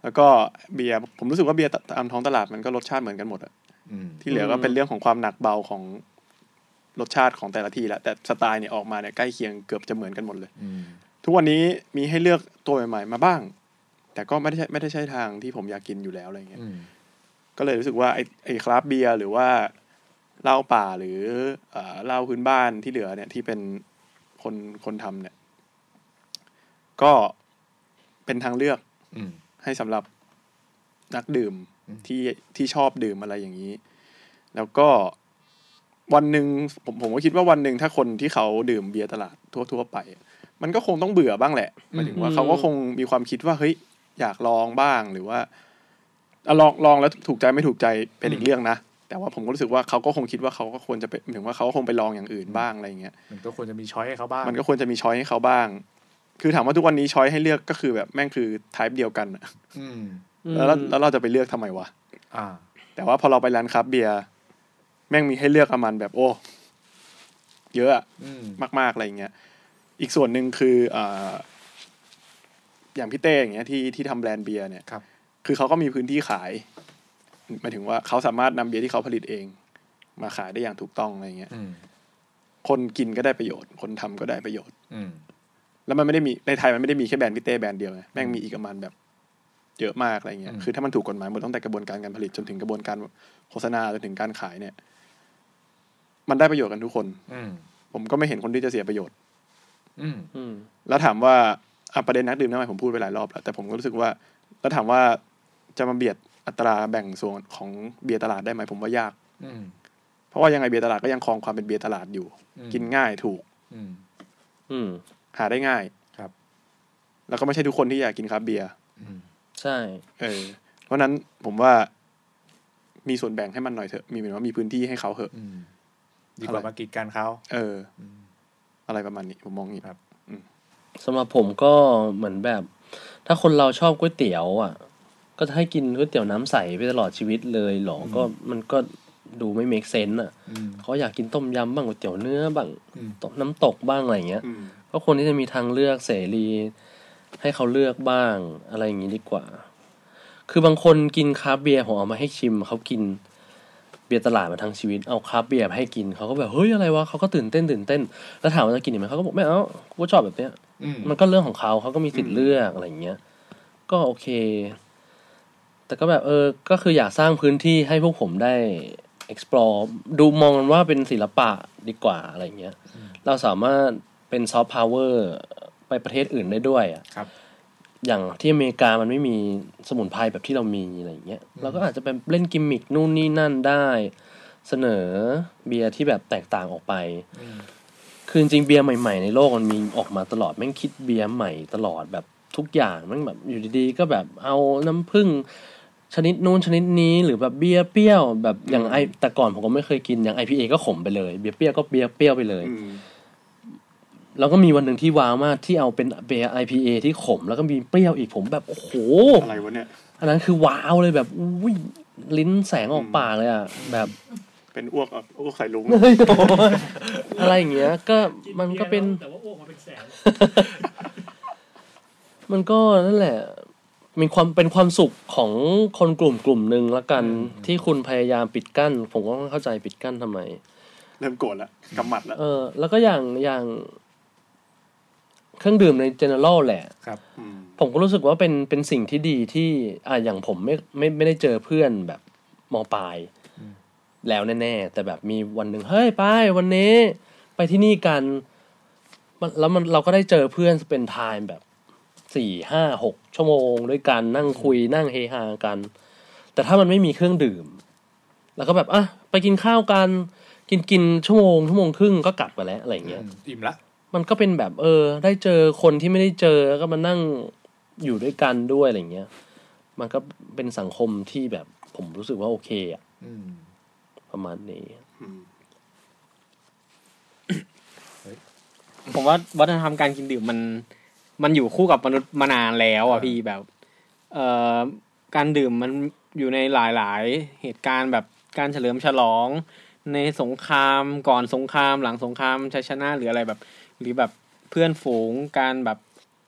แล้วก็เบียร์ผมรู้สึกว่าเบียร์ตามท้องตลาดมันก็รสชาติเหมือนกันหมดอ่ะที่เหลือก็เป็นเรื่องของความหนักเบาของรสชาติของแต่ละที่แหละแต่สไตล์เนี่ยออกมาเนี่ยใกล้เคียงเกือบจะเหมือนกันหมดเลยทุกวันนี้มีให้เลือกตัวใหม่ๆมาบ้างแต่ก็ไม่ได้ใช่ไม่ได้ใช่ทางที่ผมอยากกินอยู่แล้วอะไรเงี้ยก็เลยรู้สึกว่าไอ้ไอ้คราฟต์เบียร์หรือว่าเหล้าป่าหรือเอ่อเหล้าพื้นบ้านที่เหลือเนี่ยที่เป็นคนคนทำเนี่ยก็เป็นทางเลือกให้สำหรับนักดื่มที่ที่ชอบดื่มอะไรอย่างนี้แล้วก็วันหนึ่งผมผมก็คิดว่าวันหนึ่งถ้าคนที่เขาดื่มเบียร์ตลาดทั่วๆไปมันก็คงต้องเบื่อบ้างแหละหมายถึงว่าเขาก็คงมีความคิดว่าเฮ้ยอยากลองบ้างหรือว่าลองลองแล้วถูกใจไม่ถูกใจเป็นอีกเรื่องนะแต่ว่าผมก็รู้สึกว่าเขาก็คงคิดว่าเขาก็ควรจะไปถึงว่าเขาคงไปลองอย่างอื่นบ้างอะไรเงี้ยมันก็ควรจะมีช้อยให้เขาบ้างมันก็ควรจะมีช้อยให้เขาบ้างคือถามว่าทุกวันนี้ช้อยให้เลือกก็คือแบบแม่งคือไทป์เดียวกันอ่ะแล้วแล้วเราจะไปเลือกทำไมวะอ่าแต่ว่าพอเราไปร้านคราฟต์เบียร์แม่งมีให้เลือกประมาณแบบโอ้เยอะมากๆอะไรเงี้ยอีกส่วนหนึ่งคืออ่าอย่างพี่เต้อย่างเงี้ยที่ที่ทำแบรนด์เบียร์เนี่ยครับคือเขาก็มีพื้นที่ขายหมายถึงว่าเขาสามารถนำเบียร์ที่เขาผลิตเองมาขายได้อย่างถูกต้องอะไรเงี้ยคนกินก็ได้ประโยชน์คนทำก็ได้ประโยชน์แล้วมันไม่ได้มีในไทยมันไม่ได้มีแค่แบรนด์พี่เต้แบรนด์เดียวไงแม่งมีอีกประมาณแบบเยอะมากอะไรเงี้ยคือถ้ามันถูกกฎหมายหมดตั้งแต่กระบวนการการผลิตจนถึงกระบวนการโฆษณาจนถึงการขายเนี่ยมันได้ประโยชน์กันทุกคนผมก็ไม่เห็นคนที่จะเสียประโยชน์แล้วถามว่าประเด็นนักดื่มทำไมผมพูดไปหลายรอบแล้วแต่ผมก็รู้สึกว่าแล้วถามว่าจะมาเบียดอัตราแบ่งส่วนของเบียร์ตลาดได้ไหมผมว่ายากเพราะว่ายังไงเบียร์ตลาดก็ยังครองความเป็นเบียร์ตลาดอยู่กินง่ายถูกหาได้ง่ายครับแล้วก็ไม่ใช่ทุกคนที่อยากกินคราฟต์เบียร์ใช่เออเพราะนั้นผมว่ามีส่วนแบ่งให้มันหน่อยเถอะมีเหมือนว่ามีพื้นที่ให้เขาเถอะดีกว่ามากีดกันเขาเอออะไรประมาณนี้ผมมองอย่างนี้ครับสำหรับผมก็เหมือนแบบถ้าคนเราชอบก๋วยเตี๋ยวอ่ะก็จะให้กินก๋วยเตี๋ยวน้ำใสไปตลอดชีวิตเลยหรอก็มันก็ดูไม่เมคเซนส์อ่ะเขาอยากกินต้มยำบ้างก๋วยเตี๋ยวเนื้อบ้างน้ำตกบ้างอะไรอย่างเงี้ยก็คนที่จะมีทางเลือกเสรีให้เขาเลือกบ้างอะไรอย่างงี้ดีกว่าคือบางคนกินคราฟต์เบียร์ผมเอามาให้ชิมเขากินเบียร์ตลาดมาทั้งชีวิตเอาคราฟต์เบียร์ให้กินเขาก็แบบเฮ้ยอะไรวะเขาก็ตื่นเต้นตื่นเต้นแล้วถามว่าจะกินไหมเขาก็บอกไม่เอากูชอบแบบเนี้ยมันก็เรื่องของเขาเขาก็มีสิทธิ์เลือกอะไรอย่างเงี้ยก็โอเคแต่ก็แบบเออก็คืออยากสร้างพื้นที่ให้พวกผมได้ explore ดูมองมันว่าเป็นศิลปะดีกว่าอะไรเงี้ยเราสามารถเป็นซอฟต์พาวเวอร์ไปประเทศอื่นได้ด้วยอ่ะอย่างที่อเมริกามันไม่มีสมุนไพรแบบที่เรามีอะไรเงี้ยเราก็อาจจะเป็นเล่นกิมมิคนู่นนี่นั่นได้เสนอเบียร์ที่แบบแตกต่างออกไปคือจริงๆเบียร์ใหม่ๆในโลกมันมีออกมาตลอดแม่งคิดเบียร์ใหม่ตลอดแบบทุกอย่างแม่งแบบอยู่ดีๆก็แบบเอาน้ำผึ้งชนิดนู้นชนิดนี้หรือแบบเบียร์เปรี้ยวแบบอย่างไอแต่ก่อนผมก็ไม่เคยกินอย่าง ไอ พี เอ ก็ขมไปเลยเบียร์เปรี้ยวก็เบียร์เปรี้ยวไปเลยแล้วก็มีวันหนึ่งที่ว้าวมากที่เอาเป็นเบียร์ ไอ พี เอ ที่ขมแล้วก็มีเปรี้ยวอีกผมแบบโอ้โหอะไรวะเนี่ยอันนั้นคือว้าวเลยแบบอุ้ยลิ้นแสงออกปากเลยอ่ะแบบเป็นอ้วกอ้วกใส่ลุงอะไรอย่างเงี้ยก็มันก็เป็นแต่ว่าอ้วกมาเป็นแสงมันก็นั่นแหละมีความเป็นความสุขของคนกลุ่มกลุ่มนึงละกันที่คุณพยายามปิดกั้นผมก็เข้าใจปิดกั้นทำไมเริ่มโกรธแล้วกำหมัดแล้วเออแล้วก็อย่างอย่างเครื่องดื่มใน general แหละครับผมก็รู้สึกว่าเป็นเป็นสิ่งที่ดีที่อ่ะอย่างผมไม่ไม่ไม่ได้เจอเพื่อนแบบม.ปลายแล้วแน่ๆแต่แบบมีวันนึงเฮ้ยไปวันนี้ไปที่นี่กันแล้วมันเราก็ได้เจอเพื่อนเป็นไทม์แบบสี่ ห้า หกชั่วโมงด้วยกันนั่งคุยนั่งเฮฮากันแต่ถ้ามันไม่มีเครื่องดื่มแล้วก็แบบอ่ะไปกินข้าวกันกินกินชั่วโมงชั่วโมงครึ่งก็กลับไปแล้วอะไรเงี้ยอิ่มละมันก็เป็นแบบเออได้เจอคนที่ไม่ได้เจอก็มานั่งอยู่ด้วยกันด้วยอะไรเงี้ยมันก็เป็นสังคมที่แบบผมรู้สึกว่าโอเคอ่ะประมาณนี้ผมว่าวัฒนธรรมการกินดื่มมันมันอยู่คู่กับมนุษย์มานานแล้วอ่ะพี่แบบเอ่อการดื่มมันอยู่ในหลายๆเหตุการณ์แบบการเฉลิมฉลองในสงครามก่อนสงครามหลังสงครามชัยชนะหรืออะไรแบบหรือแบบเพื่อนฝูงการแบบ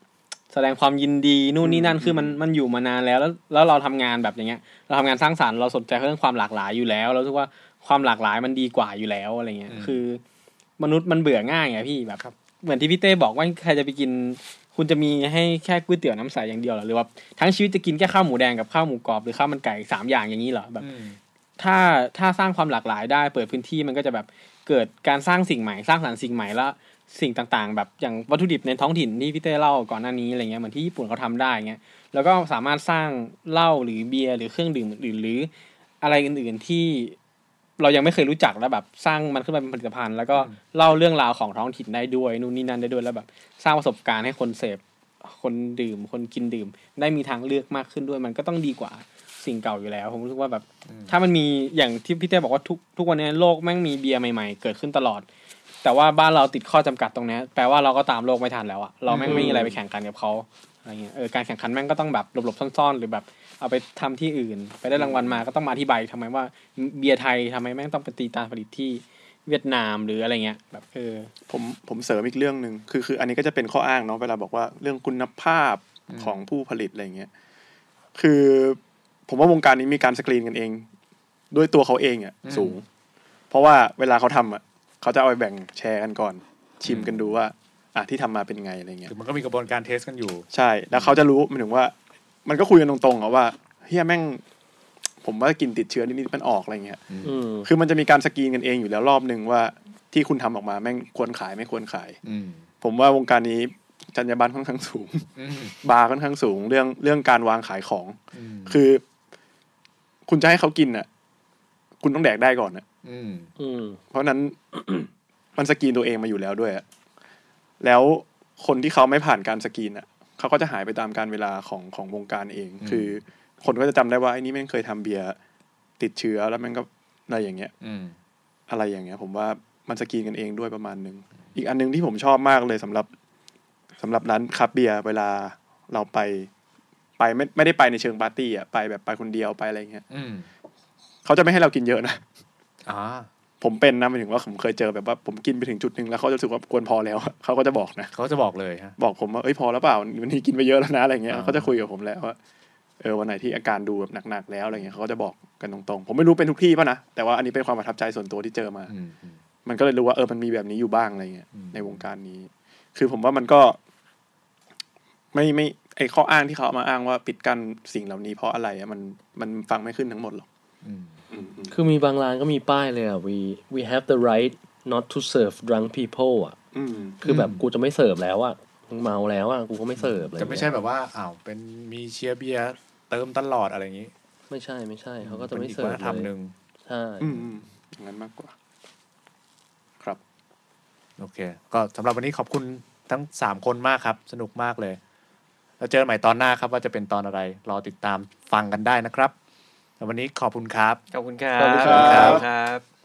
แสดงความยินดีนู่นนี่นั่นคือมันมันอยู่มานานแล้วแล้วแล้วเราทำงานแบบอย่างเงี้ยเราทำงานสร้างสรรค์เราสนใจเรื่องความหลากหลายอยู่แล้วเราคิดว่าความหลากหลายมันดีกว่าอยู่แล้วอะไรเงี้ยคือมนุษย์มันเบื่อง่ายไงพี่แบบเหมือนที่พี่เต้บอกว่าใครจะไปกินคุณจะมีให้แค่ก๋วยเตี๋ยวน้ำใสอย่างเดียวหรอหรือว่าทั้งชีวิตจะกินแค่ข้าวหมูแดงกับข้าวหมูกรอบหรือข้าวมันไก่สามอย่างอย่างนี้เหรอแบบถ้าถ้าสร้างความหลากหลายได้เปิดพื้นที่มันก็จะแบบเกิดการสร้างสิ่งใหม่สร้างสรรค์สิ่งใหม่แล้วสิ่งต่างๆแบบอย่างวัตถุดิบในท้องถิ่นที่พี่เต้เล่าก่อนหน้านี้อะไรเงี้ยเหมือนที่ญี่ปุ่นเขาทำได้เงี้ยแล้วก็สามารถสร้างเหล้าหรือเบียร์หรือเครื่องดื่มอื่นหรืออะไรอื่นๆที่เรายังไม่เคยรู้จักแล้วแบบสร้างมันขึ้นมาเป็นผลิตภัณฑ์แล้วก็เล่าเรื่องราวของท้องถิ่นได้ด้วยนู่นนี่นั่นได้ด้วยแล้วแบบสร้างประสบการณ์ให้คนเสพคนดื่มคนกินดื่มได้มีทางเลือกมากขึ้นด้วยมันก็ต้องดีกว่าสิ่งเก่าอยู่แล้วผมรู้สึกว่าแบบถ้ามันมีอย่างที่พี่เต้บอกว่าทุกทุกวันนี้โลกแม่งมีเบียร์ใหม่ๆเกิดขึ้นตลอดแต่ว่าบ้านเราติดข้อจำกัดตรงนี้แปลว่าเราก็ตามโลกไม่ทันแล้วอะเราแม่งไม่มีอะไรไปแข่งขันกับเขาอะไรเงี้ยเออการแข่งขันแม่งก็ต้องแบบหลบๆซ่อนๆหรือแบบเอาไปทำที่อื่นไปได้รางวัลมาก็ต้องมาอธิบายทำไมว่าเบียร์ไทยทำไมแม่งต้องไปตีตาผลิตที่เวียดนามหรืออะไรเงี้ยแบบเออผมผมเสริมอีกเรื่องนึงคือคืออันนี้ก็จะเป็นข้ออ้างเนาะเวลาบอกว่าเรื่องคุณภาพของผู้ผลิตอะไรเงี้ยคือผมว่าวงการนี้มีการสกรีนกันเองด้วยตัวเขาเองอ่ะสูงเพราะว่าเวลาเขาทำอ่ะเขาจะเอาไปแบ่งแชร์กันก่อนชิมกันดูว่าอ่ะที่ทำมาเป็นไงอะไรเงี้ยมันก็มีกระบวนการเทสกันอยู่ใช่แล้วเขาจะรู้หมายถึงว่ามันก็คุยกันตรงๆอ่ะว่าเฮียแม่งผมว่ากินติดเชื้อนิดๆมันออกอะไรเงี้ยคือมันจะมีการสกรีนกันเองอยู่แล้วรอบนึงว่าที่คุณทำออกมาแม่งควรขายไม่ควรขายผมว่าวงการนี้จรรยาบรรณค่อนข้างสูงบาร์ค่อนข้างสูงเรื่องเรื่องการวางขายของคือคุณจะให้เขากินอ่ะคุณต้องแดกได้ก่อนอ่ะเพราะนั้น มันสกรีนตัวเองมาอยู่แล้วด้วยแล้วคนที่เขาไม่ผ่านการสกรีนอ่ะเขาก็จะหายไปตามกาลเวลาของของวงการเองคือคนก็จะจำได้ว่าไอ้นี่แม่งเคยทำเบียร์ติดเชื้อแล้วมันก็อะไรอย่างเงี้ยอะไรอย่างเงี้ยผมว่ามันสกรีนกันเองด้วยประมาณนึงอีกอันนึงที่ผมชอบมากเลยสำหรับสำหรับร้านคราฟต์เบียร์เวลาเราไปไปไม่ไม่ได้ไปในเชิงปาร์ตี้อ่ะไปแบบไปคนเดียวไปอะไรเงี้ยเขาจะไม่ให้เรากินเยอะนะอ๋อผมเป็นนะหมายถึงว่าผมเคยเจอแบบว่าผมกินไปถึงจุดนึงแล้วเขาจะรู้สึกว่าควรพอแล้วเขาก็จะบอกนะเขาจะบอกเลยฮะบอกผมว่าเอ้ยพอแล้วเปล่าวันนี้กินไปเยอะแล้วนะอะไรเงี้ยเขาจะคุยกับผมแล้วว่าเออวันไหนที่อาการดูแบบหนักๆแล้วอะไรเงี้ยเขาก็จะบอกกันตรงๆผมไม่รู้เป็นทุกที่ป่ะนะแต่ว่าอันนี้เป็นความประทับใจส่วนตัวที่เจอมามันก็เลยรู้ว่าเออมันมีแบบนี้อยู่บ้างอะไรเงี้ยในวงการนี้คือผมว่ามันก็ไม่ไม่ไอข้ออ้างที่เขาเอามาอ้างว่าปิดกั้นสิ่งเหล่านี้เพราะอะไรอ่ะมันมันฟังไม่ขึ้นทั้งหมดหรอกคือมีบางร้านก็มีป้ายเลยอ่ะ we we have the right not to serve drunk people อ่ะคือแบบกูจะไม่เสิร์ฟแล้วอ่ะเมาแล้วอ่ะกูก็ไม่เสิร์ฟเลยจะไม่ใช่แบบว่าอ้าวเป็นมีเชียร์เบียร์เติมตลอดอะไรอย่างงี้ไม่ใช่ไม่ใช่เขาก็จะไม่เสิร์ฟเลยเป็นอีกวัฒนธรรมนึงใช่อืมๆอย่างนั้นมากกว่าครับโอเคก็สำหรับวันนี้ขอบคุณทั้งสามคนมากครับสนุกมากเลยแล้วเจอกันใหม่ตอนหน้าครับว่าจะเป็นตอนอะไรรอติดตามฟังกันได้นะครับวันนี้ขอบคุณครับขอบคุณครับขอบคุณครับ